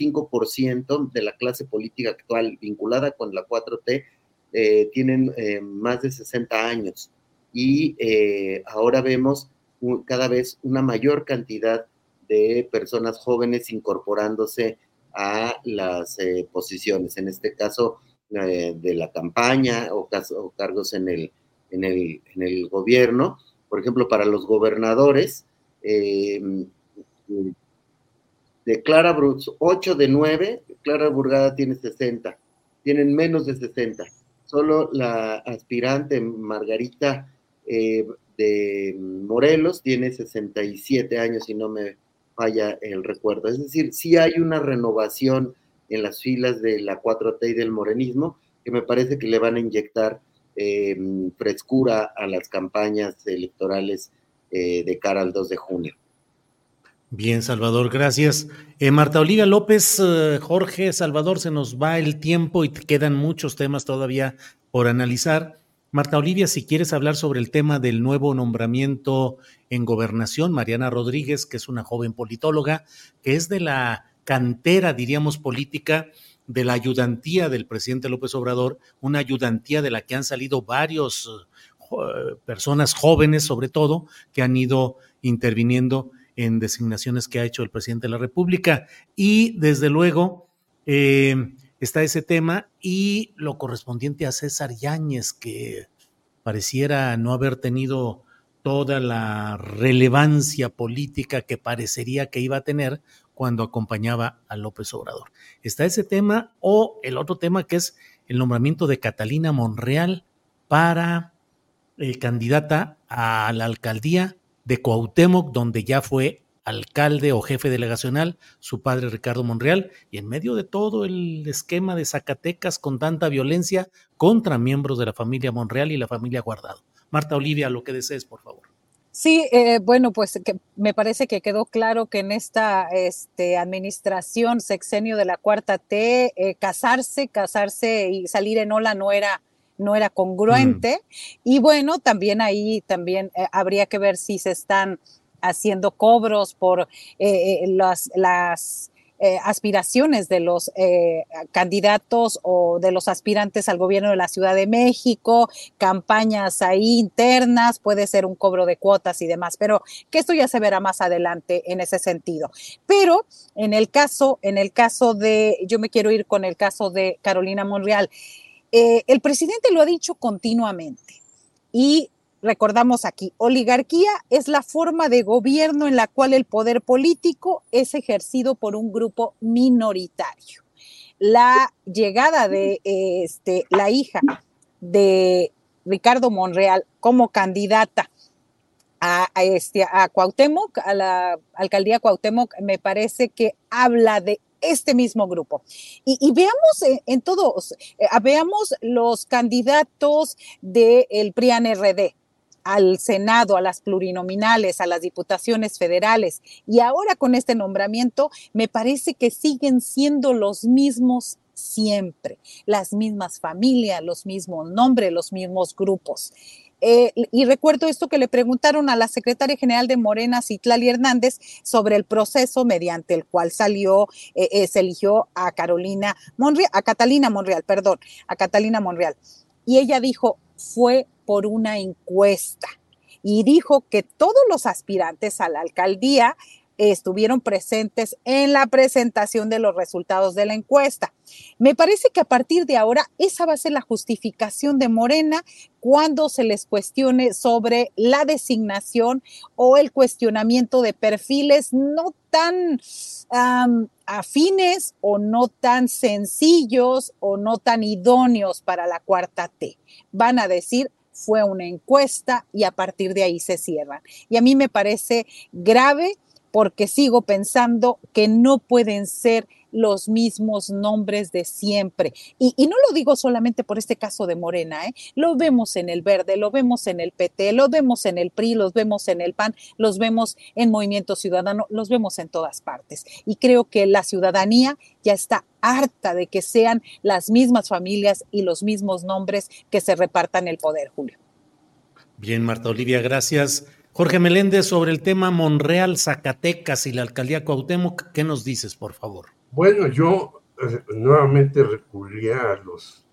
45% de la clase política actual vinculada con la 4T, tienen más de 60 años. Y ahora vemos cada vez una mayor cantidad de personas jóvenes incorporándose a las posiciones, en este caso de la campaña o cargos en el gobierno. Por ejemplo, para los gobernadores, de Clara Brugada, 8 de 9, Clara Brugada tiene 60, tienen menos de 60. Solo la aspirante Margarita de Morelos tiene 67 años, si no me falla el recuerdo. Es decir, sí hay una renovación en las filas de la 4T y del morenismo, que me parece que le van a inyectar frescura a las campañas electorales de cara al 2 de junio. Bien, Salvador, gracias. Marta Olivia López, Jorge, Salvador, se nos va el tiempo y quedan muchos temas todavía por analizar. Marta Olivia, si quieres hablar sobre el tema del nuevo nombramiento en Gobernación, Mariana Rodríguez, que es una joven politóloga, que es de la cantera, diríamos, política de la ayudantía del presidente López Obrador, una ayudantía de la que han salido varios personas jóvenes, sobre todo, que han ido interviniendo en designaciones que ha hecho el presidente de la República. Y desde luego está ese tema y lo correspondiente a César Yáñez, que pareciera no haber tenido toda la relevancia política que parecería que iba a tener cuando acompañaba a López Obrador. Está ese tema, o el otro tema, que es el nombramiento de Catalina Monreal para candidata a la alcaldía de Cuauhtémoc, donde ya fue alcalde o jefe delegacional su padre Ricardo Monreal, y en medio de todo el esquema de Zacatecas con tanta violencia contra miembros de la familia Monreal y la familia Guardado. Marta Olivia, lo que desees, por favor. Sí, bueno, pues que me parece que quedó claro que en esta administración, sexenio de la Cuarta T, casarse y salir en ola no era congruente. Y bueno, también habría que ver si se están haciendo cobros por las aspiraciones de los candidatos o de los aspirantes al gobierno de la Ciudad de México, campañas ahí internas, puede ser un cobro de cuotas y demás, pero que esto ya se verá más adelante en ese sentido. Pero en el caso de, yo me quiero ir con el caso de Carolina Monreal. El presidente lo ha dicho continuamente y recordamos aquí, oligarquía es la forma de gobierno en la cual el poder político es ejercido por un grupo minoritario. La llegada de la hija de Ricardo Monreal como candidata a Cuauhtémoc, a la alcaldía Cuauhtémoc, me parece que habla de este mismo grupo. Y veamos veamos los candidatos del PRIAN-RD al Senado, a las plurinominales, a las diputaciones federales, y ahora con este nombramiento me parece que siguen siendo los mismos siempre, las mismas familias, los mismos nombres, los mismos grupos. Y recuerdo esto que le preguntaron a la secretaria general de Morena, Citlali Hernández, sobre el proceso mediante el cual se eligió a Catalina Monreal. Y ella dijo, fue por una encuesta. Y dijo que todos los aspirantes a la alcaldía estuvieron presentes en la presentación de los resultados de la encuesta. Me parece que a partir de ahora esa va a ser la justificación de Morena cuando se les cuestione sobre la designación o el cuestionamiento de perfiles no tan afines o no tan sencillos o no tan idóneos para la Cuarta T. Van a decir, fue una encuesta y a partir de ahí se cierran. Y a mí me parece grave porque sigo pensando que no pueden ser los mismos nombres de siempre. Y no lo digo solamente por este caso de Morena, lo vemos en el Verde, lo vemos en el PT, lo vemos en el PRI, los vemos en el PAN, los vemos en Movimiento Ciudadano, los vemos en todas partes. Y creo que la ciudadanía ya está harta de que sean las mismas familias y los mismos nombres que se repartan el poder, Julio. Bien, Marta Olivia, gracias. Jorge Meléndez, sobre el tema Monreal, Zacatecas y la alcaldía Cuauhtémoc, ¿qué nos dices, por favor? Bueno, yo nuevamente recurría a los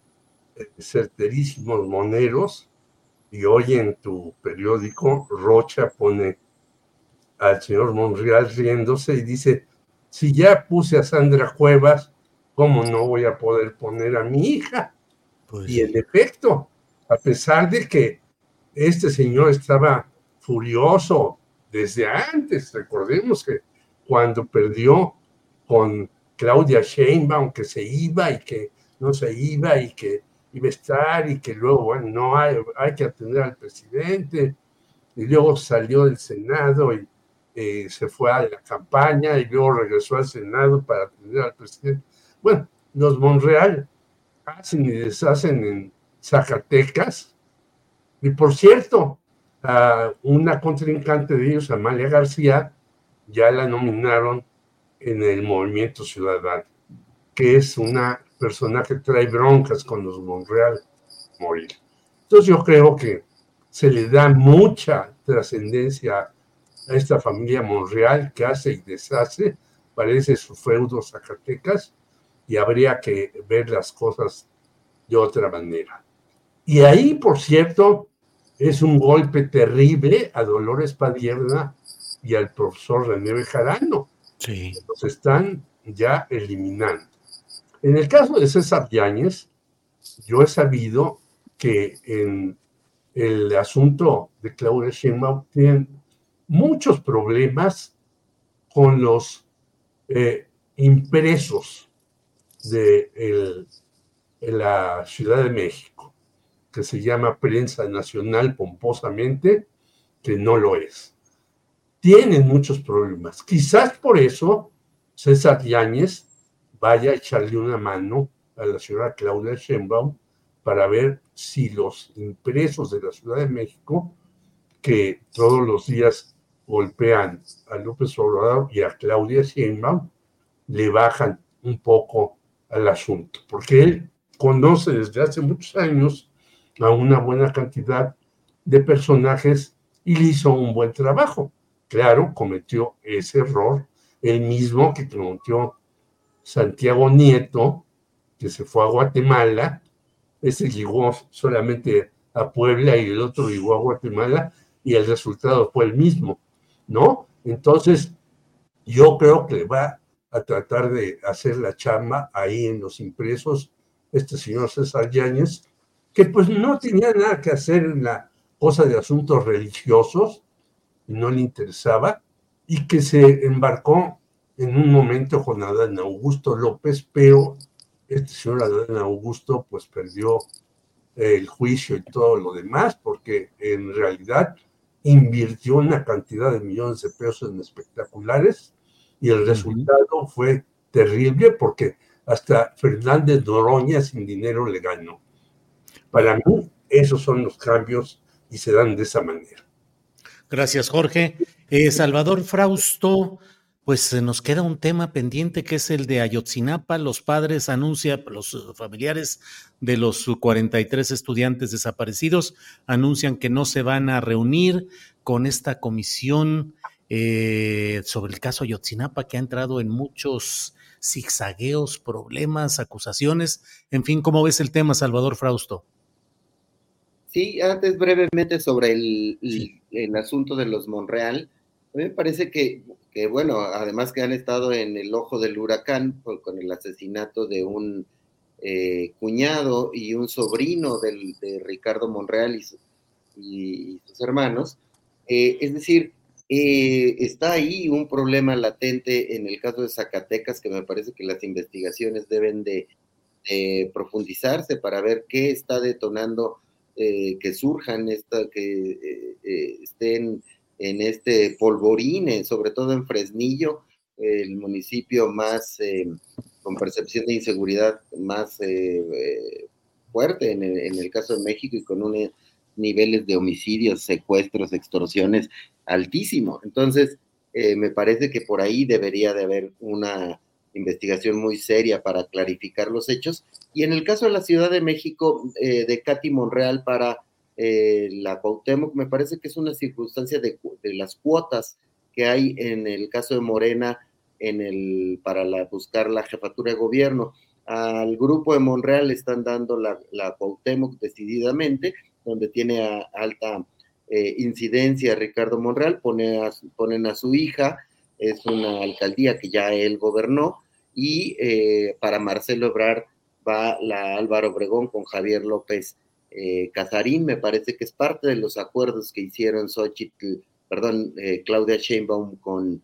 certerísimos moneros, y hoy en tu periódico Rocha pone al señor Monreal riéndose y dice, si ya puse a Sandra Cuevas, ¿cómo no voy a poder poner a mi hija? Pues y en efecto, a pesar de que este señor estaba furioso desde antes, recordemos que cuando perdió con Claudia Sheinbaum, que se iba y que no se iba y que iba a estar y que luego, bueno, no hay que atender al presidente, y luego salió del Senado y se fue a la campaña y luego regresó al Senado para atender al presidente. Bueno, los Monreal hacen y deshacen en Zacatecas, y por cierto, una contrincante de ellos, Amalia García, ya la nominaron en el Movimiento Ciudadano, que es una persona que trae broncas con los Monreal morir. Entonces yo creo que se le da mucha trascendencia a esta familia Monreal que hace y deshace, parece su feudo Zacatecas, y habría que ver las cosas de otra manera. Y ahí, por cierto, es un golpe terrible a Dolores Padierna y al profesor René Bejarano. Sí. Los están ya eliminando. En el caso de César Yáñez, yo he sabido que en el asunto de Claudia Sheinbaum, tienen muchos problemas con los impresos de la Ciudad de México, que se llama Prensa Nacional pomposamente, que no lo es. Tienen muchos problemas. Quizás por eso César Yáñez vaya a echarle una mano a la señora Claudia Sheinbaum para ver si los impresos de la Ciudad de México, que todos los días golpean a López Obrador y a Claudia Sheinbaum, le bajan un poco al asunto, porque él conoce desde hace muchos años a una buena cantidad de personajes y le hizo un buen trabajo. Claro, cometió ese error, el mismo que cometió Santiago Nieto, que se fue a Guatemala. Ese llegó solamente a Puebla y el otro llegó a Guatemala y el resultado fue el mismo, ¿no? Entonces, yo creo que va a tratar de hacer la chamba ahí en los impresos este señor César Yáñez, que pues no tenía nada que hacer en la cosa de asuntos religiosos, no le interesaba, y que se embarcó en un momento con Adán Augusto López, pero este señor Adán Augusto pues perdió el juicio y todo lo demás, porque en realidad invirtió una cantidad de millones de pesos en espectaculares y el resultado fue terrible, porque hasta Fernández Noroña sin dinero le ganó. Para mí, esos son los cambios y se dan de esa manera. Gracias, Jorge. Salvador Frausto, pues nos queda un tema pendiente que es el de Ayotzinapa. Los padres los familiares de los 43 estudiantes desaparecidos anuncian que no se van a reunir con esta comisión sobre el caso Ayotzinapa, que ha entrado en muchos zigzagueos, problemas, acusaciones. En fin, ¿cómo ves el tema, Salvador Frausto? Sí, antes brevemente sobre el asunto de los Monreal. A mí me parece que, bueno, además que han estado en el ojo del huracán con el asesinato de un cuñado y un sobrino de Ricardo Monreal y sus hermanos, es decir, está ahí un problema latente en el caso de Zacatecas, que me parece que las investigaciones deben de profundizarse para ver qué está detonando que surjan, que estén en este polvorín, sobre todo en Fresnillo, el municipio más con percepción de inseguridad más fuerte en el caso de México, y con unos niveles de homicidios, secuestros, extorsiones altísimo. Entonces, me parece que por ahí debería de haber una investigación muy seria para clarificar los hechos. Y en el caso de la Ciudad de México, de Katy Monreal para la Cuauhtémoc, me parece que es una circunstancia de las cuotas que hay en el caso de Morena para buscar la jefatura de gobierno. Al grupo de Monreal le están dando la Cuauhtémoc decididamente, donde tiene alta incidencia Ricardo Monreal, ponen a su hija, es una alcaldía que ya él gobernó, y para Marcelo Ebrard va la Álvaro Obregón con Javier López Casarín. Me parece que es parte de los acuerdos que hicieron Claudia Sheinbaum con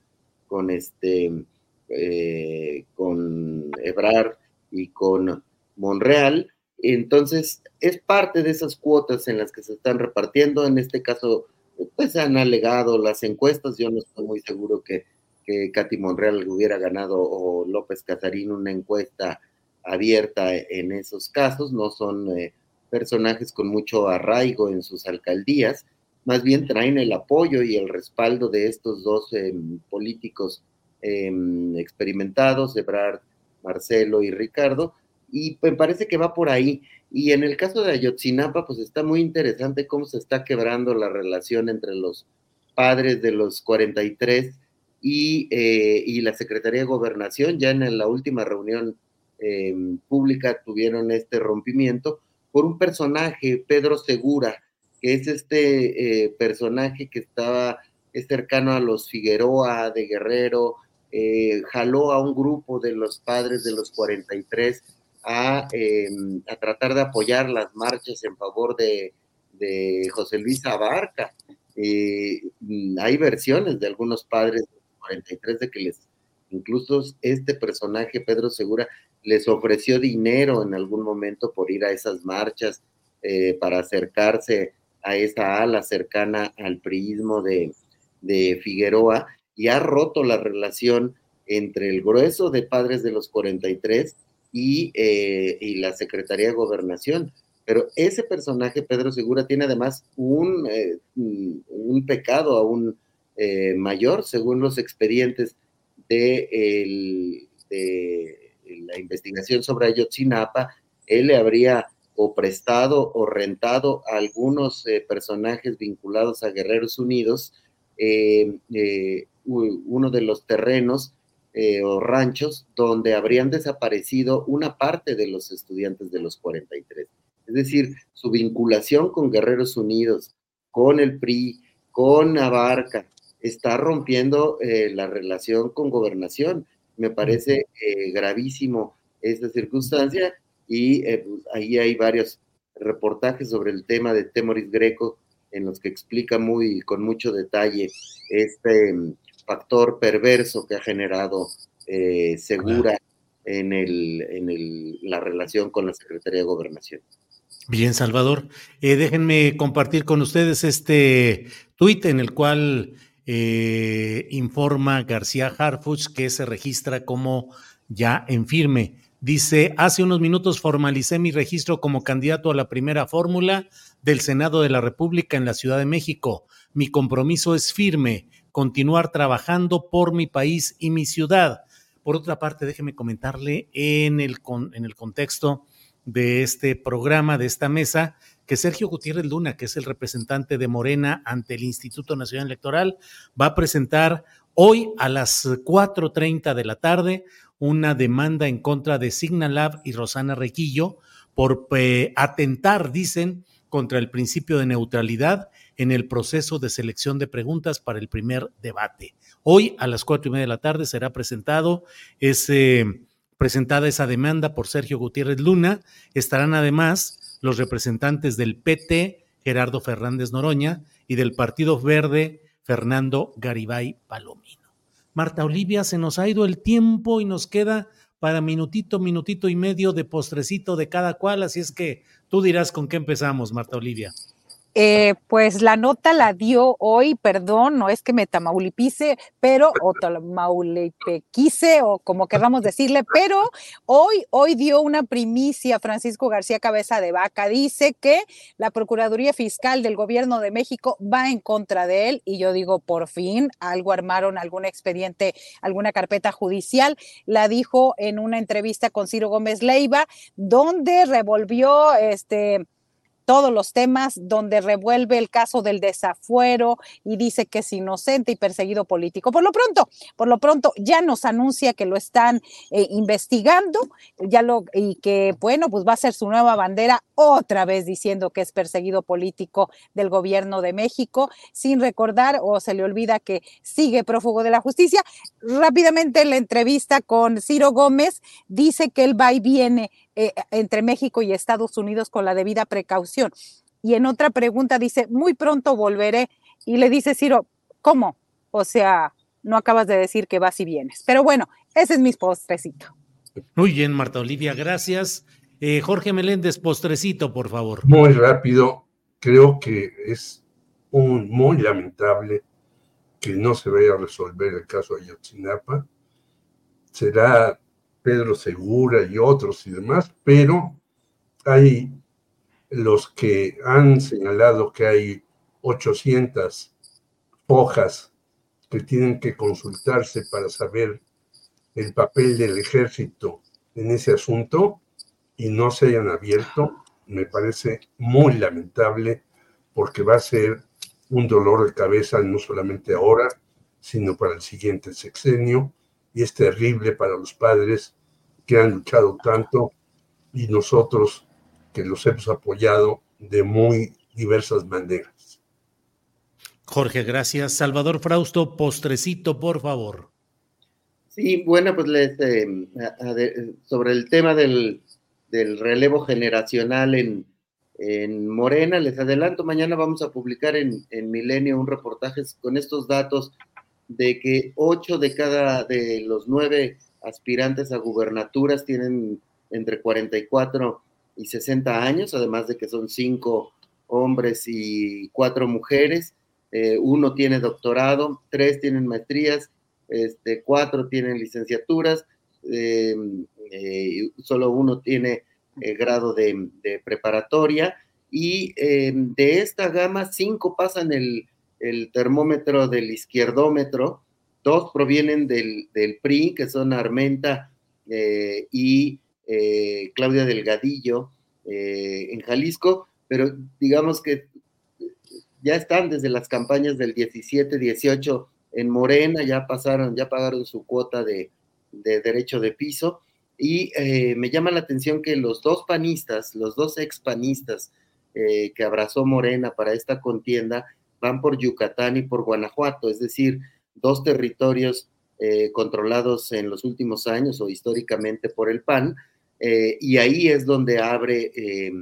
Ebrard y con Monreal. Entonces, es parte de esas cuotas en las que se están repartiendo. En este caso, pues han alegado las encuestas. Yo no estoy muy seguro que Katy Monreal hubiera ganado o López Casarín una encuesta abierta en esos casos. No son personajes con mucho arraigo en sus alcaldías, más bien traen el apoyo y el respaldo de estos dos políticos experimentados, Ebrard, Marcelo y Ricardo, y me parece que va por ahí. Y en el caso de Ayotzinapa, pues está muy interesante cómo se está quebrando la relación entre los padres de los 43 y la Secretaría de Gobernación. Ya en la última reunión pública tuvieron este rompimiento por un personaje, Pedro Segura, que es este personaje que es cercano a los Figueroa de Guerrero, jaló a un grupo de los padres de los 43 a tratar de apoyar las marchas en favor de José Luis Abarca. Hay versiones de algunos padres de 43 de que incluso este personaje, Pedro Segura, les ofreció dinero en algún momento por ir a esas marchas, para acercarse a esa ala cercana al priismo de Figueroa, y ha roto la relación entre el grueso de padres de los 43 y la Secretaría de Gobernación. Pero ese personaje, Pedro Segura, tiene además un pecado aún mayor, según los expedientes de la investigación sobre Ayotzinapa. Él le habría o prestado o rentado a algunos personajes vinculados a Guerreros Unidos uno de los terrenos o ranchos donde habrían desaparecido una parte de los estudiantes de los 43. Es decir, su vinculación con Guerreros Unidos, con el PRI, con Abarca, está rompiendo la relación con Gobernación. Me parece gravísimo esta circunstancia, y pues ahí hay varios reportajes sobre el tema de Temoris Greco en los que explica con mucho detalle este factor perverso que ha generado Segura en la relación con la Secretaría de Gobernación. Bien, Salvador. Déjenme compartir con ustedes este tuit en el cual informa García Harfuch que se registra como ya en firme. Dice: hace unos minutos formalicé mi registro como candidato a la primera fórmula del Senado de la República en la Ciudad de México. Mi compromiso es firme, continuar trabajando por mi país y mi ciudad. Por otra parte, déjeme comentarle en el contexto de este programa, de esta mesa, que Sergio Gutiérrez Luna, que es el representante de Morena ante el Instituto Nacional Electoral, va a presentar hoy a las 4:30 de la tarde una demanda en contra de Signalab y Rosana Requillo por atentar, dicen, contra el principio de neutralidad en el proceso de selección de preguntas para el primer debate. Hoy a las 4:30 de la tarde será presentada esa demanda por Sergio Gutiérrez Luna. Estarán además los representantes del PT, Gerardo Fernández Noroña, y del Partido Verde, Fernando Garibay Palomino. Marta Olivia, se nos ha ido el tiempo y nos queda para minutito y medio de postrecito de cada cual, así es que tú dirás con qué empezamos, Marta Olivia. Pues la nota la dio hoy, perdón, no es que me tamaulipice, pero, o tamaulipequice, o como querramos decirle, pero hoy dio una primicia Francisco García Cabeza de Vaca. Dice que la Procuraduría Fiscal del Gobierno de México va en contra de él, y yo digo, por fin, algo armaron, algún expediente, alguna carpeta judicial. La dijo en una entrevista con Ciro Gómez Leiva, donde revolvió todos los temas, donde revuelve el caso del desafuero y dice que es inocente y perseguido político. Por lo pronto ya nos anuncia que lo están investigando, y que bueno, pues va a ser su nueva bandera, otra vez diciendo que es perseguido político del Gobierno de México, sin recordar, o se le olvida, que sigue prófugo de la justicia. Rápidamente, en la entrevista con Ciro Gómez, dice que él va y viene entre México y Estados Unidos con la debida precaución. Y en otra pregunta dice, muy pronto volveré. Y le dice Ciro, ¿cómo? O sea, no acabas de decir que vas y vienes. Pero bueno, ese es mi postrecito. Muy bien, Marta Olivia, gracias. Jorge Meléndez, postrecito, por favor. Muy rápido, creo que es muy lamentable que no se vaya a resolver el caso de Ayotzinapa. Será Pedro Segura y otros y demás, pero hay los que han señalado que hay 800 hojas que tienen que consultarse para saber el papel del ejército en ese asunto y no se hayan abierto. Me parece muy lamentable, porque va a ser un dolor de cabeza no solamente ahora, sino para el siguiente sexenio, y es terrible para los padres que han luchado tanto y nosotros que los hemos apoyado de muy diversas maneras. Jorge, gracias. Salvador Frausto, postrecito, por favor. Sí, bueno, pues sobre el tema del relevo generacional en en Morena. Les adelanto, mañana vamos a publicar en Milenio un reportaje con estos datos de que 8 de los 9 aspirantes a gubernaturas tienen entre 44 y 60 años, además de que son 5 hombres y 4 mujeres. 1 tiene doctorado, 3 tienen maestrías, 4 tienen licenciaturas, solo 1 tiene grado de preparatoria, y de esta gama 5 pasan el termómetro del izquierdómetro, 2 provienen del PRI, que son Armenta y Claudia Delgadillo en Jalisco, pero digamos que ya están desde las campañas del 17-18 en Morena, ya pagaron su cuota de derecho de piso, y me llama la atención que los 2 panistas, los 2 expanistas que abrazó Morena para esta contienda, van por Yucatán y por Guanajuato, es decir, 2 territorios controlados en los últimos años o históricamente por el PAN, y ahí es donde abre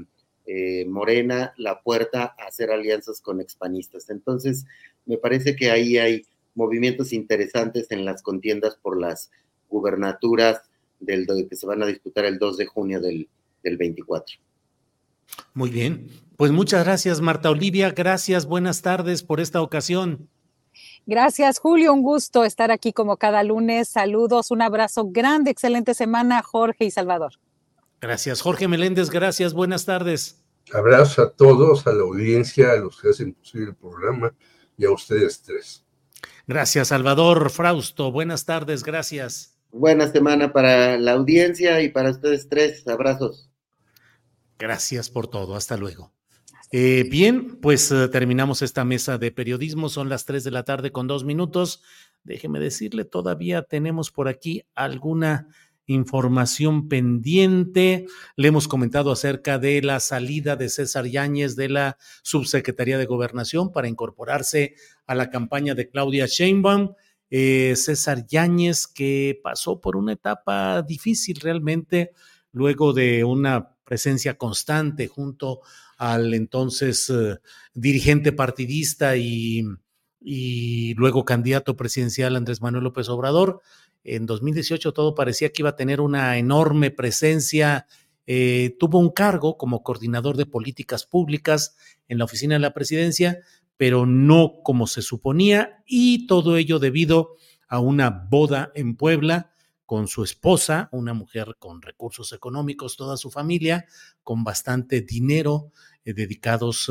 Morena la puerta a hacer alianzas con expanistas. Entonces, me parece que ahí hay movimientos interesantes en las contiendas por las gubernaturas que se van a disputar el 2 de junio del 24. Muy bien, pues muchas gracias, Marta Olivia, gracias, buenas tardes por esta ocasión. Gracias, Julio, un gusto estar aquí como cada lunes. Saludos, un abrazo grande, excelente semana, Jorge y Salvador. Gracias, Jorge Meléndez, gracias, buenas tardes. Abrazo a todos, a la audiencia, a los que hacen posible el programa y a ustedes 3. Gracias, Salvador Frausto, buenas tardes, gracias. Buena semana para la audiencia y para ustedes 3, abrazos. Gracias por todo, hasta luego. Bien, pues terminamos esta mesa de periodismo, son las 3 de la tarde con 2 minutos. Déjeme decirle, todavía tenemos por aquí alguna información pendiente. Le hemos comentado acerca de la salida de César Yáñez de la Subsecretaría de Gobernación para incorporarse a la campaña de Claudia Sheinbaum. César Yáñez, que pasó por una etapa difícil realmente, luego de una presencia constante junto al entonces dirigente partidista y luego candidato presidencial Andrés Manuel López Obrador. En 2018 todo parecía que iba a tener una enorme presencia. Tuvo un cargo como coordinador de políticas públicas en la oficina de la presidencia, pero no como se suponía, y todo ello debido a una boda en Puebla con su esposa, una mujer con recursos económicos, toda su familia, con bastante dinero dedicados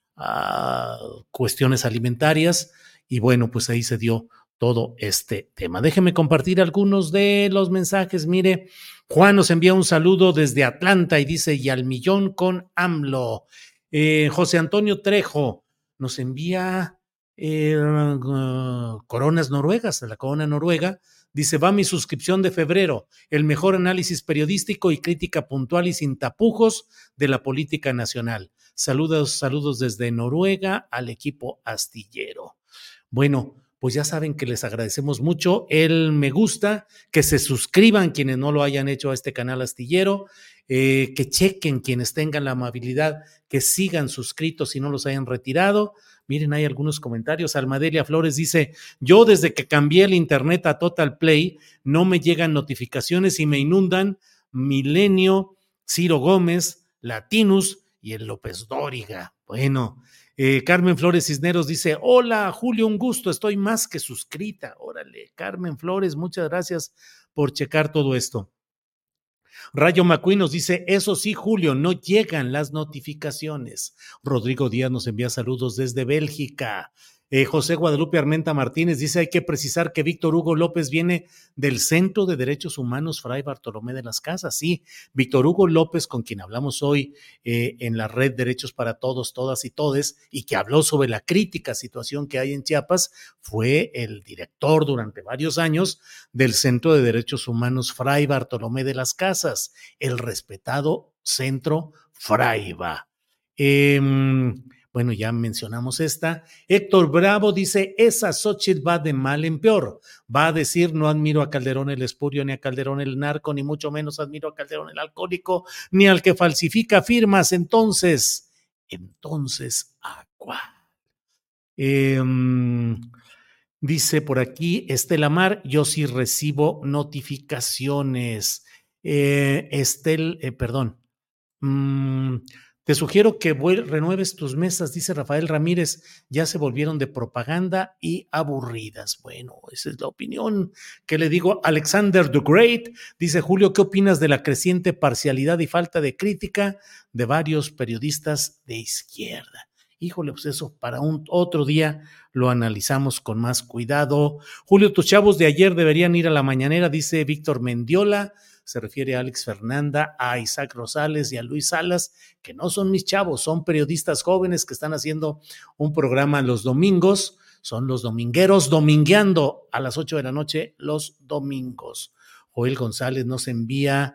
a cuestiones alimentarias, y bueno, pues ahí se dio todo este tema. Déjeme compartir algunos de los mensajes. Mire, Juan nos envía un saludo desde Atlanta y dice, y al millón con AMLO. José Antonio Trejo nos envía coronas noruegas, de la corona noruega. Dice, va mi suscripción de febrero, el mejor análisis periodístico y crítica puntual y sin tapujos de la política nacional. Saludos desde Noruega al equipo astillero. Bueno, pues ya saben que les agradecemos mucho el me gusta, que se suscriban quienes no lo hayan hecho a este canal astillero, que chequen quienes tengan la amabilidad, que sigan suscritos si no los hayan retirado. Miren, hay algunos comentarios. Almadelia Flores dice, yo desde que cambié el internet a Total Play no me llegan notificaciones y me inundan Milenio, Ciro Gómez, Latinus y el López Dóriga. Bueno, Carmen Flores Cisneros dice, hola Julio, un gusto, estoy más que suscrita. Órale, Carmen Flores, muchas gracias por checar todo esto. Rayo McQueen nos dice, eso sí, Julio, no llegan las notificaciones. Rodrigo Díaz nos envía saludos desde Bélgica. José Guadalupe Armenta Martínez dice, hay que precisar que Víctor Hugo López viene del Centro de Derechos Humanos Fray Bartolomé de las Casas. Sí, Víctor Hugo López, con quien hablamos hoy en la red Derechos para Todos, Todas y Todes, y que habló sobre la crítica situación que hay en Chiapas, fue el director durante varios años del Centro de Derechos Humanos Fray Bartolomé de las Casas, el respetado Centro Fraiba. Bueno, ya mencionamos esta. Héctor Bravo dice, esa Xóchitl va de mal en peor. Va a decir, no admiro a Calderón el espurio, ni a Calderón el narco, ni mucho menos admiro a Calderón el alcohólico, ni al que falsifica firmas. Entonces, entonces, ¿a cuál? Dice por aquí Estela Mar, yo sí recibo notificaciones. Perdón. Te sugiero que renueves tus mesas, dice Rafael Ramírez, ya se volvieron de propaganda y aburridas. Bueno, esa es la opinión que le digo. Alexander the Great dice, Julio, ¿qué opinas de la creciente parcialidad y falta de crítica de varios periodistas de izquierda? Híjole, pues eso para otro día lo analizamos con más cuidado. Julio, tus chavos de ayer deberían ir a la mañanera, dice Víctor Mendiola. Se refiere a Alex Fernanda, a Isaac Rosales y a Luis Salas, que no son mis chavos, son periodistas jóvenes que están haciendo un programa los domingos, son los domingueros domingueando a las 8 de la noche los domingos. Joel González nos envía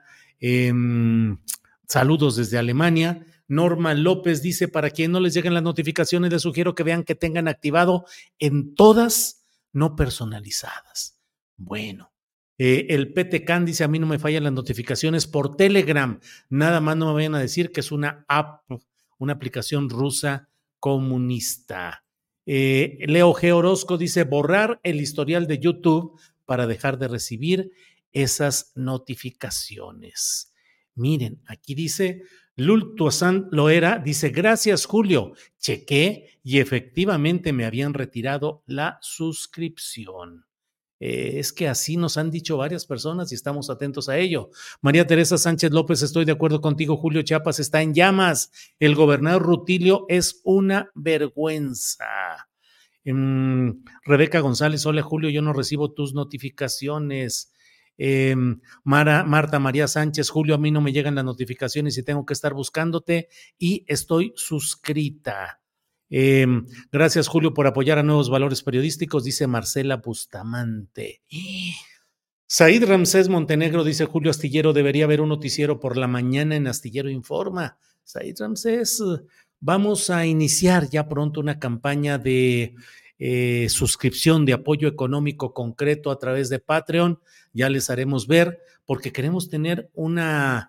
saludos desde Alemania. Norma López dice, para quien no les lleguen las notificaciones, les sugiero que vean que tengan activado en todas no personalizadas. Bueno. El PTCAN dice, a mí no me fallan las notificaciones por Telegram, nada más no me vayan a decir que es una app, una aplicación rusa comunista. Leo G. Orozco dice, borrar el historial de YouTube para dejar de recibir esas notificaciones. Miren, aquí dice, Lultuasan Loera dice, gracias Julio, chequé y efectivamente me habían retirado la suscripción. Es que así nos han dicho varias personas y estamos atentos a ello. María Teresa Sánchez López, estoy de acuerdo contigo, Julio, Chiapas está en llamas. El gobernador Rutilio es una vergüenza. Rebeca González, hola Julio, yo no recibo tus notificaciones. Marta María Sánchez, Julio, a mí no me llegan las notificaciones y tengo que estar buscándote y estoy suscrita. Gracias Julio por apoyar a Nuevos Valores Periodísticos, dice Marcela Bustamante. Said Ramsés Montenegro dice, Julio Astillero, debería haber un noticiero por la mañana en Astillero Informa. Said Ramsés, vamos a iniciar ya pronto una campaña de suscripción de apoyo económico concreto a través de Patreon, ya les haremos ver, porque queremos tener una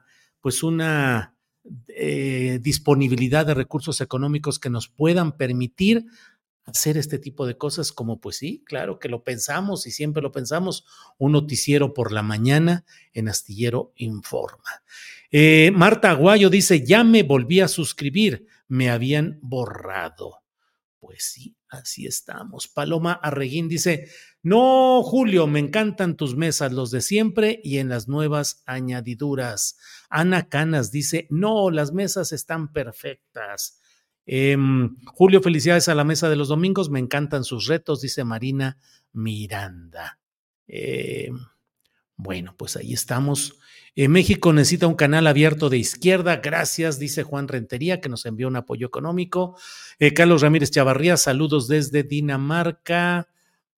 disponibilidad de recursos económicos que nos puedan permitir hacer este tipo de cosas, como pues sí, claro que lo pensamos y siempre lo pensamos, un noticiero por la mañana en Astillero Informa. Marta Aguayo dice, ya me volví a suscribir, me habían borrado. Pues sí, así estamos. Paloma Arreguín dice, no, Julio, me encantan tus mesas, los de siempre y en las nuevas añadiduras. Ana Canas dice, no, las mesas están perfectas. Julio, felicidades a la mesa de los domingos, me encantan sus retos, dice Marina Miranda. Bueno, pues ahí estamos. México necesita un canal abierto de izquierda. Gracias, dice Juan Rentería, que nos envió un apoyo económico. Carlos Ramírez Chavarría, saludos desde Dinamarca.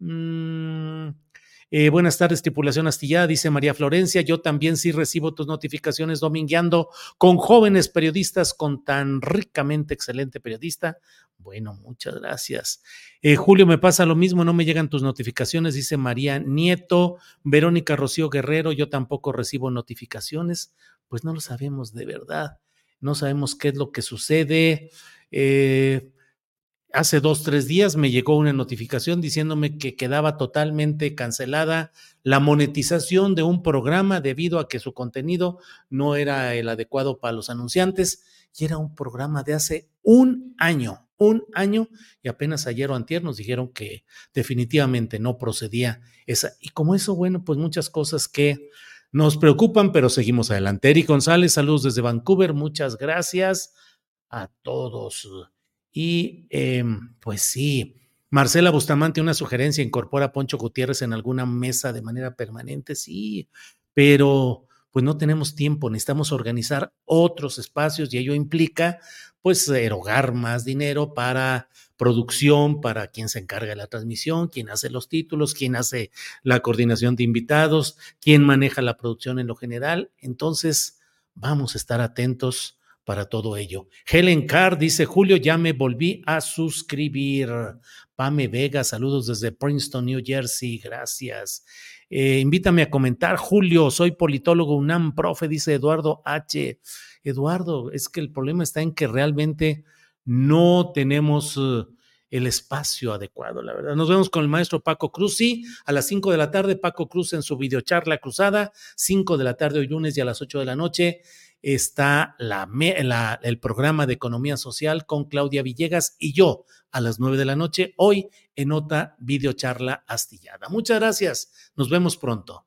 Buenas tardes, tripulación astillada, dice María Florencia. Yo también sí recibo tus notificaciones domingueando con jóvenes periodistas, con tan ricamente excelente periodista. Bueno, muchas gracias. Julio, me pasa lo mismo, no me llegan tus notificaciones, dice María Nieto. Verónica Rocío Guerrero, yo tampoco recibo notificaciones. Pues no lo sabemos de verdad, no sabemos qué es lo que sucede. Hace 2-3 días me llegó una notificación diciéndome que quedaba totalmente cancelada la monetización de un programa debido a que su contenido no era el adecuado para los anunciantes y era un programa de hace un año y apenas ayer o antier nos dijeron que definitivamente no procedía esa. Y como eso, bueno, pues muchas cosas que nos preocupan, pero seguimos adelante. Eric González, saludos desde Vancouver, muchas gracias a todos. Y pues sí, Marcela Bustamante, una sugerencia, incorpora a Poncho Gutiérrez en alguna mesa de manera permanente, sí, pero pues no tenemos tiempo, necesitamos organizar otros espacios y ello implica pues erogar más dinero para producción, para quien se encarga de la transmisión, quien hace los títulos, quien hace la coordinación de invitados, quien maneja la producción en lo general. Entonces vamos a estar atentos para todo ello. Helen Carr dice, Julio, ya me volví a suscribir. Pame Vega, saludos desde Princeton, New Jersey, gracias. Invítame a comentar, Julio, soy politólogo UNAM, profe, dice Eduardo H. Eduardo, es que el problema está en que realmente no tenemos el espacio adecuado, la verdad. Nos vemos con el maestro Paco Cruz, sí, a las 5 de la tarde, Paco Cruz en su videocharla cruzada, 5 de la tarde hoy lunes y a las 8 de la noche está el programa de Economía Social con Claudia Villegas y yo a las 9 de la noche, hoy en otra videocharla astillada. Muchas gracias, nos vemos pronto.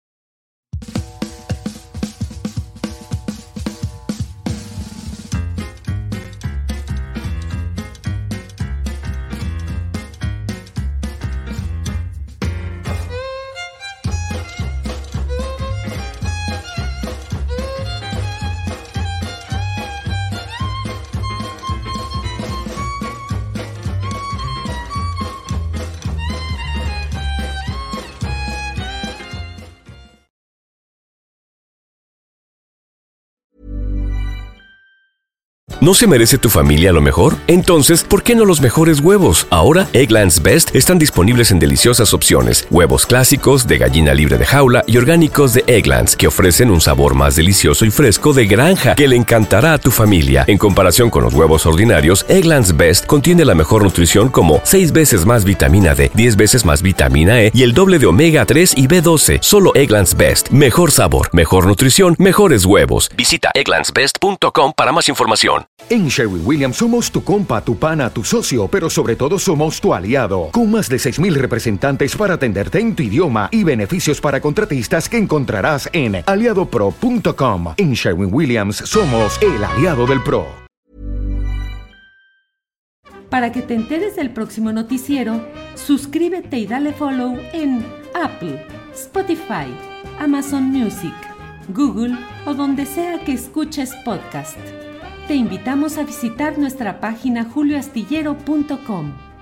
¿No se merece tu familia lo mejor? Entonces, ¿por qué no los mejores huevos? Ahora, Eggland's Best están disponibles en deliciosas opciones. Huevos clásicos, de gallina libre de jaula y orgánicos de Eggland's, que ofrecen un sabor más delicioso y fresco de granja que le encantará a tu familia. En comparación con los huevos ordinarios, Eggland's Best contiene la mejor nutrición como 6 veces más vitamina D, 10 veces más vitamina E y el doble de omega 3 y B12. Solo Eggland's Best. Mejor sabor, mejor nutrición, mejores huevos. Visita egglandsbest.com para más información. En Sherwin-Williams somos tu compa, tu pana, tu socio, pero sobre todo somos tu aliado, con más de 6,000 representantes para atenderte en tu idioma y beneficios para contratistas que encontrarás en aliadopro.com. En Sherwin-Williams somos el aliado del pro. Para que te enteres del próximo noticiero, suscríbete y dale follow en Apple, Spotify, Amazon Music, Google o donde sea que escuches podcast. Te invitamos a visitar nuestra página julioastillero.com.